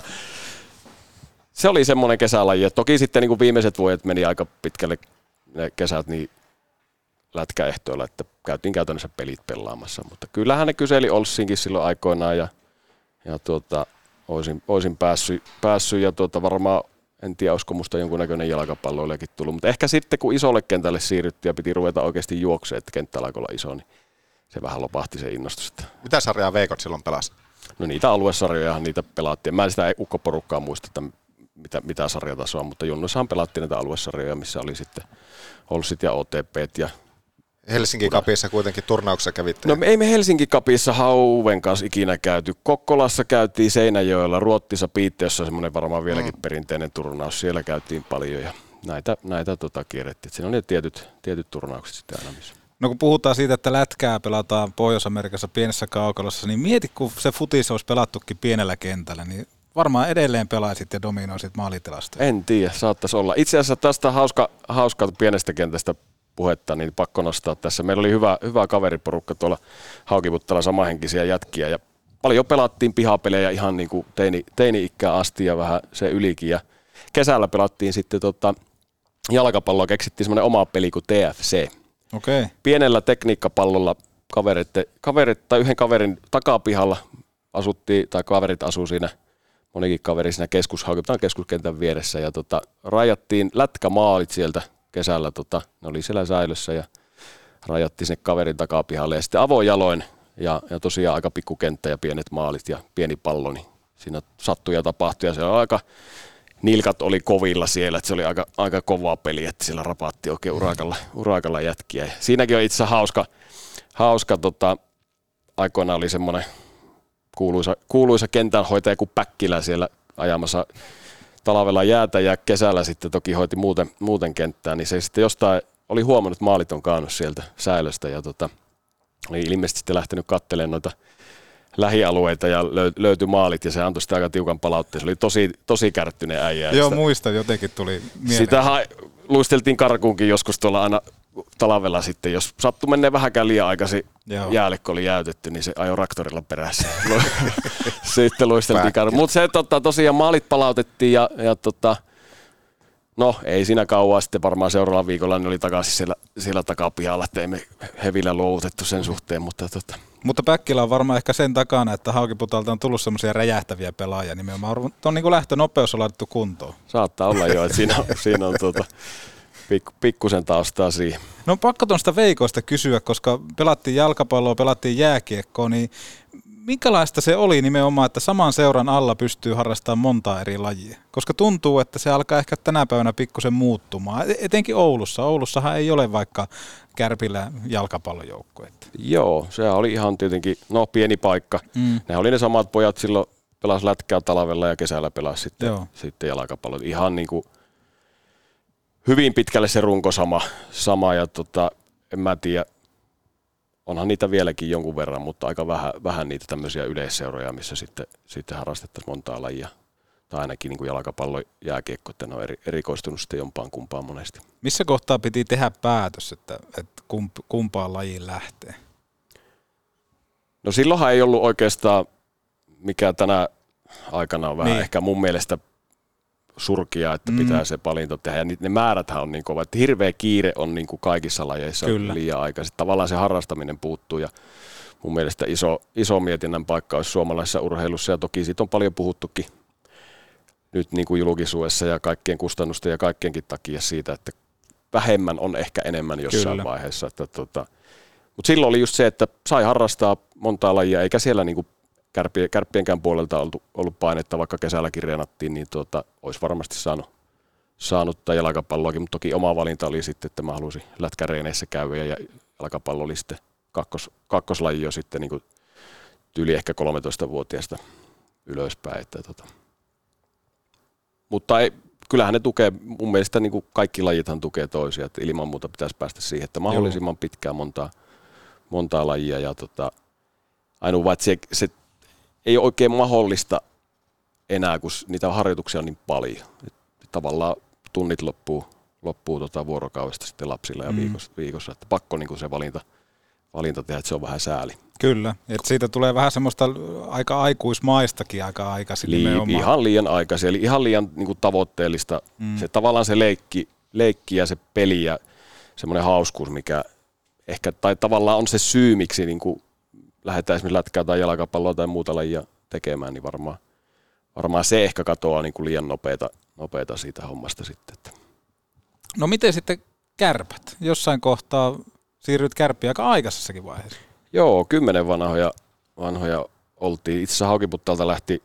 se oli semmoinen kesälaji, ja toki sitten niin kuin viimeiset vuodet meni aika pitkälle ne kesät niin lätkäehtoilla, että käytiin käytännössä pelit pelaamassa, mutta kyllähän ne kyseli Olssinkin silloin aikoinaan ja, ja tuota, olisin, olisin päässyt, päässyt ja tuota, varmaan en tiedä, olisiko musta jonkunnäköinen jalkapalloillekin tullut, mutta ehkä sitten kun isolle kentälle siirryttiin ja piti ruveta oikeasti juoksemaan, että kenttä alkoi olla iso, niin se vähän lopahti se innostus. Mitä sarjaa veikot silloin pelasi? No niitä aluesarjoja niitä pelaattiin. Mä en sitä ukkoporukkaa muista, että mitä, mitä sarjatasoa, mutta junnuissahan pelattiin näitä aluesarjoja, missä oli sitten Olssit ja O T P:t ja Helsinki Cupissa kuitenkin turnauksessa kävitte. No ei me Helsinki Cupissa Hauven kanssa ikinä käyty. Kokkolassa käytiin Seinäjoella, Ruottissa Piitteessä on semmoinen varmaan vieläkin mm. perinteinen turnaus. Siellä käytiin paljon ja näitä, näitä tota kierrettiin. Siinä on ne tietyt, tietyt turnaukset sitten aina missä. No kun puhutaan siitä, että lätkää pelataan Pohjois-Amerikassa pienessä kaukalossa, niin mieti kun se futis olisi pelattukin pienellä kentällä, niin varmaan edelleen pelaisit ja dominoisit maalitilastoja. En tiedä, saattaisi olla. Itse asiassa tästä hauska, hauska pienestä kentästä puhetta, niin pakko nostaa tässä. Meillä oli hyvä, hyvä kaveriporukka tuolla Haukiputtalla, samanhenkisiä jätkiä ja paljon pelattiin pihapelejä ihan niin kuin teini, teini-ikään asti ja vähän se ylikin. Ja kesällä pelattiin sitten tota, jalkapalloa, keksittiin semmoinen oma peli kuin T F C. Okay. Pienellä tekniikkapallolla kaverit, kaverit tai yhden kaverin takapihalla asuttiin, tai kaverit asuu siinä, monikin kaveri siinä keskushaukiputaan keskuskentän vieressä ja tota, rajattiin lätkämaalit sieltä kesällä, tota, ne oli siellä säilössä ja rajattiin sinne kaverin takapihalle ja sitten avojaloin ja, ja tosiaan aika pikkukenttä ja pienet maalit ja pieni pallo, niin siinä sattui ja tapahtui ja se on aika, nilkat oli kovilla siellä, että se oli aika, aika kovaa peli, että siellä rapatti oikein urakalla, urakalla jätkiä. Ja siinäkin on itse asiassa hauska, hauska tota, aikoinaan oli semmoinen kuuluisa, kuuluisa kentänhoitaja kuin Päkkilä siellä ajamassa talvella jäätä ja kesällä sitten toki hoiti muuten, muuten kenttää, niin se sitten jostain oli huomannut, että maalit on kaannut sieltä säilöstä ja tota, oli ilmeisesti sitten lähtenyt katselemaan noita lähialueita ja löytyi maalit ja se antoi sitä aika tiukan palautteen. Se oli tosi, tosi kärttyneen äijä. Joo, sitä, muistan, jotenkin tuli mieleen. Sitä ha- luisteltiin karkuunkin joskus tuolla aina talvella sitten, jos sattui menneen vähänkään liian aikaisin jäälle, kun oli jäytetty, niin se ajoi traktorilla perässä. Sitten luisteltiin karkuun. Mutta se tota, tosiaan maalit palautettiin ja, ja tota, no ei siinä kauan sitten varmaan seuraavalla viikolla niin oli takaisin siellä, siellä takapihalla, että ei me hevillä luovutettu sen suhteen, mutta tota. Mutta Päkkilä on varmaan ehkä sen takana, että Haukiputalta on tullut semmoisia räjähtäviä pelaajia nimenomaan. On niin kuin lähtönopeus on laitettu kuntoon. Saattaa olla jo, että siinä on, siinä on tuota, pikku, pikkusen taustaa siihen. No pakko tuosta Veikoista kysyä, koska pelattiin jalkapalloa, pelattiin jääkiekkoa, niin minkälaista se oli nimenomaan, että saman seuran alla pystyy harrastamaan montaa eri lajia? Koska tuntuu, että se alkaa ehkä tänä päivänä pikkusen muuttumaan. Etenkin Oulussa. Oulussahan ei ole vaikka Kärpillä jalkapallojoukkuetta. Joo, se oli ihan tietenkin no, pieni paikka. Mm. Ne oli ne samat pojat silloin, pelas lätkää talvella ja kesällä pelasi sitten, sitten jalkapallot. Ihan niin kuin hyvin pitkälle se runko sama, sama ja tota, en mä tiedä. onhan niitä vieläkin jonkun verran, mutta aika vähän, vähän niitä tämmöisiä yleisseuroja, missä sitten, sitten harrastettaisiin montaa lajia. Tai ainakin niin kuin jalkapallo, jääkiekko, että ne on eri, erikoistunut sitten jompaan kumpaan monesti. Missä kohtaa piti tehdä päätös, että, että kump, kumpaan lajiin lähtee? No silloinhan ei ollut oikeastaan, mikä tänä aikana on vähän niin. ehkä mun mielestä surkia, että mm. pitää se valinta tehdä. Ja ne määräthän on niin kova, että hirveä kiire on niin kuin kaikissa lajeissa Kyllä. liian aikaisin. Tavallaan se harrastaminen puuttuu ja mun mielestä iso, iso mietinnän paikka olisi suomalaisessa urheilussa ja toki siitä on paljon puhuttukin nyt niin kuin julkisuudessa ja kaikkien kustannusten ja kaikkienkin takia siitä, että vähemmän on ehkä enemmän jossain Kyllä. vaiheessa. Että, tota, mutta silloin oli just se, että sai harrastaa montaa lajia, eikä siellä niin kuin kärppien, kärppienkään puolelta ollut, ollut painetta, vaikka kesälläkin reenattiin, niin tuota, olisi varmasti saanut, saanut tai jalkapalloakin, mutta toki oma valinta oli sitten, että mä halusin lätkäreeneissä käydä ja jalkapallo oli sitten kakkos, kakkoslaji jo sitten niin kuin tyyli ehkä kolmetoistavuotiaasta ylöspäin. Että, tota. Mutta ei, kyllähän ne tukee, mun mielestä niin kuin kaikki lajithan tukee toisia, että ilman muuta pitäisi päästä siihen, että mahdollisimman Joo. pitkään montaa, montaa lajia ja tota, ainoa vaan, että se, se ei ole oikein mahdollista enää, kun niitä harjoituksia on niin paljon. Et tavallaan tunnit loppuu, loppuu tota vuorokaudesta sitten lapsilla ja mm. viikossa, viikossa, että pakko niin kuin se valinta, valinta tehdä, että se on vähän sääli. Kyllä, että siitä tulee vähän semmoista aika aikuismaistakin aika aikaisin Li- nimenomaan. Ihan liian aikaisin, eli ihan liian niin kuin tavoitteellista. Mm. Se tavallaan se leikki, leikki ja se peli ja semmoinen hauskuus, mikä ehkä, tai tavallaan on se syy, miksi niin kuin lähdetään esimerkiksi lätkää tai jalkapalloa tai muuta lajia tekemään, niin varmaan, varmaan se ehkä katoaa niin kuin liian nopeata, nopeata siitä hommasta sitten. No miten sitten Kärpät? Jossain kohtaa siirryt Kärppiin aika aikaisessakin vaiheessa. Joo, kymmenen vanhoja, vanhoja oltiin. Itse asiassa Haukiputtalta lähti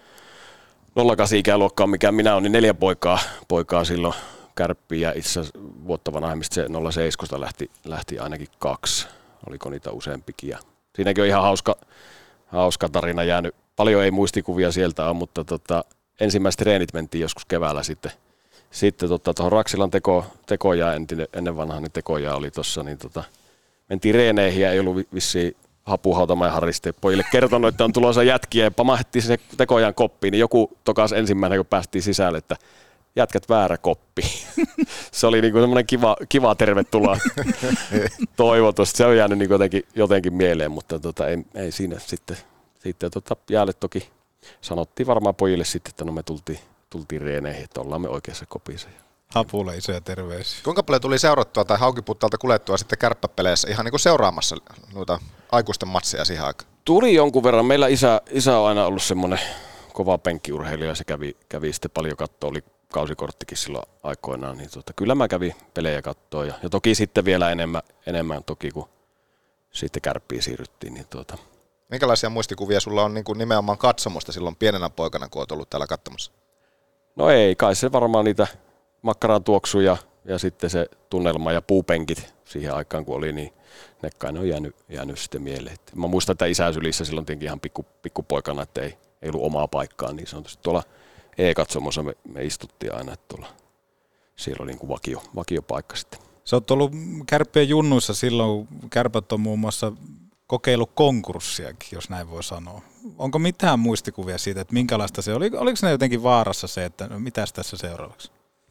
nolla kahdeksan ikäluokkaan, mikä minä olen, niin neljä poikaa, poikaa silloin Kärppiin ja itse asiassa vuotta vanhemmista se nolla seitsemän lähti, lähti ainakin kaksi. Oliko niitä useampikin. Ja siinäkin on ihan hauska, hauska tarina jäänyt. Paljon ei muistikuvia sieltä ole, mutta tota, ensimmäiset treenit mentiin joskus keväällä sitten. Sitten tuohon tota, Raksilan teko, tekoja, ennen vanhaa niin tekoja oli tuossa, niin tota, mentiin reeneihin ja ei ollut vissiin Hapuhautama ja Hariste pojille kertonut, että on tulossa jätkiä ja pamahdettiin se tekojan koppiin, niin joku tokas ensimmäinen, kun päästiin sisälle, että jätkät väärä koppi. Se oli niinku semmoinen kiva, kiva tervetuloa toivotus. Se on jäänyt niinku jotenkin, jotenkin mieleen, mutta tota, ei, ei siinä sitten, sitten tota, jäälle toki sanottiin varmaan pojille sitten, että no me tultiin, tultiin reeneihin, että ollaan me oikeassa kopissa. Hapulle isoja terveisiä. Kuinka paljon tuli seurattua tai Haukiputtalta kuljettua sitten kärppäpeleissä ihan niin kuin seuraamassa noita aikuisten matseja siihen aikaan? Tuli jonkun verran. Meillä isä, isä on aina ollut semmoinen kova penkkiurheilija ja se kävi, kävi sitten paljon kattoa. Oli kausikorttikin silloin aikoinaan. Niin tota, kyllä mä kävin pelejä kattoa ja, ja toki sitten vielä enemmän, enemmän toki kun sitten Kärppiin siirryttiin. Niin tuota. Minkälaisia muistikuvia sulla on niin kuin nimenomaan katsomusta silloin pienenä poikana, kun olet ollut täällä katsomassa? No ei, kai se varmaan niitä makkaran tuoksuja ja sitten se tunnelma ja puupenkit siihen aikaan, kun oli, niin ne kai ne on jäänyt, jäänyt sitten mieleen. Et mä muistan, että isäsylissä silloin tietenkin ihan pikku, pikkupoikana, että ei, ei ollut omaa paikkaa, niin sanotusti tuolla E-katsomossa me, me istuttiin aina, että tuolla, siellä oli niin kuin vakio, vakiopaikka sitten. Sä oot ollut Kärppien junnuissa silloin, Kärpät on muun muassa kokeillut konkurssiakin, jos näin voi sanoa. Onko mitään muistikuvia siitä, että minkälaista se oli? Oliko ne jotenkin vaarassa se, että no, mitäs tässä seuraavaksi?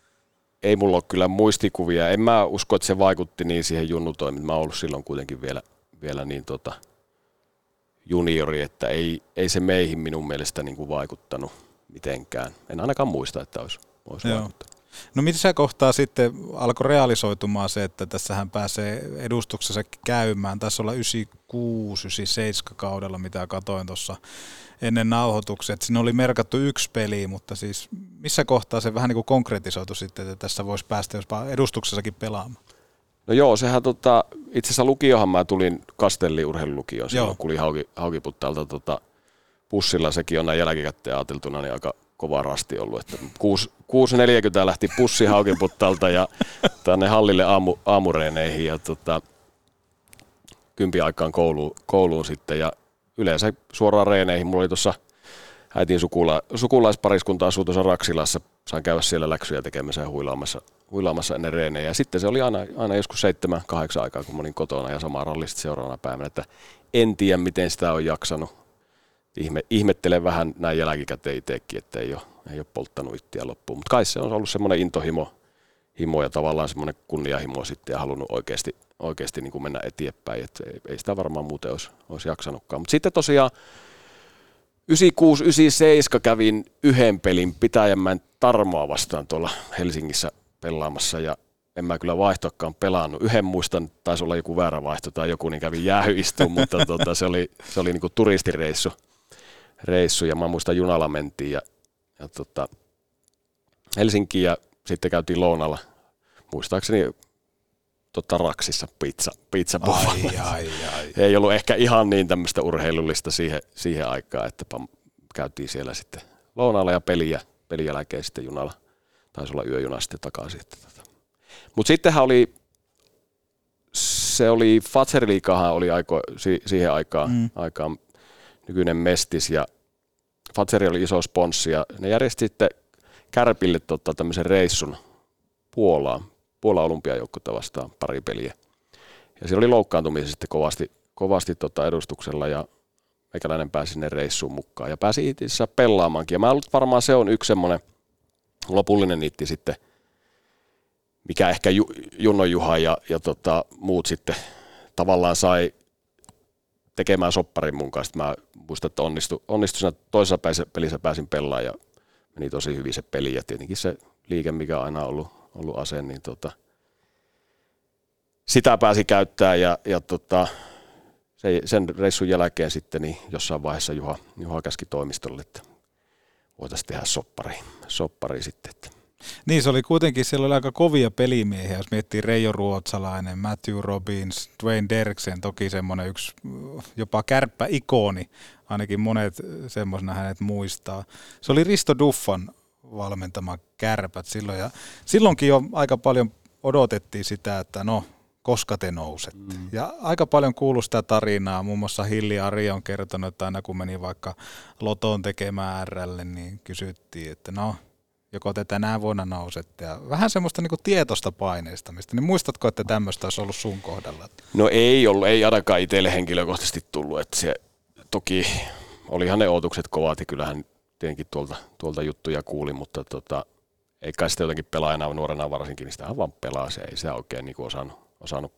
Ei mulla ole kyllä muistikuvia. En mä usko, että se vaikutti niin siihen junnutoimintaan. Mä oon ollut silloin kuitenkin vielä, vielä niin tota juniori, että ei, ei se meihin minun mielestä niin kuin vaikuttanut mitenkään. En ainakaan muista, että olisi, olisi vaikuttanut. No missä kohtaa sitten alkoi realisoitumaan se, että tässähän pääsee edustuksessa käymään? Tässä olla yhdeksänkymmentäkuusi yhdeksänkymmentäseitsemän kaudella, mitä katoin tuossa ennen nauhoituksia. Siinä oli merkattu yksi peli, mutta siis missä kohtaa se vähän niin kuin konkretisoitu sitten, että tässä voisi päästä jospa edustuksessakin pelaamaan? No joo, sehän tota, itse asiassa lukiohan mä tulin Kastellin urheilulukioon silloin, kun oli Hauki, Haukiputtalta tota, bussilla. Sekin on näin jälkikäteen ajateltuna niin aika kova rasti ollut, että kuusi neljäkymmentä lähti pussi Haukiputtalta ja tänne hallille aamu, aamureeneihin ja tota, kympi aikaan kouluun, kouluun sitten ja yleensä suoraan reeneihin. Mulla oli tuossa äitin sukula, sukulaispariskunta asuu tuossa Raksilassa, sain käydä siellä läksyjä tekemässä ja huilaamassa, huilaamassa ennen reenejä. Ja sitten se oli aina, aina joskus seitsemän, kahdeksan aikaa, kun mä olin kotona ja sama ralli sitten seuraavana päivänä, että en tiedä, miten sitä on jaksanut. Ihme, ihmettelen vähän näin jälkikäteen itsekin, että ei ole, ei ole polttanut itseä loppuun. Mutta kai se on ollut semmoinen intohimo himo ja tavallaan semmoinen kunnianhimo sitten ja halunnut oikeasti, oikeasti niin kuin mennä eteenpäin. Että ei, ei sitä varmaan muuten olisi, olisi jaksanutkaan. Mutta sitten tosiaan yhdeksänkymmentäkuusi yhdeksänkymmentäseitsemän kävin yhden pelin Pitäjänmäen Tarmoa vastaan tuolla Helsingissä pelaamassa ja en mä kyllä vaihtoakaan pelannut. Yhden muistan, taisi olla joku väärä vaihto tai joku, niin kävin jäähyistumaan, mutta tota, se oli, se oli niinku turistireissu reissu, ja mä muistan junalla mentiin ja, ja tota, Helsinkiin ja sitten käytiin lounalla, muistaakseni tota, Raksissa pizza, pizza ai, ai, ai. Ei ollut ehkä ihan niin tämmöistä urheilullista siihen, siihen aikaan, että käytiin siellä sitten lounalla ja peliä, pelin jälkeen sitten junalla, taisi olla yöjuna sitten takaisin. Mutta sittenhän oli, se oli, Fazer-liigahan oli aiko, si, siihen aikaan, mm. aikaan nykyinen Mestis ja Fazer oli iso sponssi ja ne järjesti sitten Kärpille tota, tämmöisen reissun Puolaan, Puolan olympiajoukkuetta vastaan pari peliä. Ja siellä oli loukkaantumisia sitten kovasti, kovasti tota edustuksella ja meikäläinen pääsi sinne reissuun mukaan ja pääsi itse asiassa pelaamaankin. Ja mä ollut varmaan se on yksi semmoinen lopullinen niitti sitten, mikä ehkä Ju, Junno Juha ja, ja tota, muut sitten tavallaan sai tekemään sopparin mun kanssa. Mä muistan, että onnistui, onnistui siinä toisessa pelissä pääsin pelaamaan ja meni tosi hyvin se peli. Ja tietenkin se liike, mikä on aina ollut, ollut ase, niin tota, sitä pääsi käyttää ja, ja tota, se, sen reissun jälkeen sitten niin jossain vaiheessa Juha, Juha käski toimistolle, että voitaisiin tehdä soppari, soppari sitten. Että. Niin, se oli kuitenkin, siellä oli aika kovia pelimiehiä, jos miettii Reijo Ruotsalainen, Matthew Robbins, Dwayne Derksen, toki semmoinen yksi jopa kärppäikoni, ainakin monet semmoisena hänet muistaa. Se oli Risto Duffan valmentama Kärpät silloin, ja silloinkin jo aika paljon odotettiin sitä, että no, koska te nousette. Mm. Ja aika paljon kuului sitä tarinaa, muun muassa Hilli Ari on kertonut, että aina kun meni vaikka Loton tekemään R:lle, niin kysyttiin, että no, joko te tänä vuonna nousette. Ja vähän semmoista niinku tietoista paineistamista. Niin muistatko, että tämmöistä olisi ollut sun kohdalla? No ei ollut, ei ainakaan itselle henkilökohtaisesti tullut. Että se, toki olihan ne odotukset kovat ja kyllähän tietenkin tuolta, tuolta juttuja kuuli, mutta tota, ei kai sitä jotenkin pelaajana nuorena varsinkin, niin sitähän vaan pelaa. Se ei sitä oikein niinku osannut, osannut.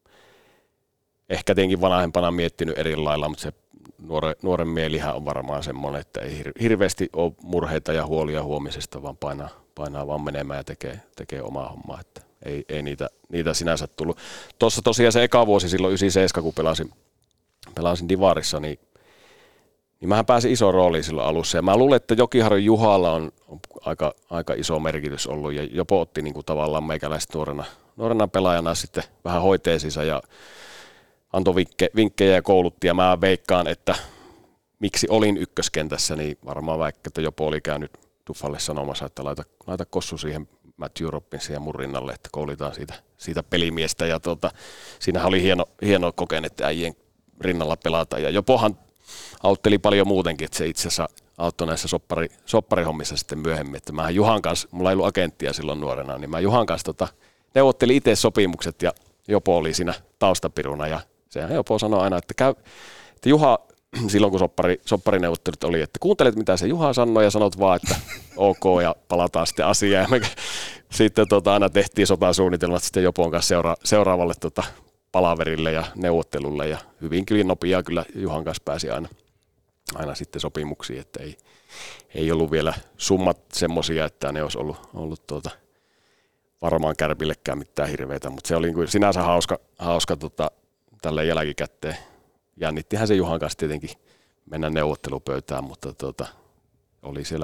Ehkä tietenkin vanhempana miettinyt eri lailla, mutta se nuore, nuoren mielihän on varmaan semmoinen, että ei hirveästi ole murheita ja huolia huomisesta, vaan painaa, painaa vaan menemään ja tekee, tekee omaa hommaa. Että ei, ei niitä, niitä sinänsä tullut. Tuossa tosiaan se eka vuosi silloin yhdeksänkymmentäseitsemän, kun pelasin, pelasin Divarissa, niin, niin mähän pääsin iso rooliin silloin alussa. Ja mä luulen, että Jokiharjun Juhalla on, on aika, aika iso merkitys ollut ja jopa otti niin kuin tavallaan meikäläistä nuorena, nuorena pelaajana sitten vähän hoiteisiinsa ja antoi vinkke, vinkkejä ja koulutti, ja mä veikkaan, että miksi olin ykköskentässä, niin varmaan vaikka, että jopa oli käynyt Duffalle sanomassa, että laita, laita kossu siihen Matthew Robbinsin ja mun rinnalle, että koulitaan siitä, siitä pelimiestä, ja tuota, siinähän oli hieno, hieno kokenet äijien rinnalla pelata, ja jopohan autteli paljon muutenkin, että se itse asiassa auttoi näissä soppari, sopparihommissa sitten myöhemmin, että mähän Juhan kanssa, mulla ei ollut agenttia silloin nuorena, niin mä Juhan kanssa tota, neuvottelin itse sopimukset, ja Jopo oli siinä taustapiruna, ja sehän Jopo sanoi aina, että, käy, että Juha, silloin kun soppari, sopparineuvottelut oli, että kuuntelet mitä se Juha sanoi ja sanot vaan, että ok ja palataan sitten asiaan. Ja me sitten tota, aina tehtiin sotasuunnitelmat sitten Jopon kanssa seura- seuraavalle tota, palaverille ja neuvottelulle ja hyvin kyllä nopeaa kyllä Juhan kanssa pääsi aina, aina sitten sopimuksiin, että ei, ei ollut vielä summat semmoisia, että ne olisi ollut, ollut tuota, varmaan Kärpillekään mitään hirveitä, mutta se oli niin sinänsä hauska, hauska tota, tälle jälkikäteen. Jännittihän se Juhan kanssa tietenkin mennä neuvottelupöytään, mutta tota, oli siellä,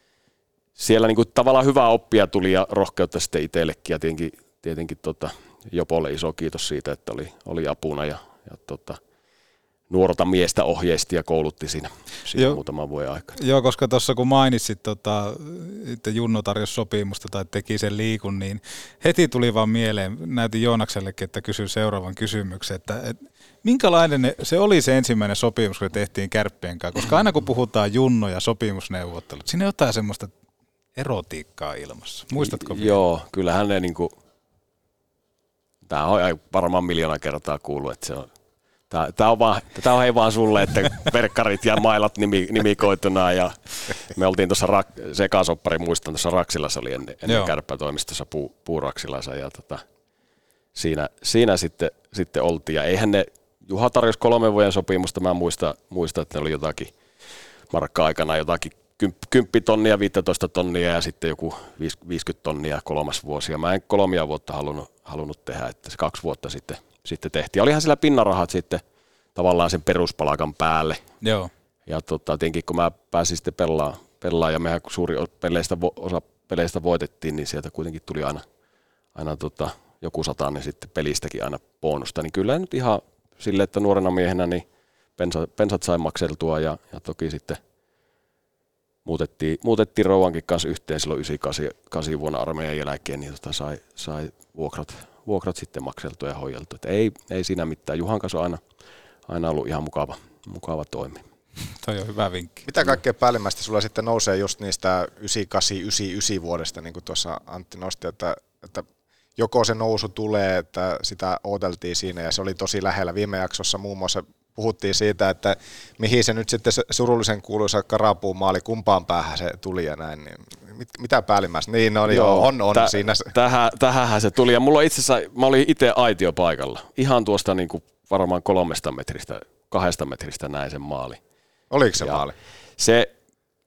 siellä niin kuin tavallaan hyvää oppia tuli ja rohkeutta sitten itsellekin ja tietenkin, tietenkin tota, Jopolle iso kiitos siitä, että oli, oli apuna ja, ja tota, nuorta miestä ohjeisti ja koulutti siinä, siinä muutaman vuoden aikana. Joo, koska tuossa kun mainitsit, tota, että Junno tarjosi sopimusta tai teki sen liikun, niin heti tuli vaan mieleen, näytin Joonaksellekin, että kysyi seuraavan kysymyksen, että et, minkälainen ne, se oli se ensimmäinen sopimus, kun tehtiin Kärppien kanssa, koska aina kun puhutaan Junno ja sopimusneuvottelut, siinä on jotain semmoista erotiikkaa ilmassa. Muistatko vielä? Joo, kyllähän ne niinku, tää on varmaan miljoona kertaa kuullut, että se on, tää, tää on vaan, tää on ei vaan sulle, että verkkarit ja mailat nimi, nimikoituna ja me oltiin tuossa rak- sekasoppari, muistan tuossa Raksilassa oli ennen, ennen kärppätoimistossa puu, puuraksilassa ja tota, siinä, siinä sitten, sitten oltiin ja eihän ne, Juha tarjosi kolmen vuoden sopimusta, mä muistan, muista, että ne oli jotakin markka-aikana jotakin kymmenen tonnia, viisitoista tonnia ja sitten joku viisikymmentä tonnia kolmas vuosi. Ja mä en kolmia vuotta halunnut, halunnut tehdä, että se kaksi vuotta sitten, sitten tehtiin. Olihan sillä pinnarahat sitten tavallaan sen peruspalakan päälle. Joo. Ja tota, tietenkin kun mä pääsin sitten pelaamaan, pelaa, ja mehän suuri peleistä, osa peleistä voitettiin, niin sieltä kuitenkin tuli aina, aina tota, joku satainen sitten pelistäkin aina bonusta. Niin kyllä nyt ihan silleen, että nuorena miehenä niin pensat, pensat sai makseltua ja, ja toki sitten Muutettiin, muutettiin rouvankin kanssa yhteen silloin yhdeksänkymmentäkahdeksan vuonna armeijan jälkeen, niin tota sai, sai vuokrat, vuokrat sitten makseltua ja hoideltua. Et ei, ei siinä mitään. Juhan kanssa on aina, aina ollut ihan mukava, mukava toimi. Toi on hyvä vinkki. Mitä kaikkea päällimmäistä sulla sitten nousee just niistä yhdeksänkymmentäkahdeksan yhdeksänkymmentäyhdeksän vuodesta, niin kuin tuossa Antti nosti, että, että joko se nousu tulee, että sitä odoteltiin siinä ja se oli tosi lähellä. Viime jaksossa muun muassa puhuttiin siitä, että mihin se nyt sitten surullisen kuuluisa Karapuun maali, kumpaan päähän se tuli ja näin. Niin mit, mitä päällimmäistä? Niin, no, joo, on, on tä, siinä. Tähän, tähänhän se tuli. Ja mulla itse asiassa, mä olin itse aitiopaikalla. Ihan tuosta niin kuin varmaan kolmesta metristä, kahdesta metristä näin sen maali. Oliko se ja maali? Se,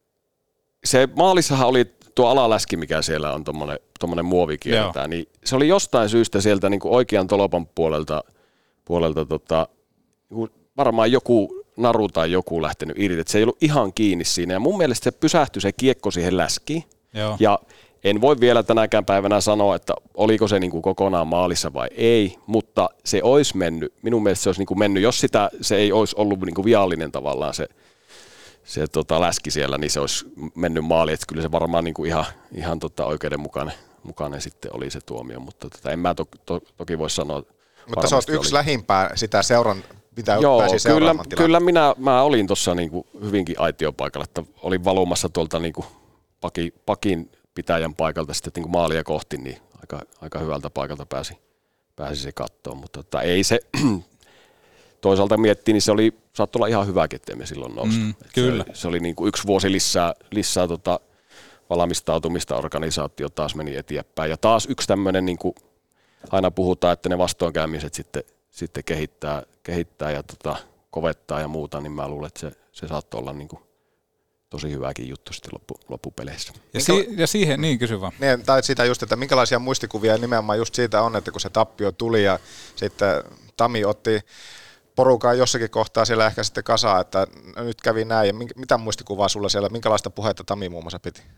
se maalissahan oli tuo alaläski, mikä siellä on tommonen, tommonen muovikiertää, niin se oli jostain syystä sieltä niin kuin oikean tolopan puolelta, puolelta tota, varmaan joku naru tai joku lähtenyt irti, että se ei ollut ihan kiinni siinä. Ja mun mielestä se pysähtyi se kiekko siihen läskiin. Joo. Ja en voi vielä tänäkään päivänä sanoa, että oliko se niin kuin kokonaan maalissa vai ei, mutta se olisi mennyt, minun mielestä se olisi niin kuin mennyt, jos sitä, se ei olisi ollut niin kuin viallinen tavallaan se, se tota läski siellä, niin se olisi mennyt maaliin. Että kyllä se varmaan niin kuin ihan, ihan tota oikeudenmukainen mukainen sitten oli se tuomio, mutta tota, en mä to, to, toki voi sanoa. Mutta sä oot yksi oli lähimpää sitä seuran, mitä Joo, pääsi kyllä, seuraamaan tilaa. kyllä minä, mä olin tuossa niinku hyvinkin aitiopaikalla, että olin valumassa tuolta niinku paki, pakin pitäjän paikalta sitten niinku maalia kohti, niin aika, aika hyvältä paikalta pääsi, pääsi se kattoon, mutta tota, ei se, toisaalta miettii, niin se oli, saattoi olla ihan hyväkin, ettei me silloin nousta. Mm, kyllä. Se, se oli niinku yksi vuosi lisää, lisää tota valmistautumista, organisaatio taas meni eteenpäin ja taas yksi tämmöinen, niinku, aina puhutaan, että ne vastoinkäymiset sitten sitten kehittää, kehittää ja tota, kovettaa ja muuta, niin mä luulen, että se, se saattoi olla niin kuin tosi hyväkin juttu sitten loppu, loppupeleissä. Ja, si- ja siihen, niin kysy vaan. Niin, tai sitä just, että minkälaisia muistikuvia nimenomaan just siitä on, että kun se tappio tuli ja sitten Tami otti porukaa jossakin kohtaa siellä ehkä sitten kasaan, että nyt kävi näin, ja mitä muistikuvaa sulla siellä, minkälaista puhetta Tami muun muassa piti?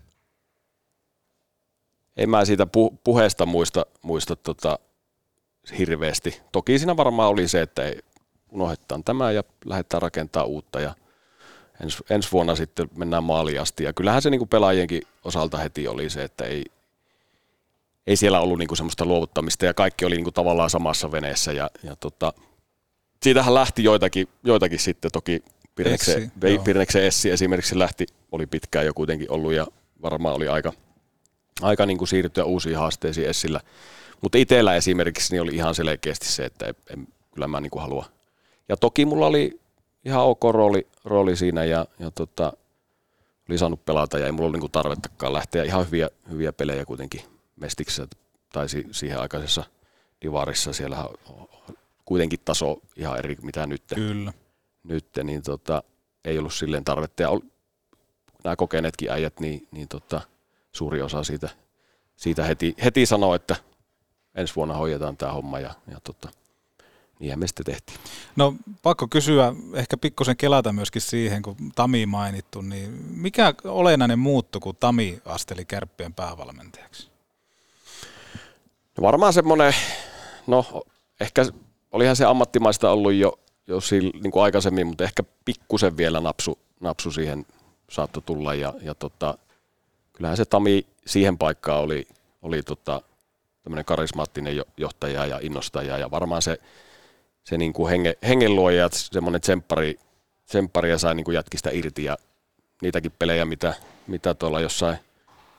En mä siitä pu- puheesta muista, muista tota hirveästi. Toki siinä varmaan oli se, että ei, unohdetaan tämä ja lähdetään rakentamaan uutta ja ens, ensi vuonna sitten mennään maaliin asti. Ja kyllähän se niin kuin pelaajienkin osalta heti oli se, että ei, ei siellä ollut niin kuin semmoista luovuttamista ja kaikki oli niin kuin tavallaan samassa veneessä. Ja, ja tota, siitähän lähti joitakin, joitakin sitten toki Pirneksen Essi, Pirneksen Essi esimerkiksi lähti, oli pitkään jo kuitenkin ollut ja varmaan oli aika, aika niin kuin siirtyä uusiin haasteisiin Essillä. Mutta itsellä esimerkiksi niin oli ihan selkeästi se, että en, en, kyllä mä niin kuin halua. Ja toki mulla oli ihan ok rooli, rooli siinä ja, ja tota, oli saanut pelata ja ei mulla ollut niin kuin tarvettakaan lähteä. Ihan hyviä, hyviä pelejä kuitenkin Mestiksessä tai si, siihen aikaisessa divarissa. Siellä on kuitenkin taso ihan eri mitä nyt. Kyllä. Nyt niin tota, ei ollut silleen tarvetta. Ja ol, nämä kokeneetkin äijät, niin, niin tota, suuri osa siitä, siitä heti, heti sanoo, että ensi vuonna hoidetaan tämä homma ja, ja tota, niinhän me sitten tehtiin. No pakko kysyä, ehkä pikkusen kelata myöskin siihen, kun Tami mainittu, niin mikä olennainen muuttu, kun Tami asteli Kärppien päävalmentajaksi? No varmaan semmoinen, no ehkä olihan se ammattimaista ollut jo, jo sillä, niin kuin aikaisemmin, mutta ehkä pikkusen vielä napsu, napsu siihen saattoi tulla ja, ja tota, kyllähän se Tami siihen paikkaan oli, oli tota, tämmöinen karismaattinen johtaja ja innostaja ja varmaan se, se niin kuin henge, hengenluoja ja semmoinen tsemppari, tsemppari ja sai niin kuin jätkistä irti ja niitäkin pelejä, mitä, mitä tuolla jossain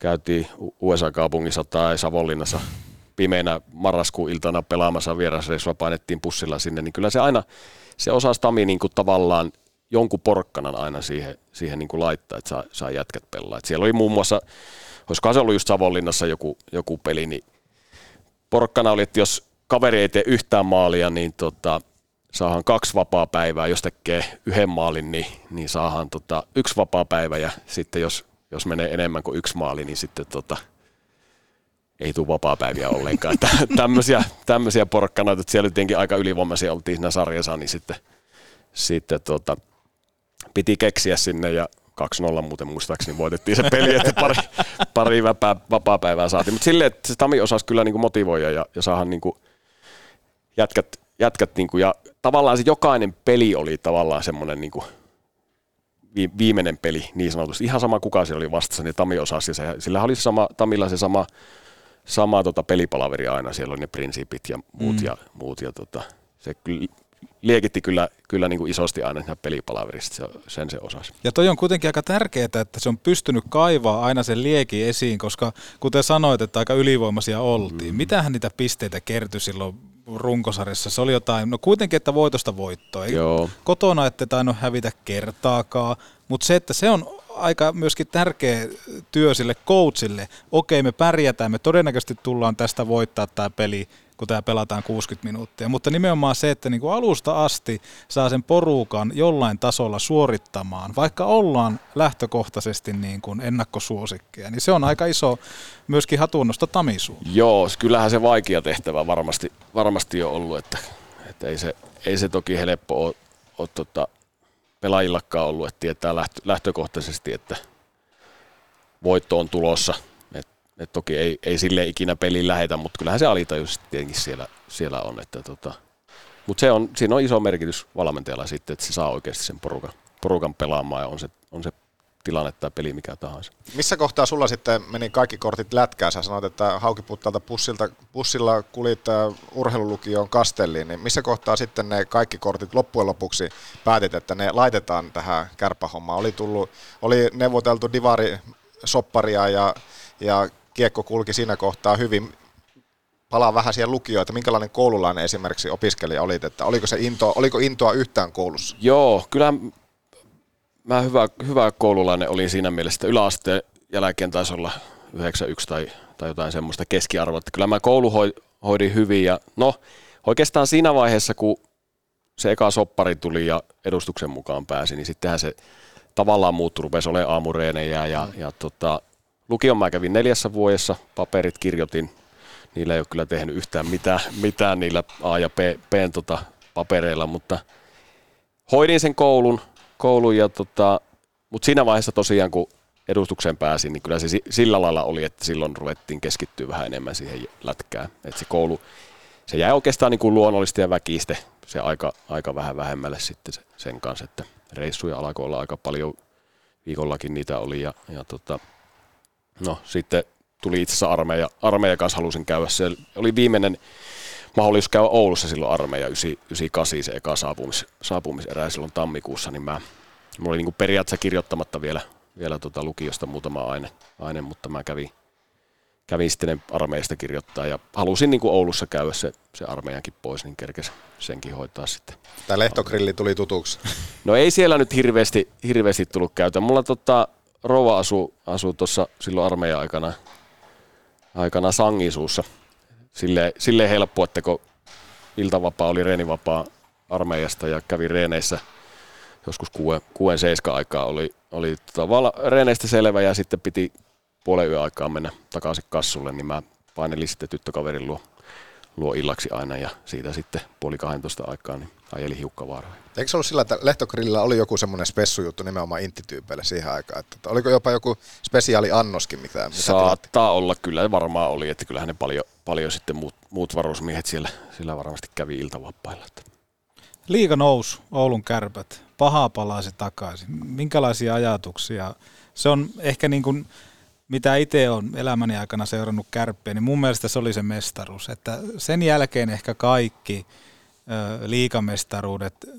käytiin U S A-kaupungissa tai Savonlinnassa pimeänä marraskuun iltana pelaamassa vierasreissua, painettiin pussilla sinne, niin kyllä se aina, se osasi Tami niin kuin tavallaan jonkun porkkanan aina siihen, siihen niin kuin laittaa, että saa, saa jätkät pelaa. Et siellä oli muun muassa, olisikohan se ollut just Savonlinnassa joku, joku peli, niin porkkana oli, että jos kaveri ei tee yhtään maalia, niin tota, saadaan kaksi vapaa-päivää, jos tekee yhden maalin, niin, niin saadaan tota, yksi vapaa-päivä, ja sitten jos, jos menee enemmän kuin yksi maali, niin sitten tota, ei tule vapaa-päiviä ollenkaan. tämmöisiä, tämmöisiä porkkanoita, että siellä tietenkin aika ylivoimaisia oltiin siinä sarjassa, niin sitten, sitten tota, piti keksiä sinne, ja kaksi nolla muuten muistaakseni voitettiin se peli, että pari, pari vapaa, vapaa-päivää saatiin. Mutta silleen, että se Tami osasi kyllä niinku motivoida ja, ja saadaan niinku jätkät, jätkät niinku, ja tavallaan se jokainen peli oli tavallaan semmoinen niinku viimeinen peli niin sanotusti. Ihan sama kuka siellä oli vastassa, niin Tami osasi. Se, sillä oli se sama, Tamilla se sama, sama tota pelipalaveri aina. Siellä oli ne prinsiipit ja muut. Mm. Ja, muut ja tota, se kyllä liekitti kyllä, kyllä niin kuin isosti aina pelipalaverista, se, sen se osasi. Ja toi on kuitenkin aika tärkeää, että se on pystynyt kaivaa aina sen liekin esiin, koska kuten sanoit, että aika ylivoimaisia oltiin. Mm. Mitähän niitä pisteitä kertyi silloin runkosarjassa? Se oli jotain, no kuitenkin, että voitosta voittoa. Ei Joo. Kotona ette tainnut hävitä kertaakaan, mutta se, että se on aika myöskin tärkeä työ sille coachille. Okei, me pärjätään, me todennäköisesti tullaan tästä voittaa tämä peli, kun tämä pelataan kuusikymmentä minuuttia. Mutta nimenomaan se, että niin kuin alusta asti saa sen porukan jollain tasolla suorittamaan, vaikka ollaan lähtökohtaisesti niin kuin ennakkosuosikkeja, niin se on aika iso myöskin hatunnosto Tamisuun. Joo, kyllähän se vaikea tehtävä varmasti, varmasti on ollut, että, että ei, se, ei se toki helppo ole, ole tota, pelaajillakaan ollut, että tietää lähtö, lähtökohtaisesti, että voitto on tulossa. Et toki ei, ei silleen ikinä peliin lähetä, mutta kyllähän se alitajus tietenkin siellä, siellä on. Että tota, mutta se on, siinä on iso merkitys valmentajalla sitten, että se saa oikeasti sen porukan, porukan pelaamaan ja on se, on se tilanne tai peli mikä tahansa. Missä kohtaa sulla sitten meni kaikki kortit lätkään? Sä sanoit, että Haukiputtaalta bussilta, bussilla kulit urheilulukioon Kastelliin, niin missä kohtaa sitten ne kaikki kortit loppujen lopuksi päätit, että ne laitetaan tähän kärppähommaan? Oli, tullut, oli neuvoteltu divari-sopparia ja, ja kiekko kulki siinä kohtaa hyvin. Palaan vähän siihen lukioon, että minkälainen koululainen esimerkiksi opiskelija olit, että oliko, se into, oliko intoa yhtään koulussa? Joo, kyllä mä hyvä, hyvä koululainen olin siinä mielessä, että yläasteen jälkeen taisi olla yhdeksän yksi tai, tai jotain semmoista keskiarvoa, että kyllä mä koulu hoidin hyvin ja no oikeastaan siinä vaiheessa, kun se eka soppari tuli ja edustuksen mukaan pääsi, niin sittenhän se tavallaan muuttui, rupesi olemaan aamureenejä ja, mm. ja tota, lukion mä kävin neljässä vuodessa, paperit kirjoitin, niillä ei ole kyllä tehnyt yhtään mitään, mitään niillä A- ja B- B:n tota, papereilla, mutta hoidin sen koulun, koulun ja tota, mutta siinä vaiheessa tosiaan kun edustukseen pääsin, niin kyllä se sillä lailla oli, että silloin ruvettiin keskittyä vähän enemmän siihen lätkään. Että se koulu, se jäi oikeastaan niin kuin luonnollisesti ja väkiste se aika, aika vähän vähemmälle sitten sen kanssa, että reissuja alkoi olla aika paljon, viikollakin niitä oli ja, ja tota, no sitten tuli itse asiassa armeija, armeija kanssa halusin käydä, se oli viimeinen mahdollisuus käydä Oulussa silloin armeija yhdeksänkymmentäkahdeksan, se eka saapumis, saapumiserä silloin tammikuussa, niin mä, mulla oli niin kuin periaatteessa kirjoittamatta vielä, vielä tota lukiosta muutama aine, aine mutta mä kävin, kävin sitten armeijasta kirjoittaa ja halusin niin kuin Oulussa käydä se, se armeijankin pois, niin kerkesi senkin hoitaa sitten. Tämä lehtogrilli tuli tutuksi. No ei siellä nyt hirveästi, hirveästi tullut käytä. Mulla tota, rouva asui asu tuossa silloin armeijan aikana, aikana Sangisuussa. Silleen, silleen helppo, että kun iltavapaa oli reenivapaa armeijasta ja kävi reeneissä joskus kuuden, kuuden seiskan aikaa oli, oli tota, reeneistä selvä ja sitten piti puolen yön aikaa mennä takaisin kassulle, niin mä painelin sitten tyttökaverin luo, luo illaksi aina ja siitä sitten puoli kahdentoista aikaa niin ajelin Hiukkavaaraan. Eikö se ollut sillä, että Lehtogrillillä oli joku semmoinen spessujuttu nimenomaan inttityypeille siihen aikaan? Että oliko jopa joku spesiaali annoskin? Mitä, mitä Saattaa tilatti? olla, kyllä varmaan oli, että kyllähän ne paljon, paljon sitten muut, muut varusmiehet siellä, siellä varmasti kävi iltavappailla. Liiga nousi, Oulun Kärpät, pahaa palasi takaisin. Minkälaisia ajatuksia? Se on ehkä niin kuin, mitä itse olen elämäni aikana seurannut Kärppiä, niin mun mielestä se oli se mestaruus. Että sen jälkeen ehkä kaikki ö, liigamestaruudet,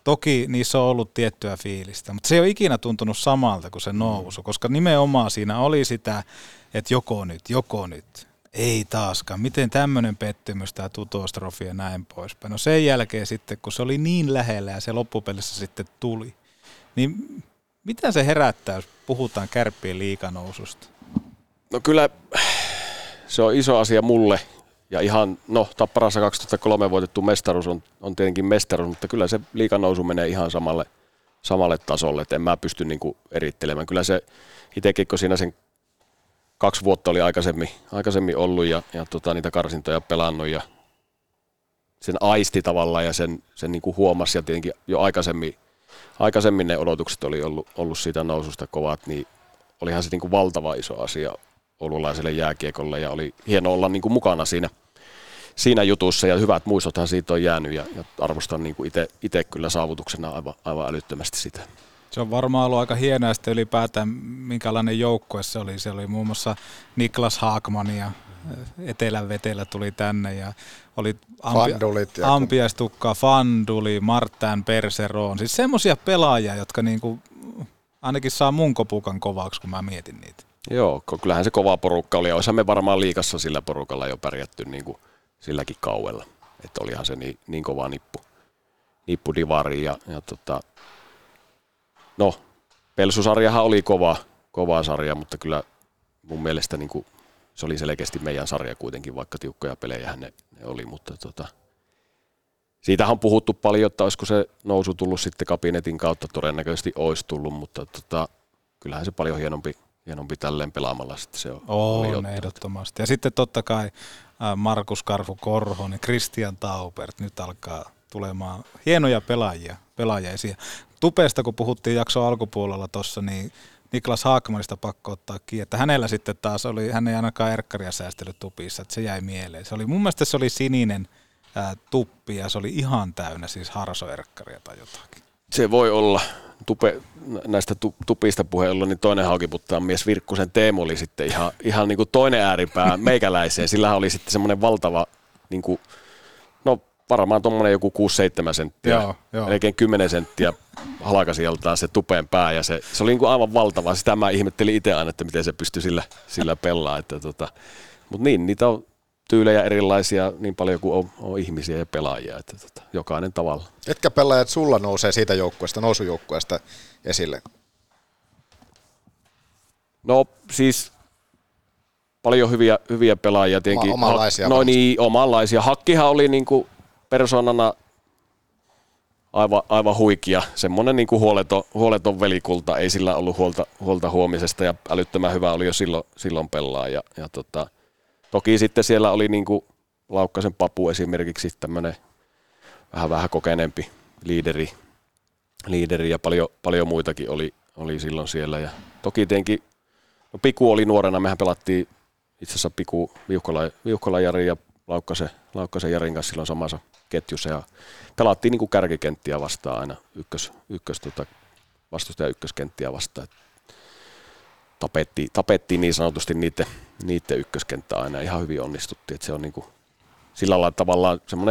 toki niissä on ollut tiettyä fiilistä, mutta se ei ole ikinä tuntunut samalta kuin se nousu, koska nimenomaan siinä oli sitä, että joko nyt, joko nyt. Ei taaskaan. Miten tämmöinen pettymys, tämä tutostrofi ja näin poispäin. No sen jälkeen sitten, kun se oli niin lähellä ja se loppupelissä sitten tuli, niin mitä se herättää, jos puhutaan Kärppien liiganoususta? No kyllä se on iso asia mulle. Ja ihan, no Tapparassa kaksituhattakolme voitettu mestaruus on, on tietenkin mestaruus, mutta kyllä se liiganousu menee ihan samalle, samalle tasolle, että en mä pysty niinku erittelemään. Kyllä se itsekin, kun siinä sen kaksi vuotta oli aikaisemmin, aikaisemmin ollut ja, ja tota, niitä karsintoja pelannut ja sen aisti tavallaan ja sen, sen niinku huomasi ja tietenkin jo aikaisemmin, aikaisemmin ne odotukset oli ollut, ollut siitä noususta kovat, niin olihan se niinku valtava iso asia oululaiselle jääkiekolle ja oli hieno olla niinku mukana siinä, siinä jutussa ja hyvät muistothan siitä on jäänyt ja, ja arvostan niinku itse kyllä saavutuksena aivan, aivan älyttömästi sitä. Se on varmaan ollut aika hienoa sitten ylipäätään minkälainen joukkue se oli. Se oli muun muassa Niklas Haakman ja Etelän vetelä tuli tänne ja oli ampi- Ampiaistukka, Fanduli, Martin Perseroon. Siis semmoisia pelaajia, jotka niinku ainakin saa mun kopukan kovaksi, kun mä mietin niitä. Joo, kyllähän se kova porukka oli. Olisihan me varmaan liigassa sillä porukalla jo pärjätty niin kuin silläkin kauella. Että olihan se niin, niin kova nippu, nippu divari. Ja, ja tota, no, Pelsusarjahan oli kova, kova sarja, mutta kyllä mun mielestä niin kuin, se oli selkeästi meidän sarja kuitenkin, vaikka tiukkoja pelejä ne, ne oli. Mutta tota, siitähän on puhuttu paljon, että olisiko se nousu tullut sitten kabinetin kautta. Todennäköisesti olisi tullut, mutta tota, kyllähän se paljon hienompi. Hienompi tälleen pelaamalla sitten se on. On ehdottomasti. Ja sitten totta kai Markus Karfu Korhonen ja Christian Taubert. Nyt alkaa tulemaan hienoja pelaajia, pelaajia esiin. Tupeesta kun puhuttiin jakson alkupuolella tuossa, niin Niklas Haakmanista pakko ottaa kiinni, että hänellä sitten taas oli, hän ei ainakaan erkkaria säästellyt tupissa, että se jäi mieleen. Se oli, mun mielestä se oli sininen ää, tuppi ja se oli ihan täynnä siis harsoerkkaria tai jotakin. Se voi olla. Tupe, näistä tupista puheella, niin toinen haukiputtaan mies Virkkusen Teemu oli sitten ihan, ihan niin kuin toinen ääripää meikäläiseen. Sillähän oli sitten semmoinen valtava, niin kuin, no varmaan tuommoinen joku kuusi seitsemän senttiä, joo, joo. melkein kymmenen senttiä halkasijaltaan se tupeen pää ja se, se oli niin kuin aivan valtava. Sitä mä ihmettelin itse aina, että miten se pystyi sillä, sillä pelaamaan. Tota, mutta niin, niitä on tyylejä erilaisia niin paljon kuin on, on ihmisiä ja pelaajia, että tota, jokainen tavalla. Ketkä pelaajat sulla nousee siitä joukkueesta, nousujoukkueesta esille? No siis paljon hyviä, hyviä pelaajia. Tietenkin. Oma, omanlaisia. No niin, omanlaisia. Hakkihan oli niinku persoonana aivan, aivan huikia. Semmoinen niinku huoleton, huoleton velikulta, ei sillä ollut huolta, huolta huomisesta ja älyttömän hyvä oli jo silloin, silloin pelaa. Ja, ja tota, toki sitten siellä oli niinku Laukkasen Papu esimerkiksi tämmöinen vähän vähän kokeneempi liideri, liideri ja paljon, paljon muitakin oli, oli silloin siellä. Ja toki tietenkin, no Piku oli nuorena, mehän pelattiin itse asiassa Piku, Viuhkola, Viuhkola Jari ja Laukkasen, Laukkasen Jarin kanssa silloin samassa ketjussa. Ja pelattiin niinku kärkikenttiä vastaan aina, ykkös, ykkös, tota, vastustaja ykköskenttiä vastaan. Tapettiin, tapettiin niin sanotusti niiden, niiden ykköskenttä aina, ihan hyvin onnistuttiin. Et se on niinku sillä lailla tavallaan semmoinen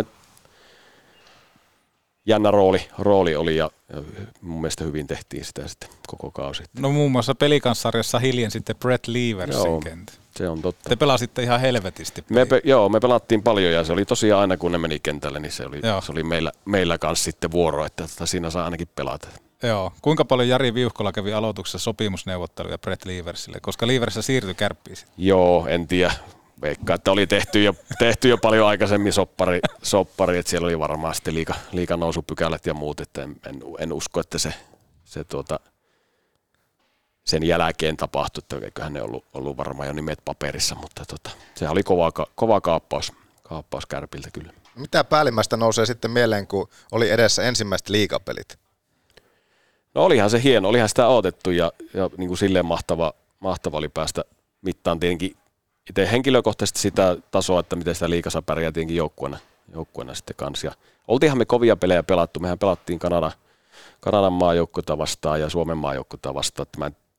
jännä rooli, rooli oli ja, ja mun mielestä hyvin tehtiin sitä sitten koko kausi. No muun muassa Pelikanssarjassa hiljen sitten Brett Leversin kenttä. Se on totta. Te pelasitte ihan helvetisti. Me pe- joo, me pelattiin paljon ja se oli tosiaan aina kun ne meni kentälle, niin se oli, se oli meillä, meillä kanssa sitten vuoro, että tota, siinä saa ainakin pelata. Joo. Kuinka paljon Jari Viuhkola kävi aloituksessa sopimusneuvotteluja Brett Leversille, koska Leversissä siirtyi Kärppiin? Joo, en tiedä. Veikkaa, että oli tehty jo, tehty jo paljon aikaisemmin soppari, soppari että siellä oli varmaan sitten liika, liikanousupykälät ja muut, että en, en, en usko, että se, se tuota, sen jälkeen tapahtui, että eiköhän ne ollut, ollut varmaan jo nimet paperissa, mutta tota, se oli kova, kova kaappaus, kaappaus Kärpiltä kyllä. Mitä päällimmäistä nousee sitten mieleen, kun oli edessä ensimmäiset liigapelit? No olihan se hieno, olihan sitä odotettu ja, ja niin kuin silleen mahtava, mahtava oli päästä mittaan tietenkin itse henkilökohtaisesti sitä tasoa, että miten sitä liigassa pärjää tietenkin joukkueena, joukkueena sitten kanssa. Ja oltiinhan me kovia pelejä pelattu, mehän pelattiin Kanada, Kanadan maajoukkuetta vastaan ja Suomen maajoukkuetta vastaan. Että mä en,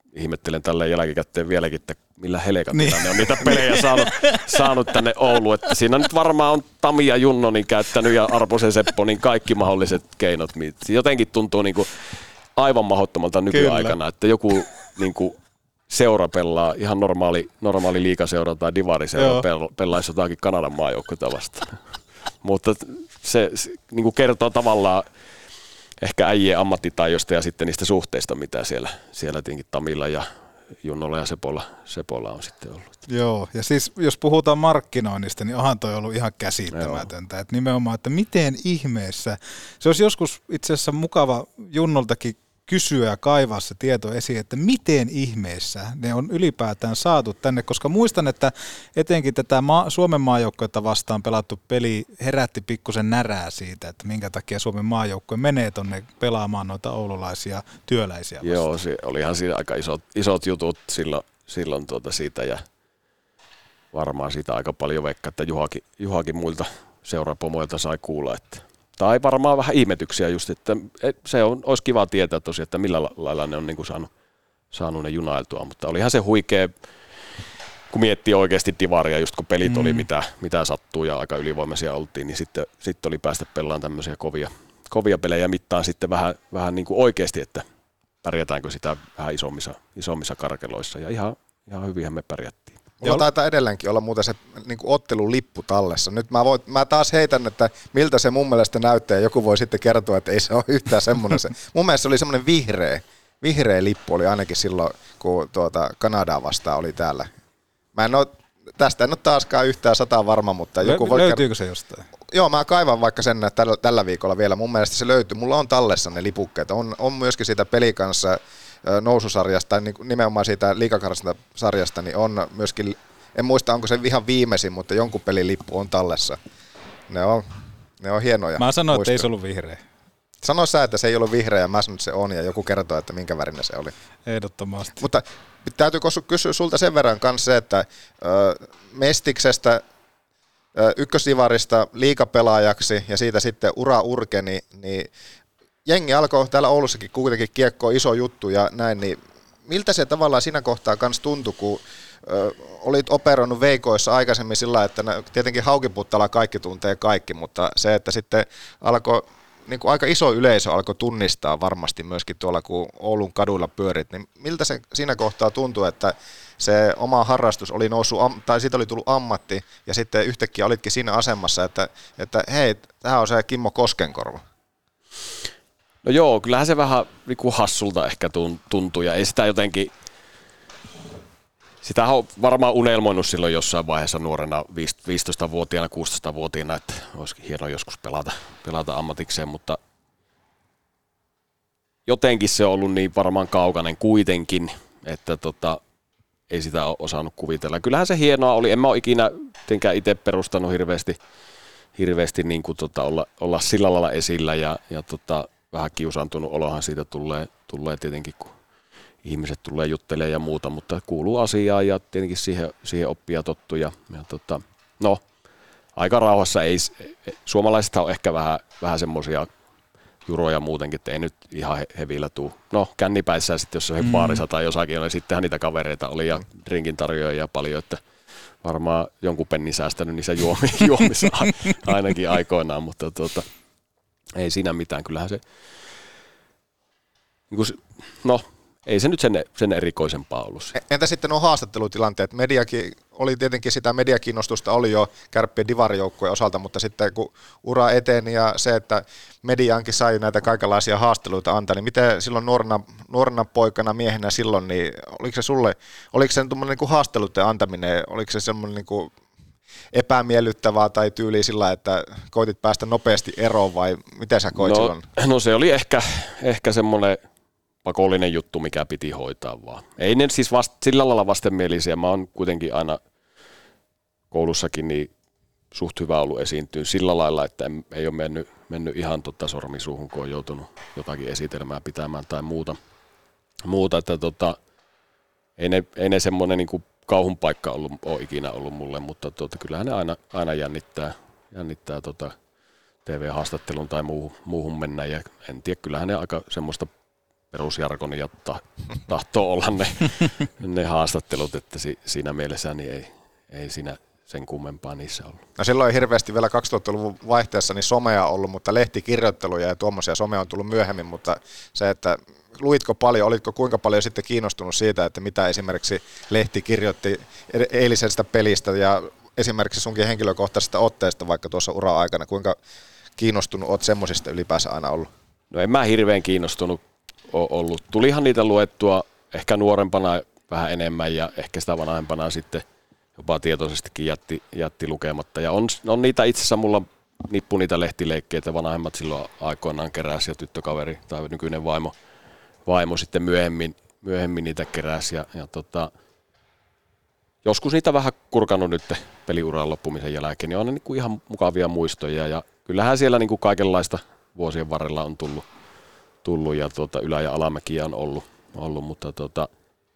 ihmettelen tälleen jälkikäteen vieläkin, että millä helekatilla niin. ne on niitä pelejä saanut, saanut tänne Ouluun. Että siinä nyt varmaan on Tami ja Junno niin käyttänyt ja Arposen Seppo niin kaikki mahdolliset keinot. Jotenkin tuntuu niin kuin aivan mahdottomalta nykyaikana, Kyllä. että joku niin kuin seura pelaa, ihan normaali, normaali liigaseura tai divariseura pel, pelaisi jotakin Kanadan maajoukkoita vastaan. Mutta se, se niin kuin kertoo tavallaan ehkä äijien ammattitaidosta ja sitten niistä suhteista, mitä siellä, siellä tietenkin Tamilla ja Junnolla ja Sepolla, Sepolla on sitten ollut. Joo, ja siis jos puhutaan markkinoinnista, niin onhan toi ollut ihan käsittämätöntä. Että nimenomaan, että miten ihmeessä, se olisi joskus itse asiassa mukava Junnoltakin kysyä ja kaivaa se tieto esiin, että miten ihmeessä ne on ylipäätään saatu tänne, koska muistan, että etenkin tätä maa, Suomen maajoukkoita vastaan pelattu peli herätti pikkusen närää siitä, että minkä takia Suomen maajoukkue menee tonne pelaamaan noita oululaisia työläisiä vastaan. Joo, se olihan siinä aika isot, isot jutut silloin, silloin tuota siitä ja varmaan siitä aika paljon veikkaa, että Juhakin, Juhakin muilta seurapomoilta sai kuulla, että tai varmaan vähän ihmetyksiä just, että se on, olisi kiva tietää tosiaan, että millä lailla ne on niin kuin saanut, saanut ne junailtua, mutta olihan se huikea, kun miettii oikeasti divaria, just kun pelit mm. oli mitä, mitä sattuu ja aika ylivoimaisia oltiin, niin sitten, sitten oli päästä pelaamaan tämmöisiä kovia, kovia pelejä mittaan sitten vähän, vähän niin kuin oikeasti, että pärjätäänkö sitä vähän isommissa, isommissa karkeloissa ja ihan, ihan hyvinhän me pärjättiin. Mulla taitaa edelleenkin olla muuten se niin kuin ottelulippu tallessa. Nyt mä, voin, mä taas heitän, että miltä se mun mielestä näyttää ja joku voi sitten kertoa, että ei se ole yhtään semmoinen. Se. Mun mielestä se oli semmoinen vihreä, vihreä lippu oli ainakin silloin, kun tuota Kanadaa vastaan oli täällä. Mä en ole, tästä en ole taaskaan yhtään sataa varma, mutta joku Lö, voi löytyykö se jostain? Joo, mä kaivan vaikka sen tällä, tällä viikolla vielä. Mun mielestä se löytyy. Mulla on tallessa ne lipukkeet. On, on myöskin siitä pelikanssa noususarjasta, tai nimenomaan siitä liigakarsintasarjasta, niin on myöskin, en muista onko se ihan viimeisin, mutta jonkun pelin lippu on tallessa. Ne on, ne on hienoja. Mä sanoin, että ei se ollut vihreä. Sano sä, että se ei ollut vihreä, ja mä sanon, että se on, ja joku kertoo, että minkä värinen se oli. Ehdottomasti. Mutta täytyy kysyä sulta sen verran kanssa se, että ö, Mestiksestä, ö, ykkösdivarista liigapelaajaksi, ja siitä sitten ura urkeni, niin jengi alkoi täällä Oulussakin kuitenkin kiekkoa iso juttu ja näin, niin miltä se tavallaan siinä kohtaa kanssa tuntui, kun ö, olit operoinut Veikoissa aikaisemmin sillä, että ne, tietenkin Haukiputtala kaikki tuntee kaikki, mutta se, että sitten alkoi, niin kuin aika iso yleisö alkoi tunnistaa varmasti myöskin tuolla, kun Oulun kaduilla pyörit, niin miltä se siinä kohtaa tuntui, että se oma harrastus oli noussut, tai siitä oli tullut ammatti, ja sitten yhtäkkiä olitkin siinä asemassa, että, että hei, tämähän on se Kimmo Koskenkorva. No joo, kyllähän se vähän niin hassulta ehkä tuntui ja ei sitä jotenkin, sitä on varmaan unelmoinut silloin jossain vaiheessa nuorena viisitoistavuotiaana, kuusitoistavuotiaana, että olisikin hienoa joskus pelata, pelata ammatikseen, mutta jotenkin se on ollut niin varmaan kaukainen kuitenkin, että tota, ei sitä ole osannut kuvitella. Kyllähän se hienoa oli, en mä ole ikinä itse perustanut hirveästi, hirveästi niin kuin tota olla, olla sillä lailla esillä ja, ja tota, vähän kiusaantunut olohan siitä tulee, tulee tietenkin, kun ihmiset tulee juttelemaan ja muuta, mutta kuuluu asiaan ja tietenkin siihen, siihen oppia tottu. Ja, ja tota, no, aika rauhassa ei, suomalaiset on ehkä vähän, vähän semmoisia juroja muutenkin, että ei nyt ihan hevillä tuu. No, kännipäissään sitten, jos se on mm. baarissa tai jossakin, niin sittenhän niitä kavereita oli ja drinkin tarjoajia paljon, että varmaan jonkun pennin säästänyt niissä juomissa ainakin aikoinaan, mutta tuota, ei siinä mitään, kyllähän se, no ei se nyt sen, sen erikoisempaa ollut. Entä sitten nuo haastattelutilanteet? Mediakin, oli tietenkin sitä mediakiinnostusta oli jo Kärppien divarijoukkueen osalta, mutta sitten kun ura eteni ja se, että mediaankin sai näitä kaikenlaisia haastatteluita antaa, niin miten silloin nuorena, nuorena poikana, miehenä silloin, niin oliko se sulle, oliko se tuommoinen niin kuin haastatteluiden antaminen, oliko se semmoinen niin kuin epämiellyttävää tai tyyliä sillä, että koitit päästä nopeasti eroon vai miten sä koit no, silloin? No se oli ehkä, ehkä semmoinen pakollinen juttu, mikä piti hoitaa vaan. Ei ne siis vast, sillä lailla vastenmielisiä. Mä oon kuitenkin aina koulussakin niin suht hyvä ollut esiintyä sillä lailla, että en, ei ole mennyt, mennyt ihan tota sormisuuhun, kun on joutunut jotakin esitelmää pitämään tai muuta. muuta että tota, ei ne, ei ne semmoinen niin kuin kauhun paikka ollut, ole ikinä ollut mulle, mutta tuota, kyllähän ne aina, aina jännittää, jännittää tota T V-haastattelun tai muuhun, muuhun mennä. Ja en tiedä, kyllähän ne aika semmoista perusjargoni ja ta, tahtoo olla ne, ne haastattelut, että si, siinä mielessä niin ei, ei siinä sen kummempaa niissä ollut. No silloin ei hirveästi vielä kaksituhattaluvun vaihteessa niin somea ollut, mutta lehtikirjoitteluja ja tuommoisia somea on tullut myöhemmin, mutta se, että luitko paljon, olitko kuinka paljon sitten kiinnostunut siitä, että mitä esimerkiksi lehti kirjoitti eilisestä pelistä ja esimerkiksi sunkin henkilökohtaisesta otteesta vaikka tuossa ura-aikana, kuinka kiinnostunut olet semmoisista ylipäänsä aina ollut? No en mä hirveän kiinnostunut ollut. Tulihan niitä luettua ehkä nuorempana vähän enemmän ja ehkä sitä vanhempana sitten jopa tietoisestikin jätti, jätti lukematta. Ja on, on niitä itse asiassa mulla nippu niitä lehtileikkeitä, vanhemmat silloin aikoinaan keräsi ja tyttökaveri tai nykyinen vaimo, vaimo sitten myöhemmin, myöhemmin niitä keräsi. Ja, ja tota, joskus niitä vähän kurkannut nyt peliuran loppumisen jälkeen, niin on ne niin kuin ihan mukavia muistoja. Ja kyllähän siellä niin kuin kaikenlaista vuosien varrella on tullut, tullut ja tuota, ylä- ja alamäkiä on ollut, ollut mutta tuota,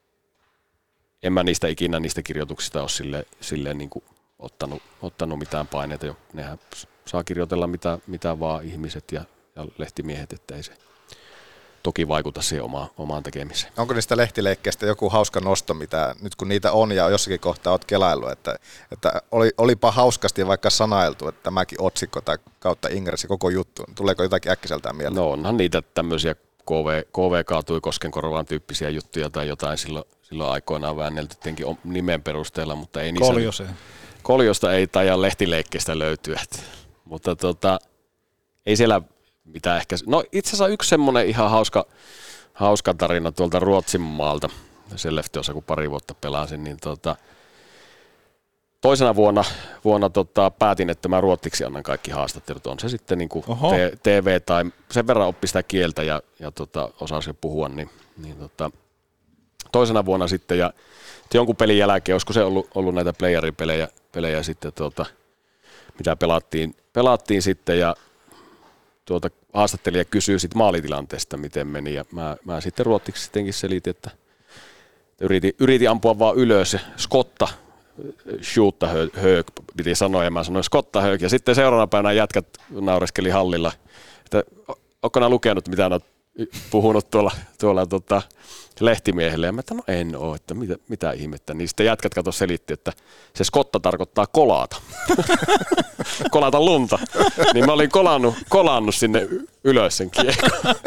en mä niistä ikinä niistä kirjoituksista ole silleen, silleen niin kuin ottanut, ottanut mitään paineita. Nehän saa kirjoitella mitä, mitä vaan ihmiset ja, ja lehtimiehet, että ei se toki vaikuta siihen omaan, omaan tekemiseen. Onko niistä lehtileikkeistä joku hauska nosto, mitä nyt kun niitä on ja jossakin kohtaa olet kelaillut, että, että oli, olipa hauskasti vaikka sanailtu, että tämäkin otsikko tai kautta Ingress koko juttu. Tuleeko jotakin äkkiseltään mieleen? No onhan niitä tämmöisiä K V, K V kaatui Koskenkorvaan tyyppisiä juttuja tai jotain silloin, silloin aikoinaan väännelty tietenkin nimen perusteella, mutta ei niissä... Koljoseen. Koljosta ei taida lehtileikkeistä löytyä, mutta tota, ei siellä mitään ehkä... No itse asiassa yksi semmoinen ihan hauska, hauska tarina tuolta Ruotsin maalta, Sellefteossa kun pari vuotta pelasin, niin tota, toisena vuonna, vuonna tota, päätin, että mä ruotsiksi annan kaikki haastattelut. On se sitten niin kuin T V tai sen verran oppi sitä kieltä ja, ja tota, osasi jo puhua, niin, niin tota, toisena vuonna sitten ja jonkun pelin jälkeen, olisiko se ollut, ollut näitä playeripelejä pelejä sitten, tuota, mitä pelattiin, pelattiin sitten ja tuota, haastattelija kysyy sitten maalitilanteesta, miten meni ja mä, mä sitten ruotsiksi sittenkin selitin, että yritin, yritin ampua vaan ylös skotta, shoota höök, piti sanoa ja mä sanoin skotta höök ja sitten seuraavana päivänä jätkät naureskeli hallilla, että onko nämä lukenut mitä ne on puhunut tuolla, tuolla tota, lehtimiehelle ja mä että no en oo, että mitä, mitä ihmettä. Niin sitten jätkät kato selitti, että se skotta tarkoittaa kolata. Kolata lunta. Niin mä olin kolannut, kolannut sinne ylös sen kiekon.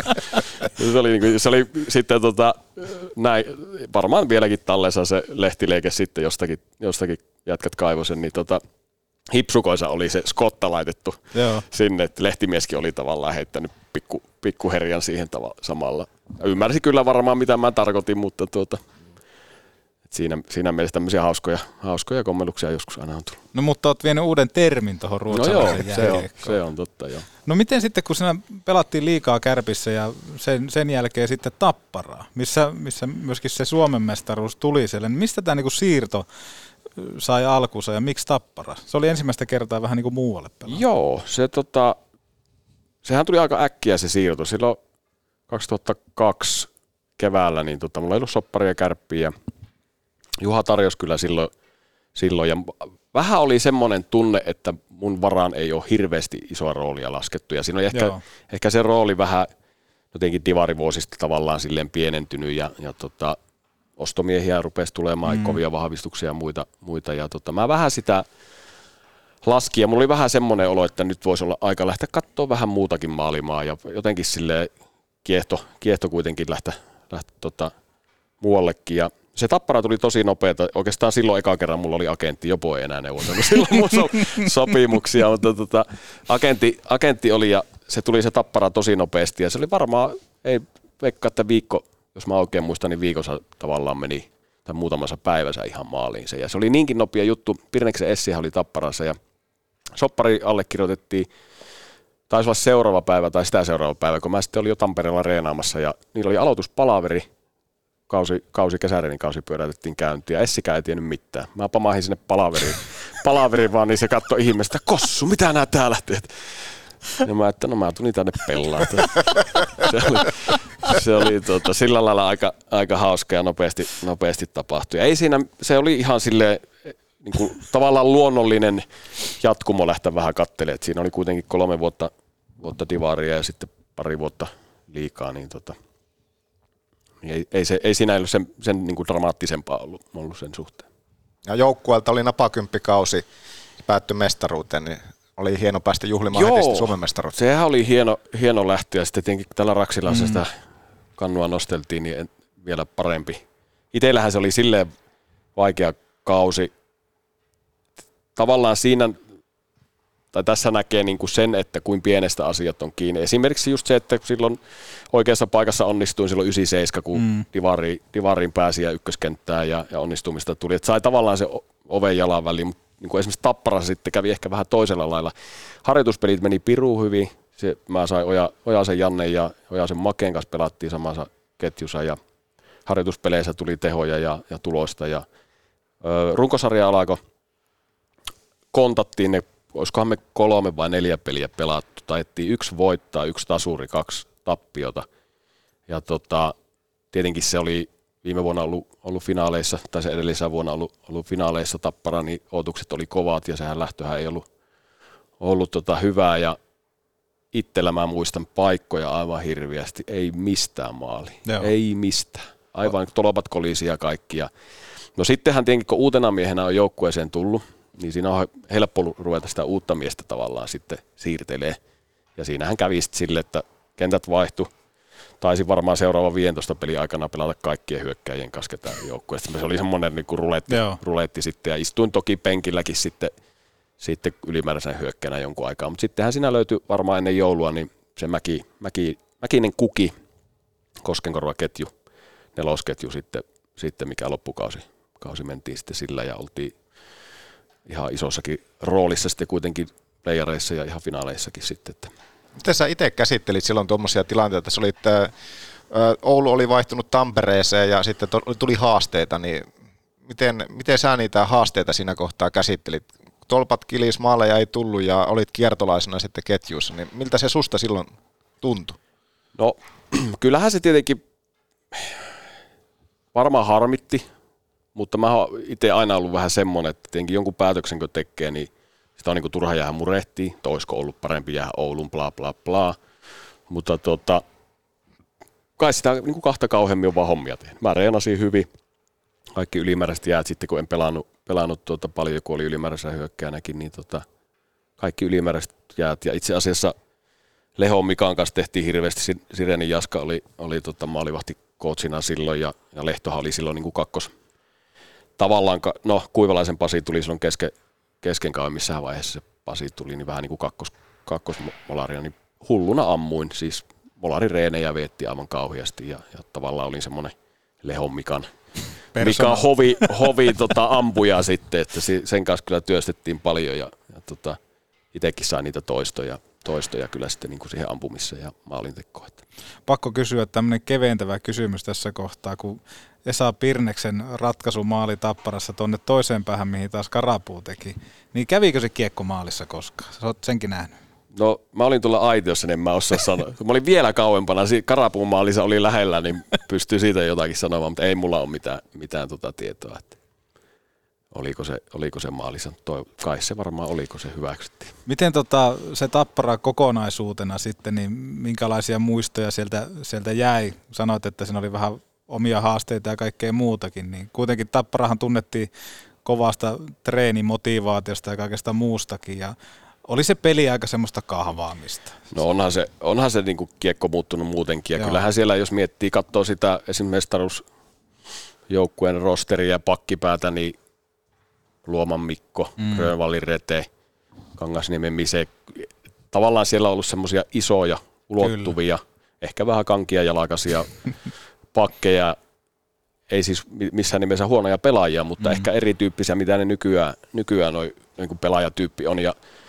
se, oli, niin se oli sitten tota, näin, varmaan vieläkin tallessa se lehtileike sitten jostakin, jostakin jätkät kaivoi sen, niin tota, hipsukoissa oli se skotta laitettu Joo. sinne, että lehtimieskin oli tavallaan heittänyt pikku, pikkuherjan siihen tava- samalla. Ymmärsi kyllä varmaan, mitä mä tarkoitin, mutta tuota, siinä, siinä mielessä tämmöisiä hauskoja, hauskoja kommelluksia joskus aina on tullut. No mutta oot vienyt uuden termin tuohon ruotsalaisen no se on, se on totta, joo. No miten sitten, kun siinä pelattiin liikaa Kärpissä ja sen, sen jälkeen sitten Tapparaa, missä, missä myöskin se Suomen mestaruus tuli siellä, niin mistä tämä niinku siirto sai alkunsa ja miksi Tappara? Se oli ensimmäistä kertaa vähän niin kuin muualle pelaa. Joo, se tota, sehän tuli aika äkkiä se siirto. Silloin kaksituhattakaksi keväällä, niin tota, mulla ei ollut sopparia ja Kärppiä ja Juha tarjosi kyllä silloin, silloin. Ja vähän oli semmoinen tunne, että mun varaan ei ole hirveästi isoa roolia laskettu ja siinä oli ehkä, ehkä se rooli vähän jotenkin divarivuosista tavallaan silleen pienentynyt ja, ja tota, ostomiehiä rupesi tulemaan, mm. kovia vahvistuksia ja muita. muita ja tota, mä vähän sitä laskin ja mulla oli vähän semmoinen olo, että nyt voisi olla aika lähteä katsoa vähän muutakin maailmaa ja jotenkin silleen kiehto, kiehto kuitenkin lähteä, lähteä tota, muuallekin. Ja se Tappara tuli tosi nopeata. Oikeastaan silloin eka kerran mulla oli agentti, jopo ei enää neuvotellut silloin mun sopimuksia, mutta tota, agentti, agentti oli ja se tuli se Tappara tosi nopeasti ja se oli varmaan, ei veikkaa, että viikko, jos mä oikein muistan, niin viikossa tavallaan meni tai muutamassa päivässä ihan maaliin se. Ja se oli niinkin nopea juttu. Pirneksen Essihän oli Tapparassa ja soppari allekirjoitettiin, taisi olla seuraava päivä tai sitä seuraava päivä, kun mä sitten olin jo Tampereella reenaamassa ja niillä oli aloituspalaveri, kausi, kausi kesäreinin kausi pyöräytettiin käyntiin ja Essikään ei tiennyt mitään. Mä pamahin sinne palaveriin, palaveriin vaan, niin se katsoi ihmeestä, Kossu, mitä nää täällä teet? Ja mä, että no mä tulin tänne pellaan. Se oli, se oli tuota, sillä lailla aika, aika hauska ja nopeasti, nopeasti tapahtui. Ja ei siinä, se oli ihan silleen, niin kuin, tavallaan luonnollinen jatkumo lähteä vähän katselemaan. Siinä oli kuitenkin kolme vuotta, vuotta divaria ja sitten pari vuotta liikaa. Niin tota, Ei, ei, se, ei siinä ei ollut sen, sen niin kuin dramaattisempaa ollut, ollut sen suhteen. Ja joukkueelta oli napakymppikausi, päättyi mestaruuteen, niin oli hieno päästä juhlimaan heti sitä Suomen mestaruutta. Sehän oli hieno, hieno lähtö, ja sitten tietenkin tällä Raksilassa mm. sitä kannua nosteltiin, niin vielä parempi. Itsellähän se oli silleen vaikea kausi. Tavallaan siinä, tai tässä näkee niin kuin sen, että kuin pienestä asiat on kiinni. Esimerkiksi just se, että silloin oikeassa paikassa onnistuin silloin yhdeksänkymmentäseitsemän, kun mm. divari, divariin pääsi ja ykköskenttään ja, ja onnistumista tuli. Että sai tavallaan se oven jalan väliin, mutta niin kuin esimerkiksi Tapparassa sitten kävi ehkä vähän toisella lailla. Harjoituspelit meni piruun hyvin. Se, mä sain Oja, Ojasen Janne ja Ojasen Maken kanssa pelattiin samassa ketjussa ja harjoituspeleissä tuli tehoja ja, ja tulosta. Ja, ö, runkosarja alkoi, kontattiin ne, olisikohan me kolme vai neljä peliä pelattu. Taettiin yksi voittaa, yksi tasuri, kaksi tappiota. Ja tota, tietenkin se oli viime vuonna ollut, ollut finaaleissa, tai se edellisellä vuonna ollut, ollut finaaleissa Tappara, niin odotukset oli kovat ja sehän lähtöhän ei ollut, ollut tota hyvää. Ja itsellä mä muistan paikkoja aivan hirviästi, ei mistään maali, Joo. ei mistään. Aivan tolpat kolisia ja kaikki. Ja no sittenhän tietenkin, kun uutena miehenä on joukkueeseen tullut, niin siinä on helppo ruveta sitä uutta miestä tavallaan sitten siirtelee. Ja siinähän kävi sitten sille, että kentät vaihtui. Taisi varmaan seuraava viisitoista pelin aikana pelata kaikkien hyökkäjien kanssa ketään joukkueesta. Se oli semmoinen niin kuin ruletti, ruletti sitten. Ja istuin toki penkilläkin sitten, sitten ylimääräisen hyökkäänä jonkun aikaa. Mutta sittenhän siinä löytyi varmaan ennen joulua niin se Mäki, Mäki, Mäkinen Kuki, Koskenkorva-ketju, nelosketju sitten, sitten mikä loppukausi kausi mentiin sitten sillä ja oltiin ihan isossakin roolissa sitten kuitenkin playereissa ja ihan finaaleissakin sitten. Että. Miten sä itse käsittelit silloin tuommoisia tilanteita, että olit, ä, Oulu oli vaihtunut Tampereeseen ja sitten tuli haasteita, niin miten, miten sä niitä haasteita siinä kohtaa käsittelit? Tolpat kilis, maaleja ei tullut ja olit kiertolaisena sitten ketjuissa, niin miltä se susta silloin tuntui? No kyllähän se tietenkin varmaan harmitti, mutta mä oon itse aina ollut vähän semmoinen, että tietenkin jonkun päätöksen kun tekee, niin sitä on niin kuin turha jäädä murehtia, että olisiko ollut parempi jäädä Oulun, bla bla bla. Mutta tota, kai sitä niin kuin kahta kauheammin on vaan hommia tehnyt. Mä reenasin hyvin, kaikki ylimääräiset jäät sitten, kun en pelannut, pelannut tuota paljon, kun oli ylimääräisenä hyökkäänäkin, niin tota, kaikki ylimääräiset jäät. Ja itse asiassa Lehon Mikan kanssa tehtiin hirveästi, Sirenin Jaska oli, oli tota maalivahti coachina silloin ja, ja Lehtohan oli silloin niin kuin kakkos. Tavallaan, no Kuivalaisen Pasi tuli silloin kesken, kesken kauan, missähän vaiheessa se Pasi tuli, niin vähän niin kuin kakkos, kakkosmolaria, niin hulluna ammuin, siis molarireenejä vietti aivan kauheasti ja, ja tavallaan olin semmoinen Lehon Mikan, Mikan hovi, hovi tota, ampuja sitten, että sen kanssa kyllä työstettiin paljon ja, ja tota, itsekin sain niitä toistoja, toistoja kyllä sitten niin kuin siihen ampumiseen ja maalintekoon. Pakko kysyä tämmöinen keventävä kysymys tässä kohtaa, kun Esa Pirneksen ratkaisumaali Tapparassa tuonne toiseen päähän, mihin taas Karapuu teki, niin kävikö se kiekko maalissa koskaan? Sä oot senkin nähnyt. No mä olin tuolla aitiossa, niin en mä osaa sanoa. Mä olin vielä kauempana, Karapuun maalissa oli lähellä, niin pystyy siitä jotakin sanomaan, mutta ei mulla ole mitään, mitään tota tietoa, että oliko se, oliko se maalissa. Toi, kai se varmaan oliko se hyväksyttiin. Miten tota, se Tappara kokonaisuutena sitten, niin minkälaisia muistoja sieltä, sieltä jäi? Sanoit, että siinä oli vähän omia haasteita ja kaikkea muutakin, niin kuitenkin Tapparahan tunnettiin kovasta treenimotivaatiosta ja kaikesta muustakin, ja oli se peli aika semmoista kahvaamista? No onhan se, onhan se niin kuin kiekko muuttunut muutenkin, ja Joo. kyllähän siellä, jos miettii, katsoo sitä esimerkiksi mestaruusjoukkueen rosteria ja pakkipäätä, niin Luoman Mikko, mm. Grönvallin Rete, Kangasniemen Mise, tavallaan siellä on ollut semmoisia isoja, ulottuvia, Kyllä. ehkä vähän kankia jalakaisia pakkeja, ei siis missään nimessä huonoja pelaajia, mutta mm. ehkä erityyppisiä, mitä ne nykyään, nykyään noi, niin kuin pelaajatyyppi on. Ja,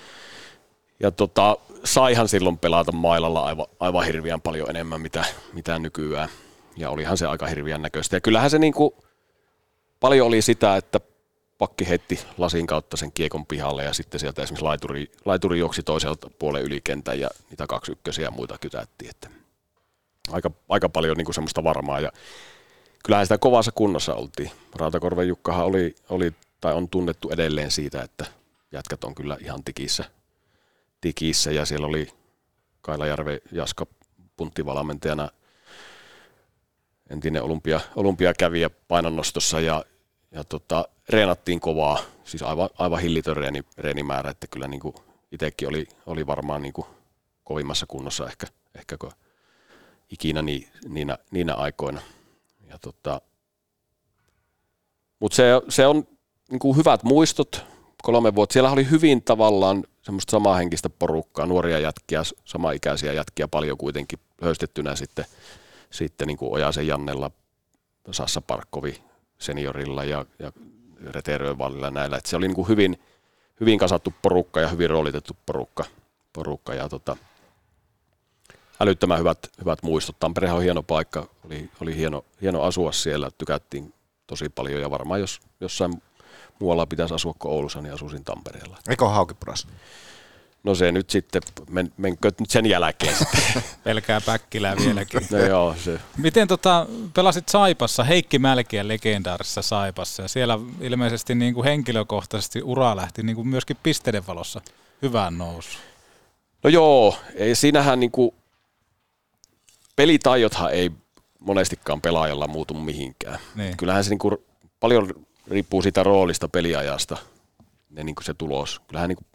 ja tota, saihan silloin pelata mailalla aivan, aivan hirveän paljon enemmän, mitä, mitä nykyään. Ja olihan se aika hirveän näköistä. Ja kyllähän se niin kuin, paljon oli sitä, että pakki heitti lasin kautta sen kiekon pihalle ja sitten sieltä esimerkiksi laituri, laituri juoksi toiselta puolen ylikentän ja niitä kaksi ykkösiä ja muita kytättiin. Että aika, aika paljon niin kuin semmoista varmaa ja kyllähän sitä kovassa kunnossa oltiin. Rautakorven Jukkahan oli, oli tai on tunnettu edelleen siitä, että jätkät on kyllä ihan tikissä, tikissä ja siellä oli Kailajärven Jaska punttivalmentajana entinen olympia, olympiakävijä painonnostossa ja, ja tota, reenattiin kovaa, siis aivan, aivan hillitön reeni, reenimäärä, että kyllä niin kuin itsekin oli, oli varmaan niin kuin kovimmassa kunnossa ehkä, ehkä ikinä ni, niinä, niinä aikoina. Ja tota, mutta se, se on niin kuin hyvät muistot, kolme vuotta. Siellä oli hyvin tavallaan semmoista samanhenkistä porukkaa, nuoria jätkiä, samaikäisiä jätkiä paljon kuitenkin höystettynä sitten, sitten niin kuin Ojasen Jannella, Sassa Parkkovi seniorilla ja, ja Rete Röövallilla näillä. Et se oli niin kuin hyvin, hyvin kasattu porukka ja hyvin roolitettu porukka. porukka ja tota, älyttömän hyvät, hyvät muistot. Tampere on hieno paikka, oli, oli hieno, hieno asua siellä, tykättiin tosi paljon ja varmaan jos jossain muualla pitäisi asua kuin Oulussa, niin asuisin Tampereella. Eikö Haukipuras? No se nyt sitten, men, menkö nyt sen jälkeen sitten. Pelkää Päkkilää vieläkin. No joo, se. Miten tota, pelasit Saipassa, Heikki Mälkien legendaarisessa Saipassa, ja siellä ilmeisesti niin kuin henkilökohtaisesti ura lähti niin kuin myöskin pisteiden valossa hyvään nousuun. No joo, ei, siinähän niin kuin, pelitaidothan ei monestikaan pelaajalla muutu mihinkään. Niin. Kyllähän se niin kuin, paljon riippuu siitä roolista, peliajasta, ne, niin kuin se tulos. Kyllähän niin kuin,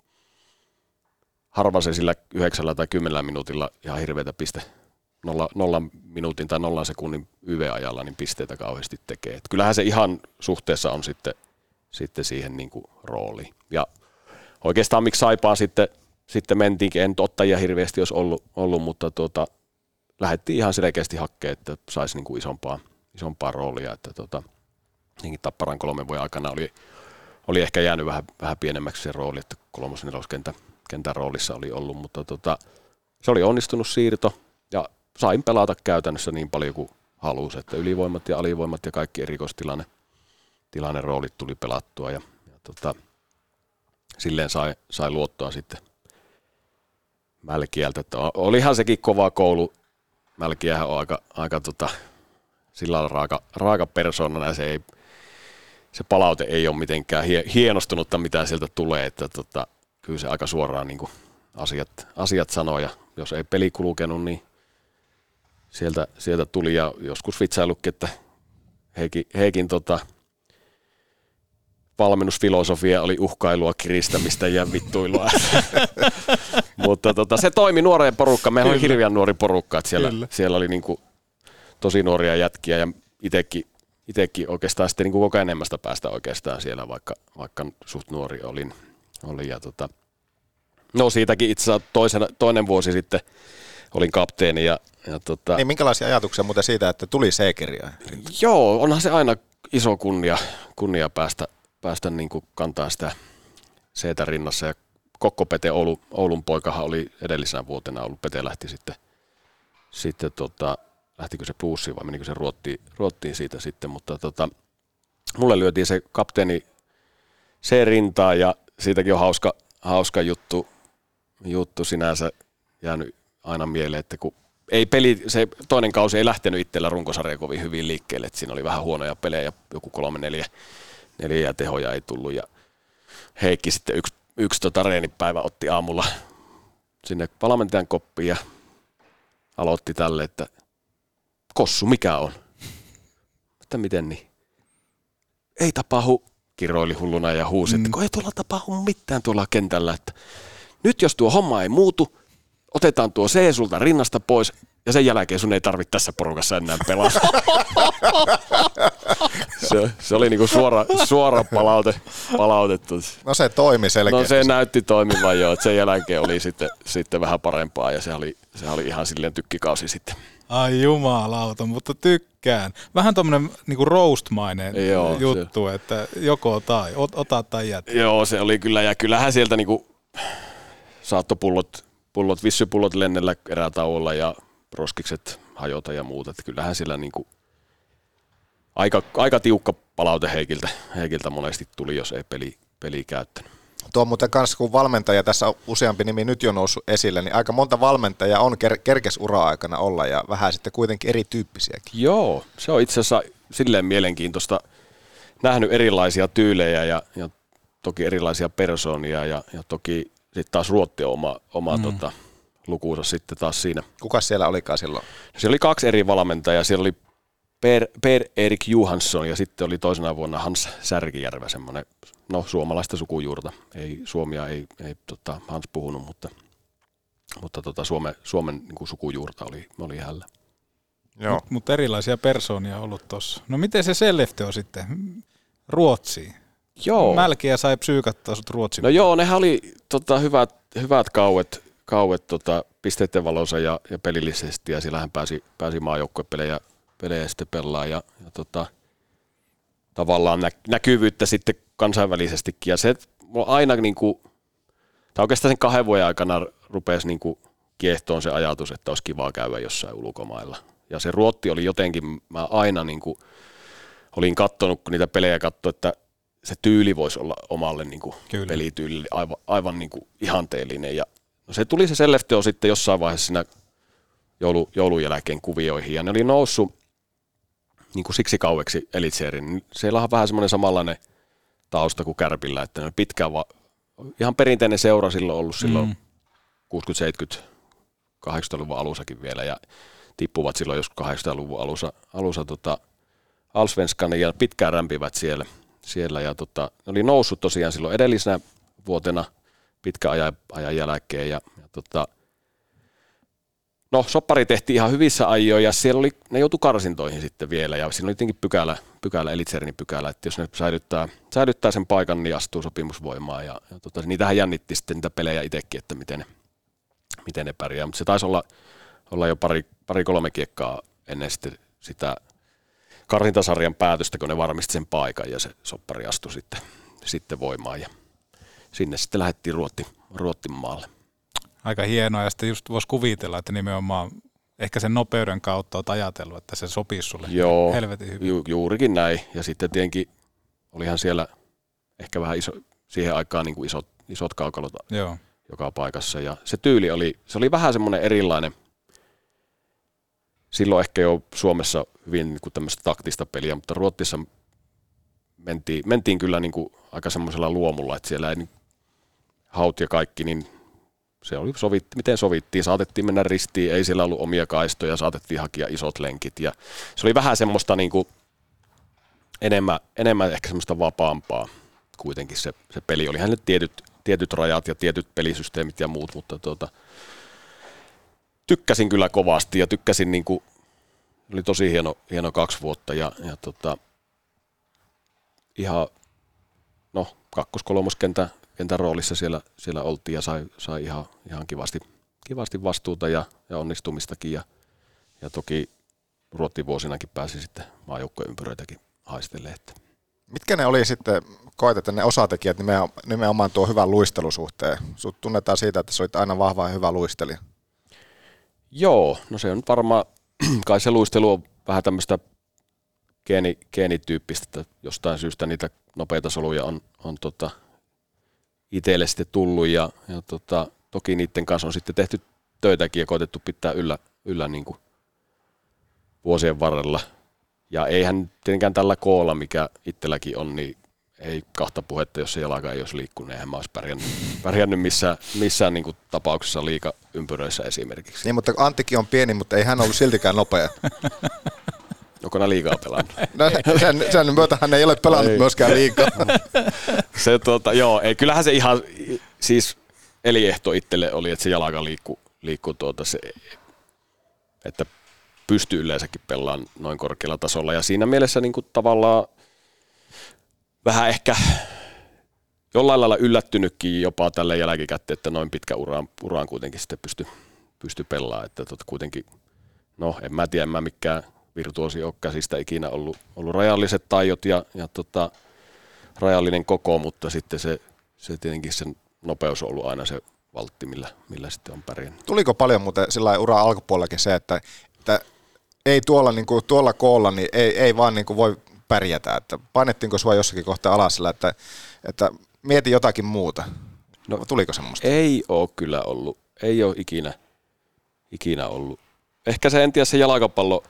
harva se sillä yhdeksällä tai kymmenellä minuutilla ihan hirveätä piste nolla, nollan minuutin tai nollan sekunnin Y V-ajalla niin pisteitä kauheasti tekee. Et kyllähän se ihan suhteessa on sitten, sitten siihen niin kuin rooliin. Ja oikeastaan miksi Saipaan sitten, sitten mentiinkin, en ottajia hirveästi olisi ollut, ollut mutta tuota, lähdettiin ihan selkeästi hakkeen, että saisi niin kuin isompaa, isompaa roolia. Että tuota, Tapparan kolmen vuoden aikana oli, oli ehkä jäänyt vähän, vähän pienemmäksi se rooli, että kolmos- neloskentän kentän roolissa oli ollut, mutta tota, se oli onnistunut siirto ja sain pelata käytännössä niin paljon kuin halusi, että ylivoimat ja alivoimat ja kaikki erikoistilanne tilanne roolit tuli pelattua ja, ja tota, silleen sai, sai luottoa sitten Mälkiältä, että olihan sekin kova koulu. Mälkiähän on aika, aika tota, sillä lailla raaka, raaka persoonana ja se, ei, se palaute ei ole mitenkään hie, hienostunutta, mitä sieltä tulee, että tota, kyllä se aika suoraan niin kuin asiat, asiat sanoo ja jos ei peli kulkenut, niin sieltä, sieltä tuli ja joskus vitsailutkin, että Heikin, Heikin tota, valmennusfilosofia oli uhkailua, kiristämistä ja vittuilua. Mutta tota, se toimi nuoreen porukka. Meillä oli hirveän nuori porukka, että siellä, siellä oli niin kuin tosi nuoria jätkiä ja itsekin, itsekin oikeastaan sitten niin kuin kokeneemmasta päästä oikeastaan siellä, vaikka, vaikka suht nuori olin. olin ja tota, no siitäkin itse asiassa toisena, toinen vuosi sitten olin kapteeni. Ja, ja tota, niin, minkälaisia ajatuksia muuten siitä, että tuli C-kirjaa? Joo, onhan se aina iso kunnia, kunnia päästä, päästä niin kuin kantaa sitä C-tä rinnassa. Ja Kokko Pete Oulu, Oulun poikahan oli edellisenä vuotena ollut. Pete lähti sitten, sitten tota, lähtikö se plussiin vai menikö se ruottiin, ruottiin siitä sitten, mutta tota, mulle lyötiin se kapteeni C-rintaan ja siitäkin on hauska, hauska juttu, juttu sinänsä jäänyt aina mieleen, että kun ei peli, se toinen kausi ei lähtenyt itsellä runkosarja kovin hyvin liikkeelle, että siinä oli vähän huonoja pelejä ja joku kolme, neljä, neljä tehoja ei tullut ja Heikki sitten yksi, yksi tota reenipäivä otti aamulla sinne valmentajan koppiin ja aloitti tälle, että Kossu, mikä on? Että miten niin? Ei tapahdu, kiroili hulluna ja huusi, että kun ei tuolla tapahdu mitään tuolla kentällä, että nyt jos tuo homma ei muutu, otetaan tuo C sulta rinnasta pois ja sen jälkeen sun ei tarvitse tässä porukassa enää pelata. se, se oli niinku suora, suora palaute, palautettu. No se toimi selkeästi. No se näytti toimivan jo, että sen jälkeen oli sitten, sitten vähän parempaa ja se oli, se oli ihan silleen tykkikausi sitten. Ai jumalauta, mutta tykkään. Vähän tommonen niinku roastmainen Joo, juttu, se. Että joko tai, ot, ota tai jätä. Joo, se oli kyllä ja kyllähän sieltä niinku saattoi pullot, pullot, vissypullot lennellä erätauolla ja roskikset hajota ja muuta. Että kyllähän sillä niinku aika, aika tiukka palaute Heikiltä, Heikiltä monesti tuli, jos ei peli, peli käyttänyt. Tuo muuten kanssa, kun valmentaja, tässä on useampi nimi nyt jo noussut esille, niin aika monta valmentajaa on ker- kerkes ura-aikana olla ja vähän sitten kuitenkin erityyppisiäkin. Joo, se on itse asiassa silleen mielenkiintoista. Nähnyt erilaisia tyylejä ja, ja toki erilaisia persoonia ja, ja toki sitten taas Ruotti on oma, oma mm. tota, lukuunsa sitten taas siinä. Kuka siellä olikaan silloin? Siellä oli kaksi eri valmentajaa. Siellä oli Per, per Erik Johansson ja sitten oli toisena vuonna Hans Särkijärvä, semmoinen no, suomalaista sukujuurta. Ei, Suomia ei, ei tota, Hans puhunut, mutta, mutta tota, Suome, Suomen niin kuin sukujuurta oli, oli hänellä. Joo. Mut, mutta erilaisia persoonia on ollut tuossa. No miten se Skellefteå sitten? Ruotsiin? Joo. Mälkiä sai psyykattaa sut Ruotsiin. No joo, nehän oli tota, hyvät, hyvät kauet, kauet tota, pisteiden valossa ja, ja pelillisesti, ja sillähän pääsi, pääsi maajoukkuepelejä pelejä sitten pelaa ja, ja tota, tavallaan nä, näkyvyyttä sitten kansainvälisestikin. Ja se mulla aina niin kuin, tai oikeastaan sen kahden vuoden aikana rupesi niin kuin kiehtoon se ajatus, että olisi kivaa käydä jossain ulkomailla. Ja se Ruotti oli jotenkin, mä aina niin kuin, olin katsonut, kun niitä pelejä katsoi, että se tyyli voisi olla omalle niin kuin pelityyli aivan, aivan niin kuin ihanteellinen. Ja no se tuli se Skellefteå sitten jossain vaiheessa siinä joulu, joulun jälkeen kuvioihin, ja ne oli noussut niin kuin siksi kaueksi Elitserien. Siellä on vähän semmoinen samanlainen tausta kuin Kärpillä, että ne on pitkään va- ihan perinteinen seura silloin ollut silloin mm. kuusikymmentä, seitsemänkymmentä, kahdeksankymmentäluvun alussakin vielä, ja tippuvat silloin joskus kahdeksankymmentäluvun alussa, alussa tota, Allsvenskan ja pitkään rämpivät siellä. siellä ja tota, ne oli noussut tosiaan silloin edellisenä vuotena pitkän ajan, ajan jälkeen, ja, ja tota, no, soppari tehtiin ihan hyvissä ajoin, ja siellä oli, ne joutui karsintoihin sitten vielä, ja siinä oli tietenkin pykälä, pykälä Elitserinin pykälä, että jos ne säilyttää, säilyttää sen paikan, niin astuu sopimusvoimaan, ja, ja tota, niitähän jännitti sitten niitä pelejä itsekin, että miten ne, miten ne pärjää, mutta se taisi olla, olla jo pari, pari kolme kiekkaa ennen sitten sitä karsintasarjan päätöstä, kun ne varmisti sen paikan, ja se soppari astui sitten, sitten voimaan, ja sinne sitten lähdettiin Ruotti, Ruottimaalle. Aika hienoa, ja sitten just voisi kuvitella, että nimenomaan ehkä sen nopeuden kautta olet ajatellut, että se sopisi sulle Joo, helvetin hyvin. Ju, juurikin näin, ja sitten tietenkin olihan siellä ehkä vähän iso, siihen aikaan niin kuin isot, isot kaukalot Joo. joka paikassa, ja se tyyli oli, se oli vähän semmoinen erilainen, silloin ehkä jo Suomessa hyvin niin kuin tämmöistä taktista peliä, mutta Ruotsissa mentiin, mentiin kyllä niin kuin aika semmoisella luomulla, että siellä ei niin, haut ja kaikki, niin se oli sovitti, miten sovittiin, saatettiin mennä ristiin, ei siellä ollut omia kaistoja, saatettiin hakea isot lenkit, ja se oli vähän semmoista niin kuin enemmän, enemmän ehkä semmoista vapaampaa kuitenkin se, se peli. Olihan ne tietyt, tietyt rajat ja tietyt pelisysteemit ja muut, mutta tuota, tykkäsin kyllä kovasti ja tykkäsin, niin kuin, oli tosi hieno, hieno kaksi vuotta ja, ja tota, ihan no kakkos-kolmoskentän kentän roolissa siellä, siellä oltiin ja sai, sai ihan, ihan kivasti, kivasti vastuuta ja, ja onnistumistakin ja, ja toki Ruotsin vuosinakin pääsi sitten maajoukkueympyröitäkin haistelemaan. Mitkä ne oli sitten, koet, että ne osatekijät nimenomaan tuo hyvän luistelusuhteen? Sut tunnetaan siitä, että sä olit aina vahva ja hyvä luistelija. Joo, no se on varmaan, kai se luistelu on vähän tämmöistä geeni, geenityyppistä, että jostain syystä niitä nopeita soluja on, on tota itselle sitten tullut ja, ja tota, toki niiden kanssa on sitten tehty töitäkin ja koetettu pitää yllä, yllä niin kuin vuosien varrella. Ja eihän tietenkään tällä koolla, mikä itselläkin on, niin ei kahta puhetta, jos se jalka ei olisi liikkunut, eihän mä olisi pärjännyt, pärjännyt missään, missään niin kuin tapauksessa liigaympyröissä esimerkiksi. Niin, mutta Anttikin on pieni, mutta ei hän ollut siltikään nopea. Onko nämä liigaa pelannut? No, sen, sen myötä hän ei ole pelannut ei. myöskään liigaa. Se, tuota, joo, ei, kyllähän se ihan, siis eliehto itselle oli, että se jalka liikkuu, liikkuu tuota se, että pystyy yleensäkin pelaamaan noin korkealla tasolla. Ja siinä mielessä niin kuin tavallaan vähän ehkä jollain lailla yllättynytkin jopa tälle jälkikäteen, että noin pitkä uraan, uraan kuitenkin sitten pysty, pysty pelaamaan. Että tuota kuitenkin, no en mä tiedä, en mä mikään virtuosi ole käsistä ikinä ollut, ollut rajalliset taidot ja, ja tota, rajallinen koko, mutta sitten se, se tietenkin sen nopeus on ollut aina se valtti, millä, millä sitten on pärjännyt. Tuliko paljon muuten sillä ura alkupuolellakin se, että, että ei tuolla, niin kuin, tuolla koolla niin ei, ei vaan niin kuin voi pärjätä, että painettiinko sua jossakin kohtaa alas sillä, että, että mieti jotakin muuta? No, tuliko semmoista? Ei ole kyllä ollut, ei ole ikinä, ikinä ollut. Ehkä se, en tiedä, se jalkapallo,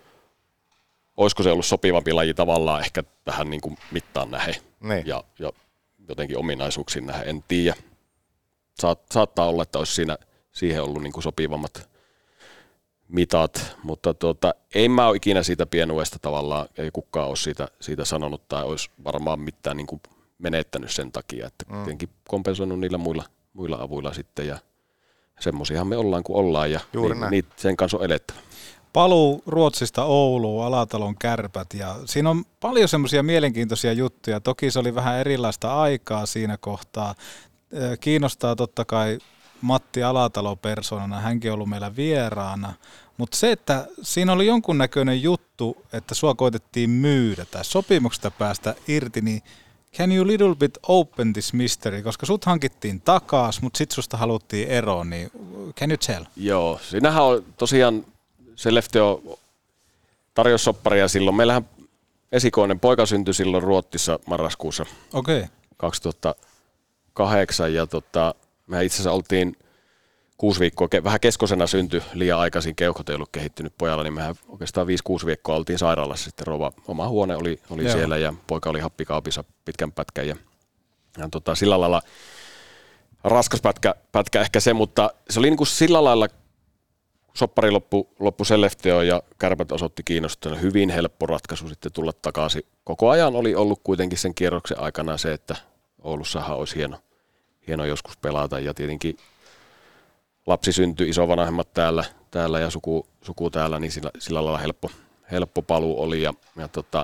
olisiko se ollut sopivampi laji tavallaan ehkä tähän niin kuin mittaan nähen niin. ja, ja jotenkin ominaisuuksiin nähen, en tiedä. Saat, saattaa olla, että olisi siinä, siihen ollut niin kuin sopivammat mitat, mutta tuota, ei mä ole ikinä siitä pienuudesta tavallaan, ei kukaan ole siitä, siitä sanonut tai olisi varmaan mitään niin kuin menettänyt sen takia, että mm. tietenkin kompensoinut niillä muilla, muilla avuilla sitten ja semmosiahan me ollaan kuin ollaan ja ni, ni, sen kanssa on elettävä. Paluu Ruotsista Ouluun, Alatalon Kärpät ja siinä on paljon semmoisia mielenkiintoisia juttuja. Toki se oli vähän erilaista aikaa siinä kohtaa. Kiinnostaa totta kai Matti Alatalo persoonana, hänkin on ollut meillä vieraana. Mutta se, että siinä oli jonkunnäköinen juttu, että sua koitettiin myydä tai sopimuksesta päästä irti, niin can you little bit open this mystery, koska sut hankittiin takas, mutta sit susta haluttiin eroon, niin can you tell? Joo, siinähän on tosiaan se Lefteo tarjosi sopparia silloin. Meillähän esikoinen poika syntyi silloin Ruotsissa marraskuussa okay. kaksituhattakahdeksan ja tota, me itse asiassa oltiin kuusi viikkoa, vähän keskosena syntyi liian aikaisin, keuhkot ei ollut kehittynyt pojalla, niin mehän oikeastaan viisi kuusi viikkoa oltiin sairaalassa. Sitten rouva, oma huone oli, oli siellä ja poika oli happikaapissa pitkän pätkän ja, ja tota, sillä lailla raskas pätkä, pätkä ehkä se, mutta se oli niin kuin sillä lailla soppari loppu, loppu Sellefteo ja Kärpät osoitti kiinnostunut. Hyvin helppo ratkaisu sitten tulla takaisin. Koko ajan oli ollut kuitenkin sen kierroksen aikana se, että Oulussahan olisi hieno, hieno joskus pelata ja tietenkin lapsi syntyi, isovanhemmat täällä, täällä ja suku, suku täällä, niin sillä, sillä lailla helppo, helppo paluu oli. Ja, ja tota,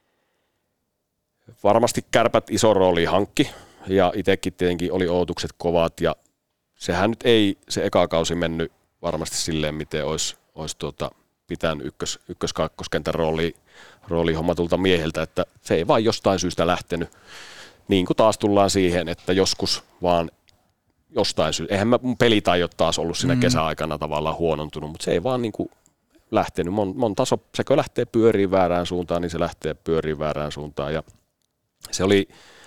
varmasti Kärpät iso rooli hankki ja itsekin tietenkin oli odotukset kovat ja sehän nyt ei se eka kausi mennyt varmasti silleen, miten olisi, olisi tuota, pitänyt ykkös, ykkös-kakkoskentän rooli, rooli hommatulta mieheltä, että se ei vaan jostain syystä lähtenyt. Niin kuin taas tullaan siihen, että joskus vaan jostain syystä, eihän mun pelitaito taas ollut siinä mm. kesäaikana tavallaan huonontunut, mutta se ei vaan niin kuin lähtenyt. Mon, monta so, sekö lähtee pyöriin väärään suuntaan, niin se lähtee pyöriin väärään suuntaan ja se oli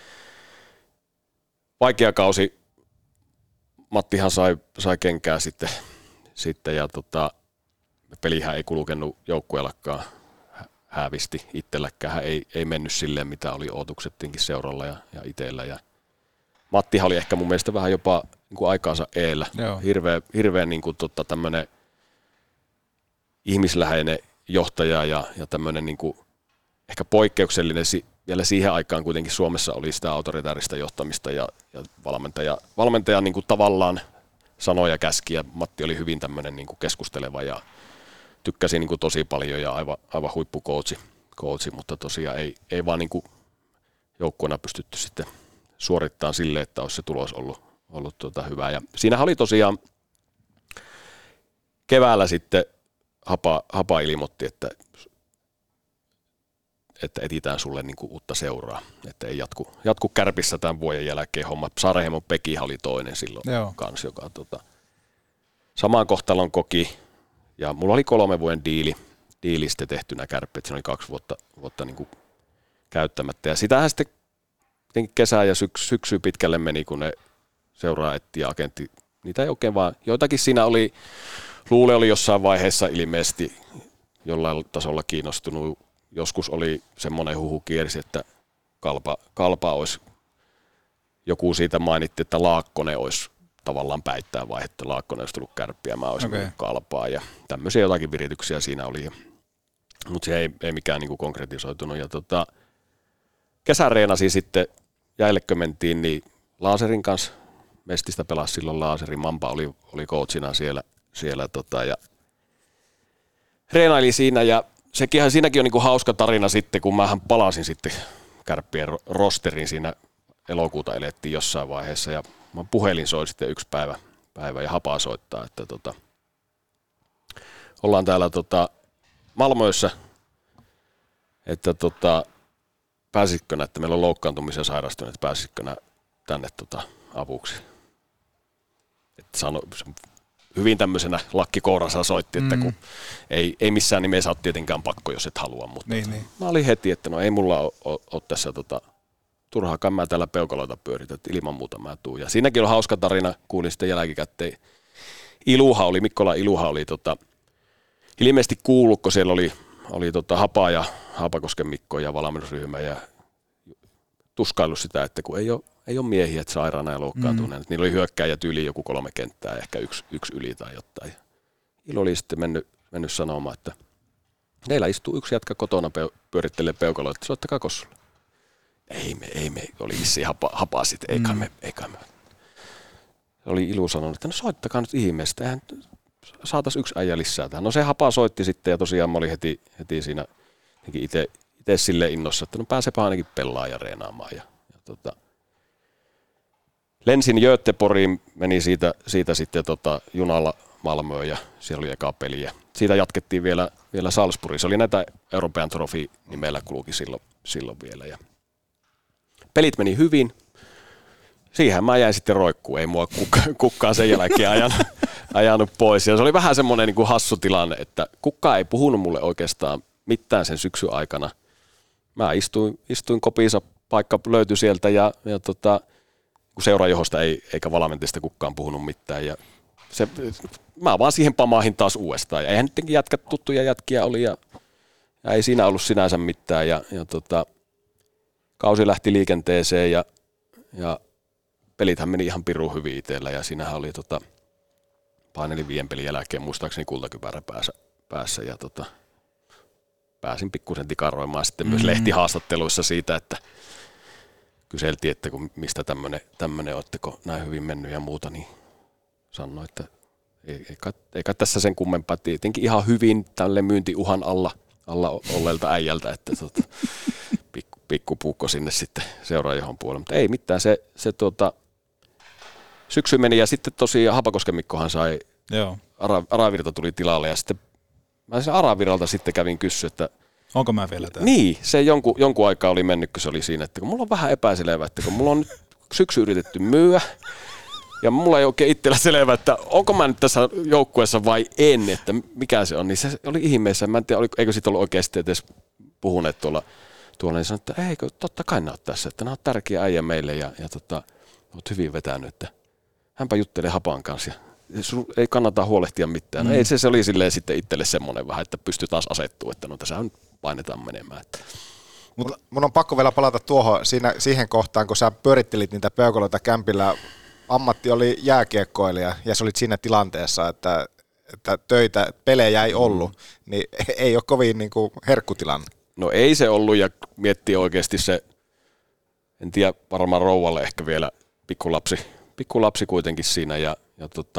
vaikea kausi. Mattihan sai, sai kenkää sitten, sitten ja tota, pelihän ei kulkenut joukkueellakaan hävisti itselläkään, ei, ei mennyt silleen, mitä oli odotukset tietenkin seuralla ja, ja itsellä. Ja Mattihan oli ehkä mun mielestä vähän jopa niin kuin aikaansa eellä. Hirveä, hirveä niin kuin, tota, tämmöinen ihmisläheinen johtaja ja, ja tämmöinen niin kuin, ehkä poikkeuksellinen, vielä siihen aikaan kuitenkin Suomessa oli sitä autoritaarista johtamista ja, ja valmentaja, valmentaja niin kuin tavallaan sanoi ja käski ja Matti oli hyvin tämmöinen niin kuin keskusteleva ja tykkäsi niin kuin tosi paljon ja aivan, aivan huippukoutsi, coachi, mutta tosiaan ei, ei vaan niin kuin joukkueena pystytty sitten suorittamaan sille, että olisi se tulos ollut, ollut tuota hyvä. Ja siinähän oli tosiaan keväällä sitten Hapa, Hapa ilmoitti, että, että etsitään sulle niin kuin uutta seuraa, että ei jatku, jatku Kärpissä tämän vuoden jälkeen homma. Sarhemon Pekihan oli toinen silloin kanssa, joka tota, samaan kohtalon koki. Ja mulla oli kolme vuoden diili, diili sitten tehtynä Kärppi, että siinä oli kaksi vuotta, vuotta niin kuin käyttämättä. Ja sitähän sitten kesää ja syksy, syksy pitkälle meni, kun ne seuraa etti ja agentti. Niitä ei oikein vaan, joitakin siinä oli, Luule oli jossain vaiheessa ilmeisesti jollain tasolla kiinnostunut. Joskus oli semmoinen huhu kiersi, että kalpa, kalpa olisi, joku siitä mainitti, että Laakkonen olisi tavallaan päittää vai, että Laakkonen olisi tullut Kärppiä, mä olisin okay. Kalpaa ja tämmöisiä jotakin virityksiä siinä oli. Mutta se ei, ei mikään niinku konkretisoitunut. Ja tota, kesäreenasi sitten jäillekö mentiin, niin Laaserin kanssa Mestistä pelasi silloin Laaseri, Mampa oli, oli coachina siellä, siellä tota, ja reenaili siinä ja sekin, siinäkin on niinku hauska tarina sitten, kun mähän palasin sitten Kärppien rosterin siinä elokuuta elettiin jossain vaiheessa ja mä puhelin soi sitten yksi päivä, päivä ja Hapa soittaa, että tota, ollaan täällä tota Malmössä, että tota, pääsitkö että meillä on loukkaantumisia sairastuneet, pääsitkö tänne tota, avuksi. Että sano, hyvin tämmöisenä lakkikourassa soitti, että kun mm. ei, ei missään nimessä ole tietenkään pakko, jos et halua, mutta niin, niin. Mä olin heti, että no ei mulla ole, ole, ole tässä tota, turhaakaan mä täällä peukaloita pyöritä, että ilman muuta mä tuun. Ja siinäkin on hauska tarina, kuulin sitten jälkikäteen. Iluha oli, Mikkola Iluha oli tota, ilmeisesti kuullut, kun siellä oli, oli tota Hapa ja Haapakosken Mikko ja valmennusryhmä ja tuskaillut sitä, että kun ei ole, ei ole miehiä, että sairaana ja loukkaantuneena. Mm. Niillä oli hyökkääjä tyyli joku kolme kenttää, ehkä yksi, yksi yli tai jotain. Ilo oli sitten mennyt, mennyt sanomaan, että teillä istuu yksi jätkä kotona peu- pyörittelee peukaloa, että soittakaa Kossulle. Ei me, ei me, oli vissiin hapa, hapasit, eikä mm. me, eikä me. Oli Ilu sanonut, että no soittakaa nyt ihmeestä, eihän saatais yksi äijä lisää tähän. No se hapa soitti sitten ja tosiaan mä olin heti, heti siinä itse silleen innossa, että no pääsepä ainakin pelaamaan ja reenaamaan. Ja, ja tota, lensin Göteborgiin, meni siitä, siitä sitten tota, junalla Malmöön ja siellä oli eka peli. Ja siitä jatkettiin vielä, vielä Salzburgiin. Se oli näitä European Trophy nimellä kulki silloin, silloin vielä. Ja pelit meni hyvin. Siihen mä jäin sitten roikkuun. Ei mua kukaan, kukaan sen jälkeen ajanut, ajanut pois. Ja se oli vähän semmoinen niin kuin hassu tilanne, että kukaan ei puhunut mulle oikeastaan mitään sen syksyn aikana. Mä istuin, istuin kopiinsa, paikka löytyi sieltä ja, ja tota, kun seurajohosta ei, eikä valmentajista kukaan puhunut mitään. Ja se, mä vaan siihen pamaahin taas uudestaan. Ja eihän nyt jätkät, tuttuja jätkiä oli ja, ja ei siinä ollut sinänsä mitään. Ja, ja tota, kausi lähti liikenteeseen ja, ja pelithän meni ihan pirun hyvin itsellä. Ja siinähän oli tota, painelin viien pelin jälkeen muistaakseni kultakypärä päässä. päässä ja tota, pääsin pikkusen tikaroimaan sitten myös lehtihaastatteluissa siitä, että kyseltiin, että kun mistä tämmöinen, tämmöinen ootteko näin hyvin mennyt ja muuta, niin sanoi, että ei, ei, kai, ei kai tässä sen kummempaa, tietenkin ihan hyvin tälle myyntiuhan alla, alla olleelta äijältä, että tota, pikku, pikkupuukko sinne sitten seuraajohon puolelle, mutta ei mitään, se, se tuota, syksy meni ja sitten tosiaan Hapakosken Mikkohan sai, Joo. Ara, Aravirta tuli tilalle ja sitten mä sen Araviralta sitten kävin kysyä, että onko mä vielä täällä? Niin, se jonkun, jonkun aikaa oli mennyt, kun se oli siinä, että kun mulla on vähän epäselvä, että kun mulla on nyt syksy yritetty myyä, ja mulla ei oikein itsellä selvä, että onko mä nyt tässä joukkueessa vai en, että mikä se on, niin se oli ihmeessä. Mä en tiedä, eikö siitä ollut oikeasti edes puhuneet tuolla, tuolla niin sanoin, että eikö, totta kai nää oot tässä, että nää on tärkeä äijä meille, ja, ja tota, oot hyvin vetänyt, että hänpä juttelee Hapan kanssa, ja sun ei kannata huolehtia mitään. Mm. Ei, se, se oli silleen sitten itselle semmoinen vähän, että pystyy taas asettua, että no tässä painetaan menemään. Että. Mutta mun on pakko vielä palata tuohon siinä, siihen kohtaan, kun sä pyörittelit niitä peukaloita kämpillä. Ammatti oli jääkiekkoilija ja sä olit siinä tilanteessa, että, että töitä, pelejä ei ollut, mm. niin ei ole kovin niin kuin herkkutilanne. No ei se ollut ja miettii oikeasti se, en tiedä, varmaan rouvalle ehkä vielä pikkulapsi, pikkulapsi kuitenkin siinä ja, ja tota,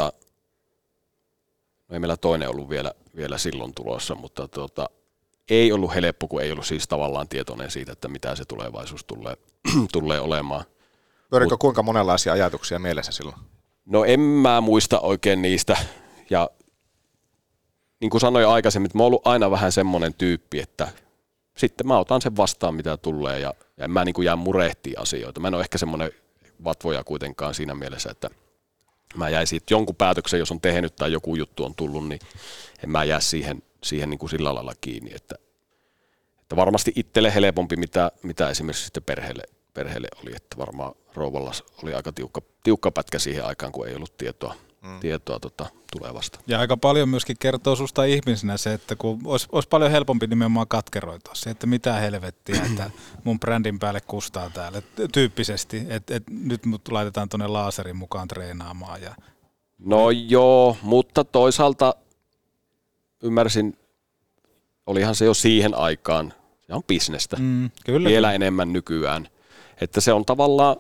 no ei meillä toinen ollut vielä, vielä silloin tulossa, mutta tota, ei ollut helppo, kun ei ollut siis tavallaan tietoinen siitä, että mitä se tulevaisuus tulee, tulee olemaan. Pyörikö kuinka monenlaisia ajatuksia mielessä silloin? No en mä muista oikein niistä. Ja niin kuin sanoin aikaisemmin, että mä oon ollut aina vähän semmoinen tyyppi, että sitten mä otan sen vastaan, mitä tulee ja, ja en mä niin kuin jää murehtia asioita. Mä en ole ehkä semmoinen vatvoja kuitenkaan siinä mielessä, että mä jäin siitä jonkun päätöksen, jos on tehnyt tai joku juttu on tullut, niin en mä jää siihen, siihen niin kuin sillä lailla kiinni. Että, että varmasti itselle helpompi, mitä, mitä esimerkiksi sitten perheelle, perheelle oli, että varmaan rouvalla oli aika tiukka, tiukka pätkä siihen aikaan, kun ei ollut tietoa, mm. tietoa tota, tulevasta. Ja aika paljon myöskin kertoo susta ihmisenä se, että kun olisi, olisi paljon helpompi nimenomaan katkeroitua se, että mitä helvettiä, että mun brändin päälle kustaa täällä tyyppisesti, että, että nyt mut laitetaan tuonne laaserin mukaan treenaamaan. Ja... No joo, mutta toisaalta ymmärsin, olihan se jo siihen aikaan, se on bisnestä, mm, kyllä. Vielä enemmän nykyään. Että se on tavallaan,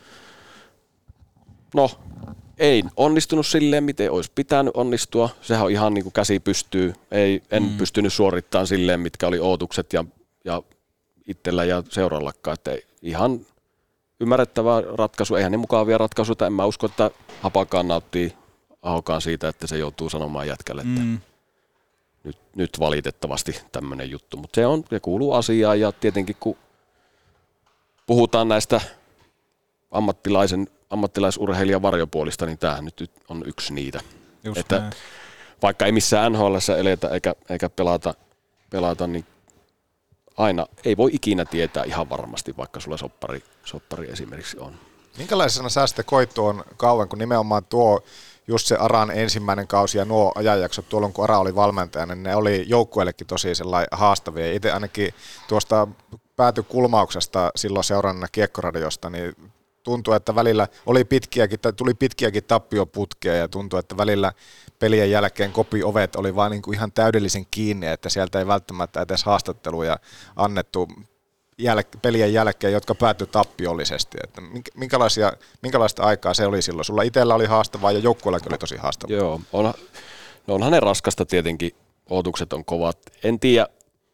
no ei onnistunut silleen, miten olisi pitänyt onnistua. Sehän on ihan niin kuin käsi pystyy. Ei, en mm. pystynyt suorittamaan silleen, mitkä oli odotukset ja, ja itsellä ja seurallakaan. Että ihan ymmärrettävä ratkaisu. Eihän ne mukavia ratkaisuja. En mä usko, että Hapakaan nauttii Ahokaan siitä, että se joutuu sanomaan jätkälle, että mm. nyt, nyt valitettavasti tämmöinen juttu. Mutta se, on, se kuuluu asiaan ja tietenkin kun puhutaan näistä ammattilaisen, ammattilaisurheilijan varjopuolista, niin tämähän nyt on yksi niitä. Että vaikka ei missään N H L:ssä eletä eikä, eikä pelata, pelata, niin aina ei voi ikinä tietää ihan varmasti, vaikka sulla soppari, soppari esimerkiksi on. Minkälaisena sä sitten koit tuon kauan, kun nimenomaan tuo just se Aran ensimmäinen kausi ja nuo ajanjaksot tuolloin, kun Ara oli valmentajana, niin ne oli joukkueellekin tosi sellainen haastavia. Itse ainakin tuosta päätykulmauksesta silloin seurannana Kiekkoradiosta, niin tuntui, että välillä oli pitkiäkin, tuli pitkiäkin tappioputkia ja tuntui, että välillä pelien jälkeen kopiovet oli vaan niin kuin ihan täydellisen kiinni, että sieltä ei välttämättä edes haastatteluja annettu jäl- pelien jälkeen, jotka päättyi tappiollisesti. Että minkälaisia, minkälaista aikaa se oli silloin? Sulla itsellä oli haastavaa ja joukkueellakin oli tosi haastavaa. Joo, on, no onhan ne raskasta tietenkin, odotukset on kovat. En tiedä,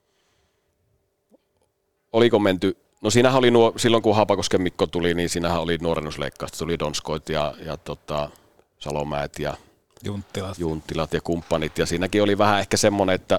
oliko menty, no siinähän oli nuo, silloin kun Haapakosken Mikko tuli, niin siinähän oli nuorennusleikkausta, tuli Donskoit ja, ja tota, Salomäet ja Junttilat. Junttilat ja kumppanit, ja siinäkin oli vähän ehkä semmoinen, että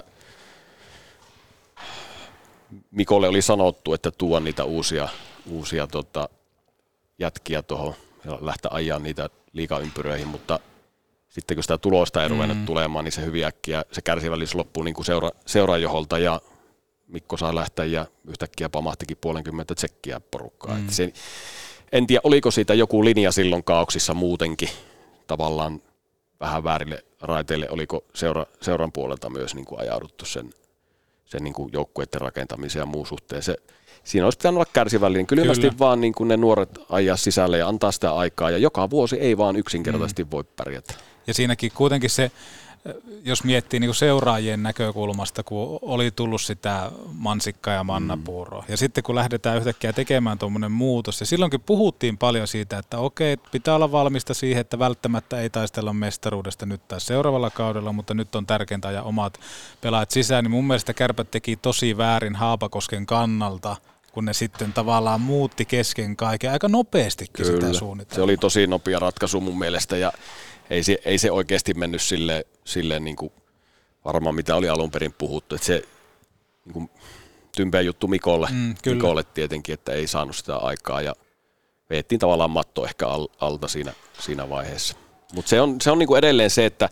Mikolle oli sanottu, että tuo niitä uusia, uusia tota, jätkiä tuohon ja lähteä ajaa niitä liigaympyröihin, mutta sitten kun sitä tulosta ei ruvennut mm. tulemaan, niin se hyvin äkkiä, se kärsivällisyys loppuu niin kuin seura, seuraajoholta ja Mikko saa lähteä ja yhtäkkiä pamahtikin puolenkymmentä tsekkiä porukkaa. Mm. Se, en tiedä, oliko siitä joku linja silloin kaauksissa muutenkin tavallaan vähän väärille raiteille, oliko seura, seuran puolelta myös niin kuin ajauduttu sen, sen niin kuin joukkueiden rakentamiseen ja muun suhteen. Se, siinä olisi pitänyt olla kärsivällinen. Kylmästi Kyllä. vaan niin kuin ne nuoret ajaa sisälle ja antaa sitä aikaa, ja joka vuosi ei vaan yksinkertaisesti mm. voi pärjätä. Ja siinäkin kuitenkin se, jos miettii niin kuin seuraajien näkökulmasta, kun oli tullut sitä mansikkaa ja mannapuuroa, mm. ja sitten kun lähdetään yhtäkkiä tekemään tuommoinen muutos, ja silloinkin puhuttiin paljon siitä, että okei, pitää olla valmista siihen, että välttämättä ei taistella mestaruudesta nyt tai seuraavalla kaudella, mutta nyt on tärkeintä ajaa omat pelaajat sisään, niin mun mielestä Kärpät teki tosi väärin Haapakosken kannalta, kun ne sitten tavallaan muutti kesken kaiken aika nopeastikin Kyllä. sitä suunnitelmaa. Se oli tosi nopea ratkaisu mun mielestä, ja ei se, ei se oikeasti mennyt silleen, silleen niin kuin varmaan mitä oli alun perin puhuttu. Että se niin kuin tympeä juttu Mikolle, mm, Mikolle tietenkin, että ei saanut sitä aikaa ja veettiin tavallaan matto ehkä al, alta siinä, siinä vaiheessa. Mutta se on, se on niin kuin edelleen se, että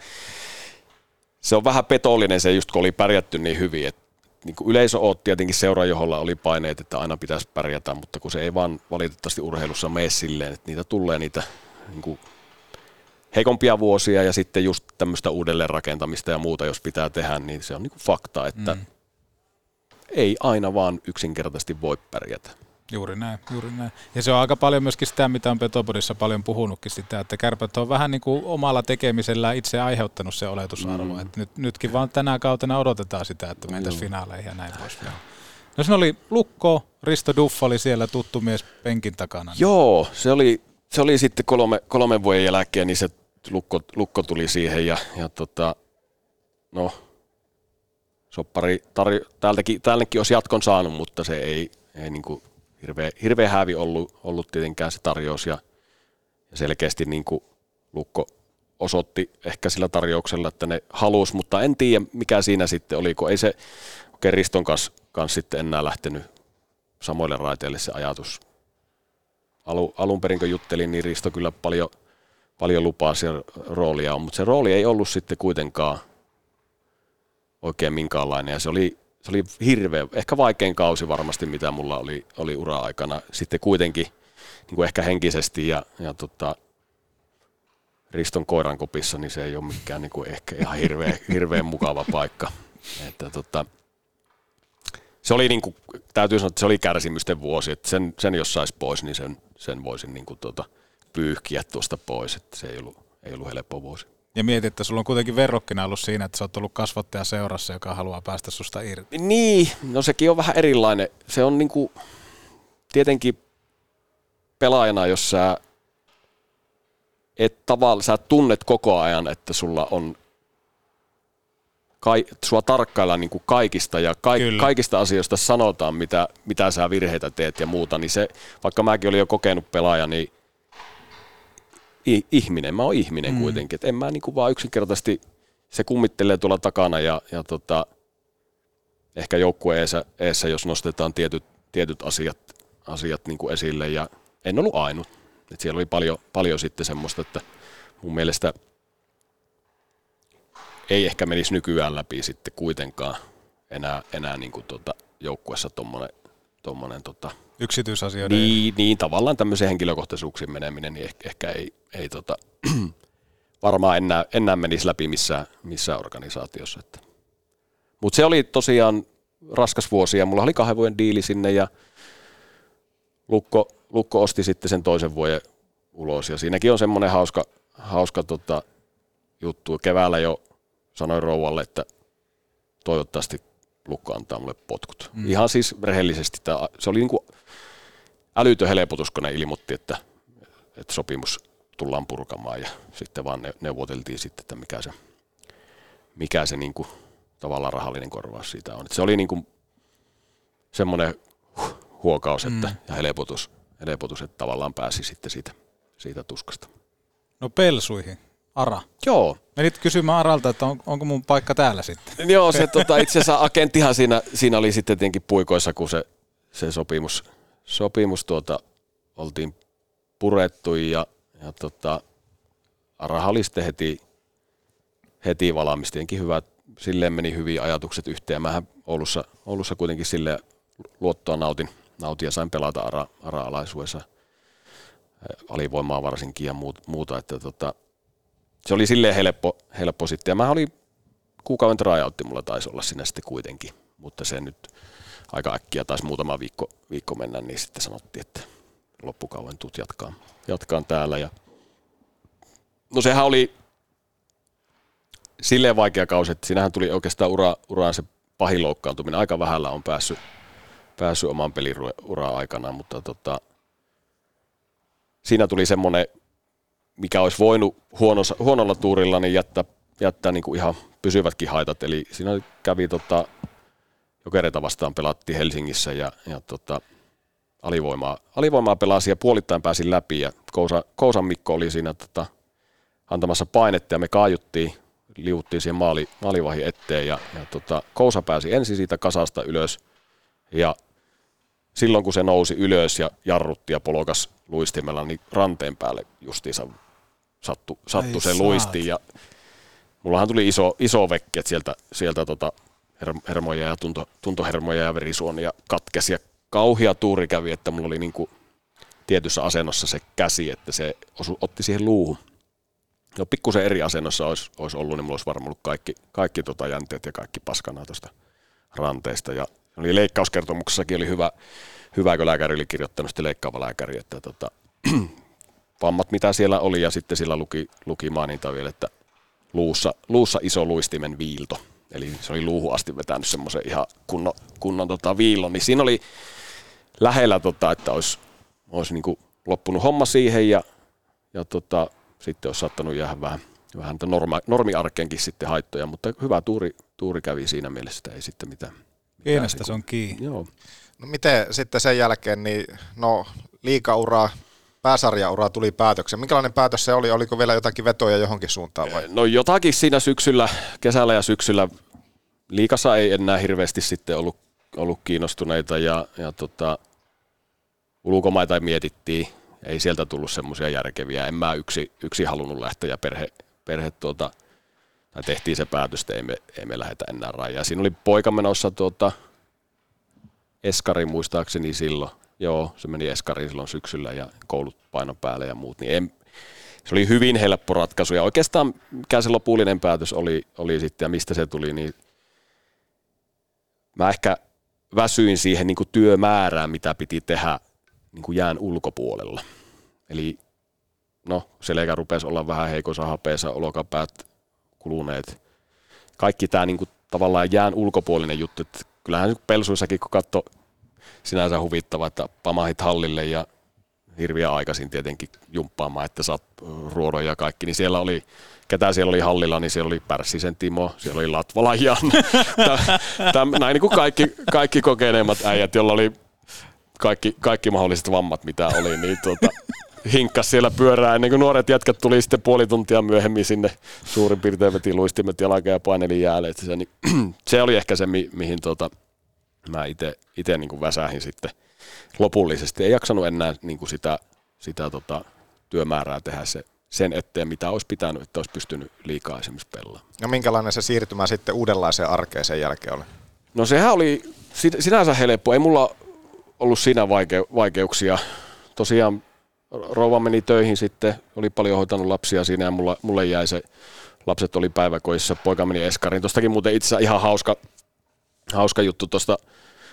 se on vähän petollinen se just kun oli pärjätty niin hyvin. Et niin kuin yleisö oot tietenkin seuraajoholla oli paineet, että aina pitäisi pärjätä, mutta kun se ei vaan valitettavasti urheilussa mene silleen, että niitä tulee niitä niin kuin heikompia vuosia ja sitten just tämmöistä uudelleenrakentamista ja muuta, jos pitää tehdä, niin se on niin kuin fakta, että mm. ei aina vaan yksinkertaisesti voi pärjätä. Juuri näin, juuri näin. Ja se on aika paljon myöskin sitä, mitä on Petopodissa paljon puhunutkin sitä, että Kärpät on vähän niin kuin omalla tekemisellään itse aiheuttanut se oletusarvo. Mm. Että nyt, nytkin vaan tänä kautena odotetaan sitä, että mentäisiin finaaleihin ja näin pois. No siinä oli Lukko, Risto Duff oli siellä tuttu mies penkin takana. Joo, se oli, se oli sitten kolme, kolmen vuoden jälkeen, niin se Lukko, Lukko tuli siihen ja, ja tota, no, soppari tarjo, täältäkin, täällekin olisi jatkon saanut, mutta se ei, ei niin kuin hirveä, hirveä häävi ollut, ollut tietenkään se tarjous ja, ja selkeästi niin kuin Lukko osoitti ehkä sillä tarjouksella, että ne halusi, mutta en tiedä mikä siinä sitten oli, kun ei se oikein Riston kanssa, kanssa sitten enää lähtenyt samoille raiteille se ajatus. Alu, alun perin kun juttelin, niin Risto kyllä paljon Paljon lupaa siellä roolia on, mutta se rooli ei ollut sitten kuitenkaan oikein minkäänlainen. Ja se oli, se oli hirveä, ehkä vaikein kausi varmasti, mitä mulla oli, oli ura-aikana. Sitten kuitenkin niin kuin ehkä henkisesti ja, ja tota, Riston koiran kopissa, niin se ei ole mikään niin kuin ehkä ihan hirveän, hirveän mukava paikka. Että, tota, se oli, niin kuin, täytyy sanoa, että se oli kärsimysten vuosi. Että sen, sen jos saisi pois, niin sen, sen voisin niin kuin, tota, pyyhkiä tuosta pois, että se ei ollut, ei ollut helppo vuosi. Ja mietit, että sulla on kuitenkin verrokkina ollut siinä, että sä oot ollut kasvattaja seurassa, joka haluaa päästä susta irti. Niin, no sekin on vähän erilainen. Se on niinku, tietenkin pelaajana, jos sä et tavallaan, sä tunnet koko ajan, että sulla on, kai, sua tarkkaillaan niinku kaikista ja kaik, kaikista asioista sanotaan, mitä, mitä sä virheitä teet ja muuta, niin se, vaikka mäkin olin jo kokenut pelaaja, niin ihminen, mä oon ihminen mm. kuitenkin, että en mä niinku vaan yksinkertaisesti, se kummittelee tuolla takana ja, ja tota, ehkä joukkueen eessä, eessä, jos nostetaan tietyt, tietyt asiat, asiat niinku esille ja en ollut ainut. Et siellä oli paljon, paljon sitten semmoista, että mun mielestä ei ehkä menisi nykyään läpi sitten kuitenkaan enää, enää niinku tota joukkueessa tommonen, tommonen tota, yksityisasioiden. Niin, niin, tavallaan tämmöiseen henkilökohtaisuuksiin meneminen, niin ehkä, ehkä ei, ei tota, varmaan enää, enää menisi läpi missään, missään organisaatiossa. Mutta se oli tosiaan raskas vuosi ja mulla oli kahden vuoden diili sinne ja Lukko, Lukko osti sitten sen toisen vuoden ulos ja siinäkin on semmoinen hauska, hauska tota, juttu. Keväällä jo sanoin rouvalle, että toivottavasti Lukko antaa mulle potkut. Mm. Ihan siis rehellisesti. Tää, se oli niinku älytön helpotus, kun ne ilmoitti, että, että sopimus tullaan purkamaan ja sitten vaan neuvoteltiin sitten, että mikä se, mikä se niinku, tavallaan rahallinen korvaus siitä on. Et se oli niinku semmoinen huokaus että, mm. ja helpotus, helpotus, että tavallaan pääsi sitten siitä, siitä tuskasta. No pelsuihin. Ara. Joo. Menit kysymään Aralta, että on, onko mun paikka täällä sitten? Joo, se tota, itse asiassa agenttihan siinä, siinä oli sitten tietenkin puikoissa, kun se, se sopimus, sopimus tuota, oltiin purettu ja, ja tota, Arahan oli sitten heti, heti valmis. Tietenkin hyvä, silleen meni hyviä ajatukset yhteen. Mähän Oulussa, Oulussa kuitenkin silleen luottoa nautin, nautin ja sain pelata Ara, Ara-alaisuudessa alivoimaa varsinkin ja muuta, että tota, se oli silleen helppo, helppo sitten. Ja mä olin kuukauden tryoutti, mulla taisi olla siinä sitten kuitenkin, mutta se nyt aika äkkiä taisi muutama viikko, viikko mennä, niin sitten sanottiin, että loppukauden tuut jatkaan, jatkaan täällä. Ja no sehän oli silleen vaikea kausi, että siinähän tuli oikeastaan ura, uraan se pahin loukkaantuminen. Aika vähällä on päässyt, päässyt oman pelin uraa aikana, mutta tota, siinä tuli semmoinen, mikä olisi voinut huonossa, huonolla tuurilla niin jättää, jättää niin kuin ihan pysyvätkin haitat. Eli siinä kävi tota, Jokereita vastaan pelattiin Helsingissä ja, ja tota, alivoimaa, alivoimaa pelasi ja puolittain pääsin läpi. Ja Kousa, Kousan Mikko oli siinä tota, antamassa painetta ja me kaajuttiin, liuttiin siihen maali, maalivahin eteen. Ja, ja tota, Kousa pääsi ensin siitä kasasta ylös ja silloin kun se nousi ylös ja jarrutti ja polokas luistimella, niin ranteen päälle justiinsa sattui, sattui se luisti. Ja mullahan tuli iso, iso vekki, sieltä, sieltä tota hermoja ja tunto, tuntohermoja ja verisuonia katkesi. Ja kauhia tuuri kävi, että mulla oli niinku tietyssä asennossa se käsi, että se osu, otti siihen luuhun. No pikkusen eri asennossa olisi, olisi ollut, niin mulla olisi varmaan ollut kaikki, kaikki tota jänteet ja kaikki paskana tuosta ranteesta. Ja oli leikkauskertomuksessakin oli hyvä, hyvä kun lääkäri oli kirjoittanut sitten leikkaava lääkäri, että tota, vammat mitä siellä oli ja sitten sillä luki, luki maininta vielä, että luussa, luussa iso luistimen viilto. Eli se oli luuhun asti vetänyt semmoisen ihan kunnon, kunnon tota viillon, niin siinä oli lähellä, tota, että olisi, olisi niin kuin loppunut homma siihen ja, ja tota, sitten olisi saattanut jäädä vähän, vähän norma, normiarkeenkin sitten haittoja, mutta hyvä tuuri, tuuri kävi siinä mielessä, että ei sitten mitään. Pienestä se on kiinni. Joo. No miten sitten sen jälkeen, niin no liigauraa, pääsarjauraa tuli päätöksen. Minkälainen päätös se oli? Oliko vielä jotakin vetoja johonkin suuntaan vai? No jotakin siinä syksyllä, kesällä ja syksyllä. Liigassa ei enää hirveästi sitten ollut, ollut kiinnostuneita ja, ja tota, ulkomaita mietittiin. Ei sieltä tullut semmoisia järkeviä. En mä yksi, yksi halunnut lähteä ja perhe, perhe tuota, tai tehtiin se päätös, että ei me, ei me lähdetä enää rajaa. Siinä oli poika menossa tuota, eskari muistaakseni silloin. Joo, se meni eskariin silloin syksyllä ja koulut painon päälle ja muut. Niin en, se oli hyvin helppo ratkaisu ja oikeastaan mikä se lopullinen päätös oli, oli sitten ja mistä se tuli, niin mä ehkä väsyin siihen niin kuin työmäärään, mitä piti tehdä niin kuin jään ulkopuolella. Eli no, selkä rupesi olla vähän heikossa hapeessa, olokapäät kuluneet. Kaikki tämä niin kuin tavallaan jään ulkopuolinen juttu, että kyllähän pelsuissakin, kun katsoi sinänsä huvittava, että pamahit hallille ja hirviä aikaisin tietenkin jumppaamaan, että saat ruodon ja kaikki, niin siellä oli, ketä siellä oli hallilla, niin siellä oli Pärssisen Timo, siellä oli Latvala Jan, Täm, näin niin kuin kaikki, kaikki kokeneemmat äijät, joilla oli kaikki, kaikki mahdolliset vammat, mitä oli, niin tuota, hinkkas siellä pyörää, ennen kuin nuoret jätkät tuli sitten puoli tuntia myöhemmin sinne suurin piirtein veti luistimet jalka ja paineli jäälle, se, niin, se oli ehkä se, mi, mihin tuota, mä itse niin väsähin sitten lopullisesti. Ei jaksanut enää niin kuin sitä, sitä tota, työmäärää tehdä se, sen eteen, mitä olisi pitänyt, että olisi pystynyt liikaa esimerkiksi pelaamaan. No minkälainen se siirtymä sitten uudenlaiseen arkeen sen jälkeen oli? No sehän oli sinänsä helppo. Ei mulla ollut siinä vaike- vaikeuksia. Tosiaan rouva meni töihin sitten, oli paljon hoitanut lapsia siinä ja mulla, mulle jäi se, lapset oli päiväkoissa, poika meni eskariin. Tuostakin muuten itse asiassa ihan hauska, hauska juttu tuosta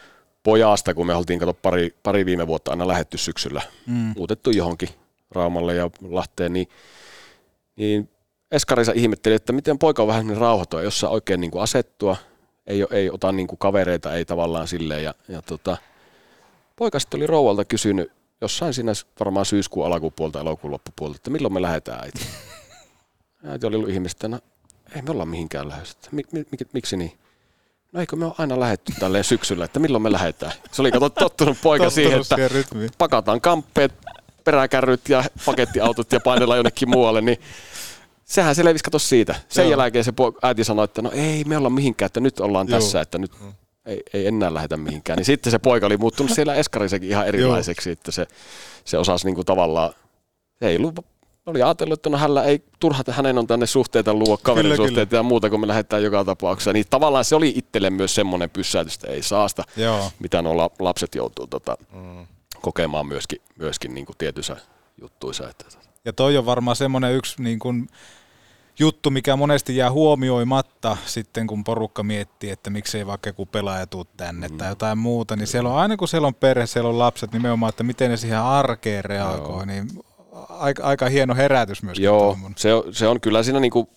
pojasta, kun me oltiin kato pari, pari viime vuotta aina lähetty syksyllä, Mm. muutettu johonkin Raumalle ja Lahteen, niin, niin Eskarissa ihmetteli, että miten poika on vähän niin rauhaton, jos saa oikein niin kuin asettua, ei, ei ota niin kuin kavereita, ei tavallaan silleen. Ja, ja tota, poika sitten oli rouvalta kysynyt jossain siinä varmaan syyskuun alkupuolta, elokuun loppupuolta, että milloin me lähdetään äiti. Äiti oli ollut ihmistä, että no, ei me olla mihinkään lähdössä. Mik, mik, miksi niin? No eikö me ole aina lähdetty tälleen syksyllä, että milloin me lähdetään? Se oli kato tottunut poika tottunut siihen, että siihen pakataan kamppeet, peräkärryt ja pakettiautot ja painellaan jonnekin muualle, niin sehän selvisi kato siitä. Sen Joo. jälkeen se äiti sanoi, että no ei me olla mihinkään, että nyt ollaan Joo. tässä, että nyt ei, ei enää lähdetä mihinkään. Niin sitten se poika oli muuttunut siellä Eskarissakin ihan erilaiseksi, Joo. että se, se osasi niinku tavallaan, se ei ollut, oli ajatellut, että no hänellä ei turha, hänen on tänne suhteita luo, kaverisuhteita ja muuta, kun me lähdetään joka tapauksessa. Niin tavallaan se oli itselle myös semmoinen pyssäytys, että ei saasta, Joo. mitä nuo lapset joutuu tota, mm. kokemaan myöskin, myöskin niin kuin tietyissä juttuissa. Että. Ja toi on varmaan semmoinen yksi niin kuin juttu, mikä monesti jää huomioimatta sitten, kun porukka miettii, että miksei vaikka joku pelaaja tuu tänne mm. tai jotain muuta, niin siellä on aina kun siellä on perhe, siellä on lapset nimenomaan, että miten ne siihen arkeen reagoi, Joo. niin aika, aika hieno herätys myöskin. Joo, se on, se on kyllä siinä niinku,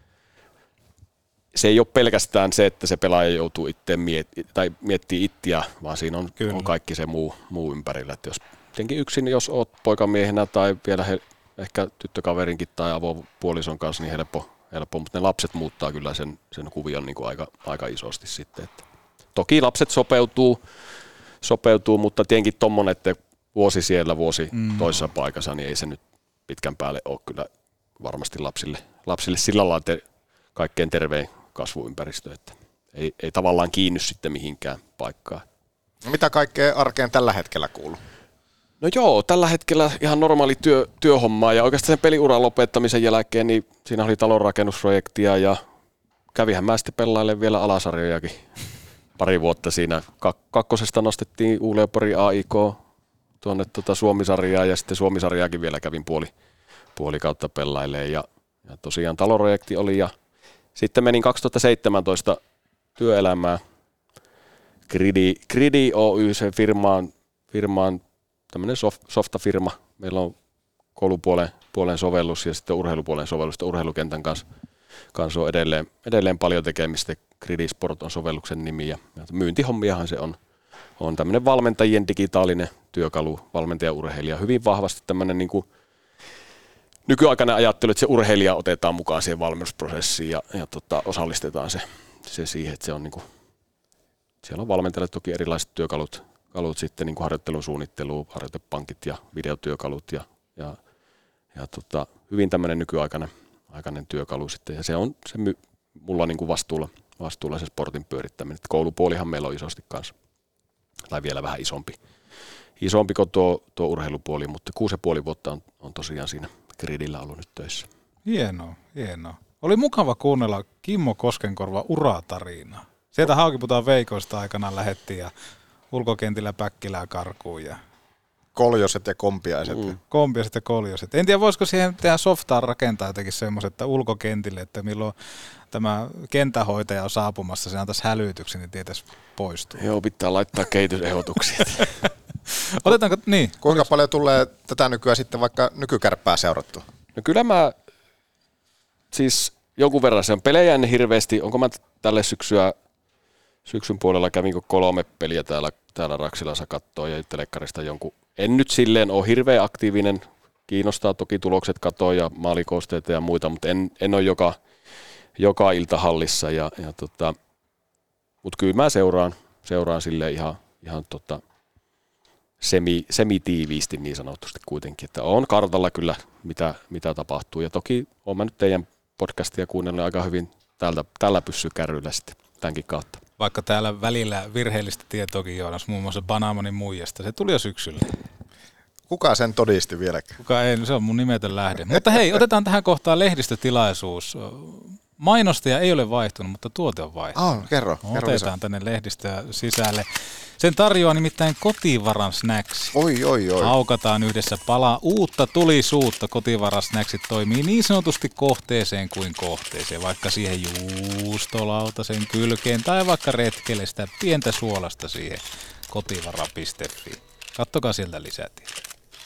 se ei ole pelkästään se, että se pelaaja joutuu itse miet- tai miettii ittiä, vaan siinä on, on kaikki se muu, muu ympärillä. Että jos tietenkin yksin, jos oot poikamiehenä tai vielä he, ehkä tyttökaverinkin tai avopuolison kanssa, niin helppo, helppo. Mutta ne lapset muuttaa kyllä sen, sen kuvion niin kuin aika, aika isosti sitten. Että toki lapset sopeutuu, sopeutuu, mutta tietenkin tommonen, että vuosi siellä, vuosi mm. toisessa paikassa, niin ei se nyt pitkän päälle ole kyllä varmasti lapsille, lapsille sillä lailla te, kaikkein tervein kasvuympäristö, että ei, ei tavallaan kiinny sitten mihinkään paikkaan. No mitä kaikkea arkeen tällä hetkellä kuuluu? No joo, tällä hetkellä ihan normaali työ, työhommaa ja oikeastaan sen peliuran lopettamisen jälkeen, niin siinä oli talonrakennusprojektia ja kävihän mä sitten pelailen vielä alasarjojakin pari vuotta siinä. Kak- kakkosesta nostettiin Uleåpori A I K tuonne tuota Suomisarjaa ja sitten Suomisarjaakin vielä kävin puoli, puoli kautta pelailemaan ja, ja tosiaan talonprojekti oli ja sitten menin kaksituhattaseitsemäntoista työelämään Gridi, Gridi Oy, se firmaan, firmaan tämmöinen soft, softafirma. Meillä on koulupuolen puolen sovellus ja sitten urheilupuolen sovellus. Urheilukentän kanssa, kanssa on edelleen, edelleen paljon tekemistä. Gridi Sport on sovelluksen nimi ja myyntihommiahan se on. On tämmöinen valmentajien digitaalinen työkalu, valmentaja-urheilija. Hyvin vahvasti tämmöinen niin kuin nykyaikainen ajattelu, että se urheilija otetaan mukaan siihen valmennusprosessiin ja, ja tota, osallistetaan se, se siihen, että se on niin kuin, siellä on valmentajille toki erilaiset työkalut, kalut sitten niin kuin harjoittelun suunnittelu, harjoitepankit ja videotyökalut ja, ja, ja tota, hyvin tämmöinen nykyaikainen aikainen työkalu sitten ja se on se my, mulla niin kuin vastuulla, vastuulla se sportin pyörittäminen. Koulupuolihan meillä on isosti kanssa, tai vielä vähän isompi, isompi kuin tuo, tuo urheilupuoli, mutta kuusi ja puoli vuotta on, on tosiaan siinä Gridillä ollut nyt töissä. Hienoa, hienoa. Oli mukava kuunnella Kimmo Koskenkorva uratarinaa. Sieltä Haukiputaan Veikoista aikana lähettiin ja ulkokentillä Päkkilää karkuun. Ja Koljoset ja kompiaiset. Mm. Kompiaiset ja koljoset. En tiedä, voisiko siihen tehdä softaan rakentaa jotenkin semmoiset, että ulkokentille, että milloin tämä kentähoitaja on saapumassa, se antaisi hälytyksen, niin tietäisi poistua. Joo, pitää laittaa kehitysehdotuksia. Otetaanko, niin. Kuinka olis... paljon tulee tätä nykyään sitten vaikka nykykärppää seurattua? No kyllä mä, siis jonkun verran se on pelejä ennen hirveästi. Onko mä tälle syksyä, syksyn puolella kävinkö kolme peliä täällä, täällä Raksilassa kattoo ja telekkarista jonkun. En nyt silleen ole hirveän aktiivinen, kiinnostaa toki tulokset katoa ja maalikoosteita ja muita, mutta en, en ole joka, joka ilta hallissa. Ja, ja tota, mutta kyllä mä seuraan, seuraan silleen ihan, ihan tota, Semi, semitiiviisti niin sanotusti kuitenkin, että on kartalla kyllä mitä, mitä tapahtuu ja toki olen mä nyt teidän podcastia kuunnellut aika hyvin täältä, tällä pyssyy kärryillä sitten tämänkin kautta. Vaikka täällä välillä virheellistä tietoakin Joonas, muun muassa Banamonin muijasta, se tuli jo syksyllä. Kuka sen todisti vieläkään? Kuka ei, se on mun nimetön lähde. Mutta hei, otetaan tähän kohtaan lehdistötilaisuus. Mainostaja ei ole vaihtunut, mutta tuote on vaihtunut. Oh, kerro, kerro Otetaan tänne lehdistöä sisälle. Sen tarjoaa nimittäin Kotivaran snacks. Oi, oi, oi. Haukataan yhdessä palaa uutta tulisuutta. Kotivaran snacksit toimii niin sanotusti kohteeseen kuin kohteeseen, vaikka siihen juustolautasen kylkeen tai vaikka retkelle sitä pientä suolasta siihen kotivara piste fi. Kattokaa sieltä lisätietoja.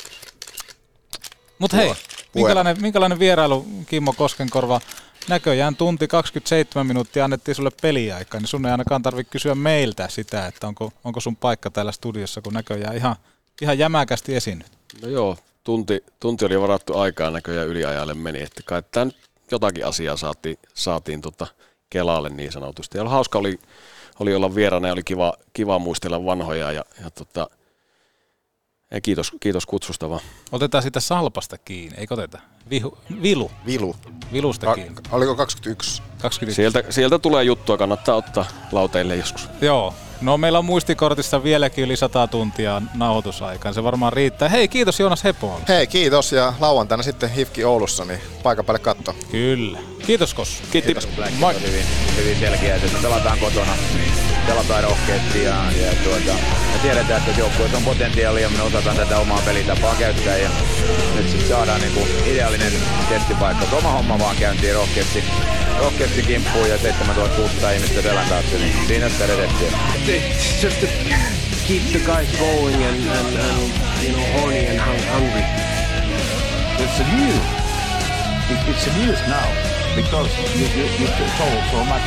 Mut hei, minkälainen, minkälainen vierailu Kimmo Koskenkorva? Näköjään tunti kaksikymmentäseitsemän minuuttia annettiin sulle peliaikaa, niin sun ei ainakaan tarvitse kysyä meiltä sitä, että onko, onko sun paikka täällä studiossa, kun näköjään ihan, ihan jämäkästi esiinnyt. No joo, tunti, tunti oli varattu aikaa, näköjään yliajalle meni, että kai tämän jotakin asiaa saatiin, saatiin tota Kelalle niin sanotusti. Ja hauska oli, oli olla vieraana ja oli kiva, kiva muistella vanhoja ja, ja tota, ja kiitos, kiitos kutsusta vaan. Otetaan sitä Salpasta kiinni, eikö oteta? Vihu, vilu. Vilu. Vilusta Ka- kiinni. Oliko kaksikymmentäyksi? kaksikymmentäyksi. Sieltä, sieltä tulee juttua, kannattaa ottaa lauteille joskus. Joo. No meillä on muistikortissa vieläkin yli sata tuntia nauhoitusaikaan. Se varmaan riittää. Hei, kiitos Joonas Hepola. Hei, kiitos. Ja lauantaina sitten H I F K Oulussa, niin paikan päälle katto. Kyllä. Kiitos Kossu. Kiitos. Moi. Hyvin, hyvin selkeä, että me pelataan kotona. Pelataan rohkeasti ja, ja tuota, me tiedetään, että joukkueessa on potentiaalia ja me osataan tätä omaa pelitapaa käyttää ja nyt sitten saadaan niinku ideaalinen testipaikka. Oma homma vaan käyntiin rohkeasti, rohkeasti kimppuun ja seitsemäntuhatta kuusisataa ihmistä selän taakse, niin siinä sitä edettiin. It's just to keep the guys going and, and, and you know, horny and hungry. It's a news. It's a news now because you, you, you told so much.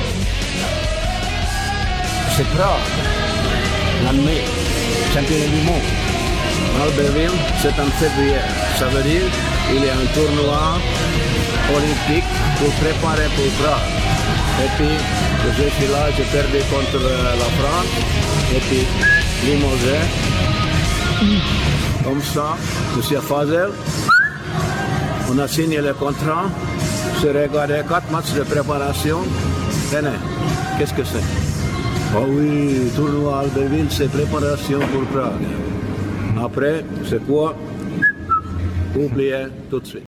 C'est Prague, l'année, championnat du monde. Albertville, c'est en février. Ça veut dire qu'il y a un tournoi olympique pour préparer pour Prague. Et puis, je suis là, j'ai perdu contre la France. Et puis, Limoges. Comme ça, Monsieur Fazel, on a signé le contrat. Je regardais quatre matchs de préparation. Tenez, qu'est-ce que c'est? Oh oui, tournoi Albertville, c'est préparation pour Prague. Après, c'est quoi? Oubliez tout de suite.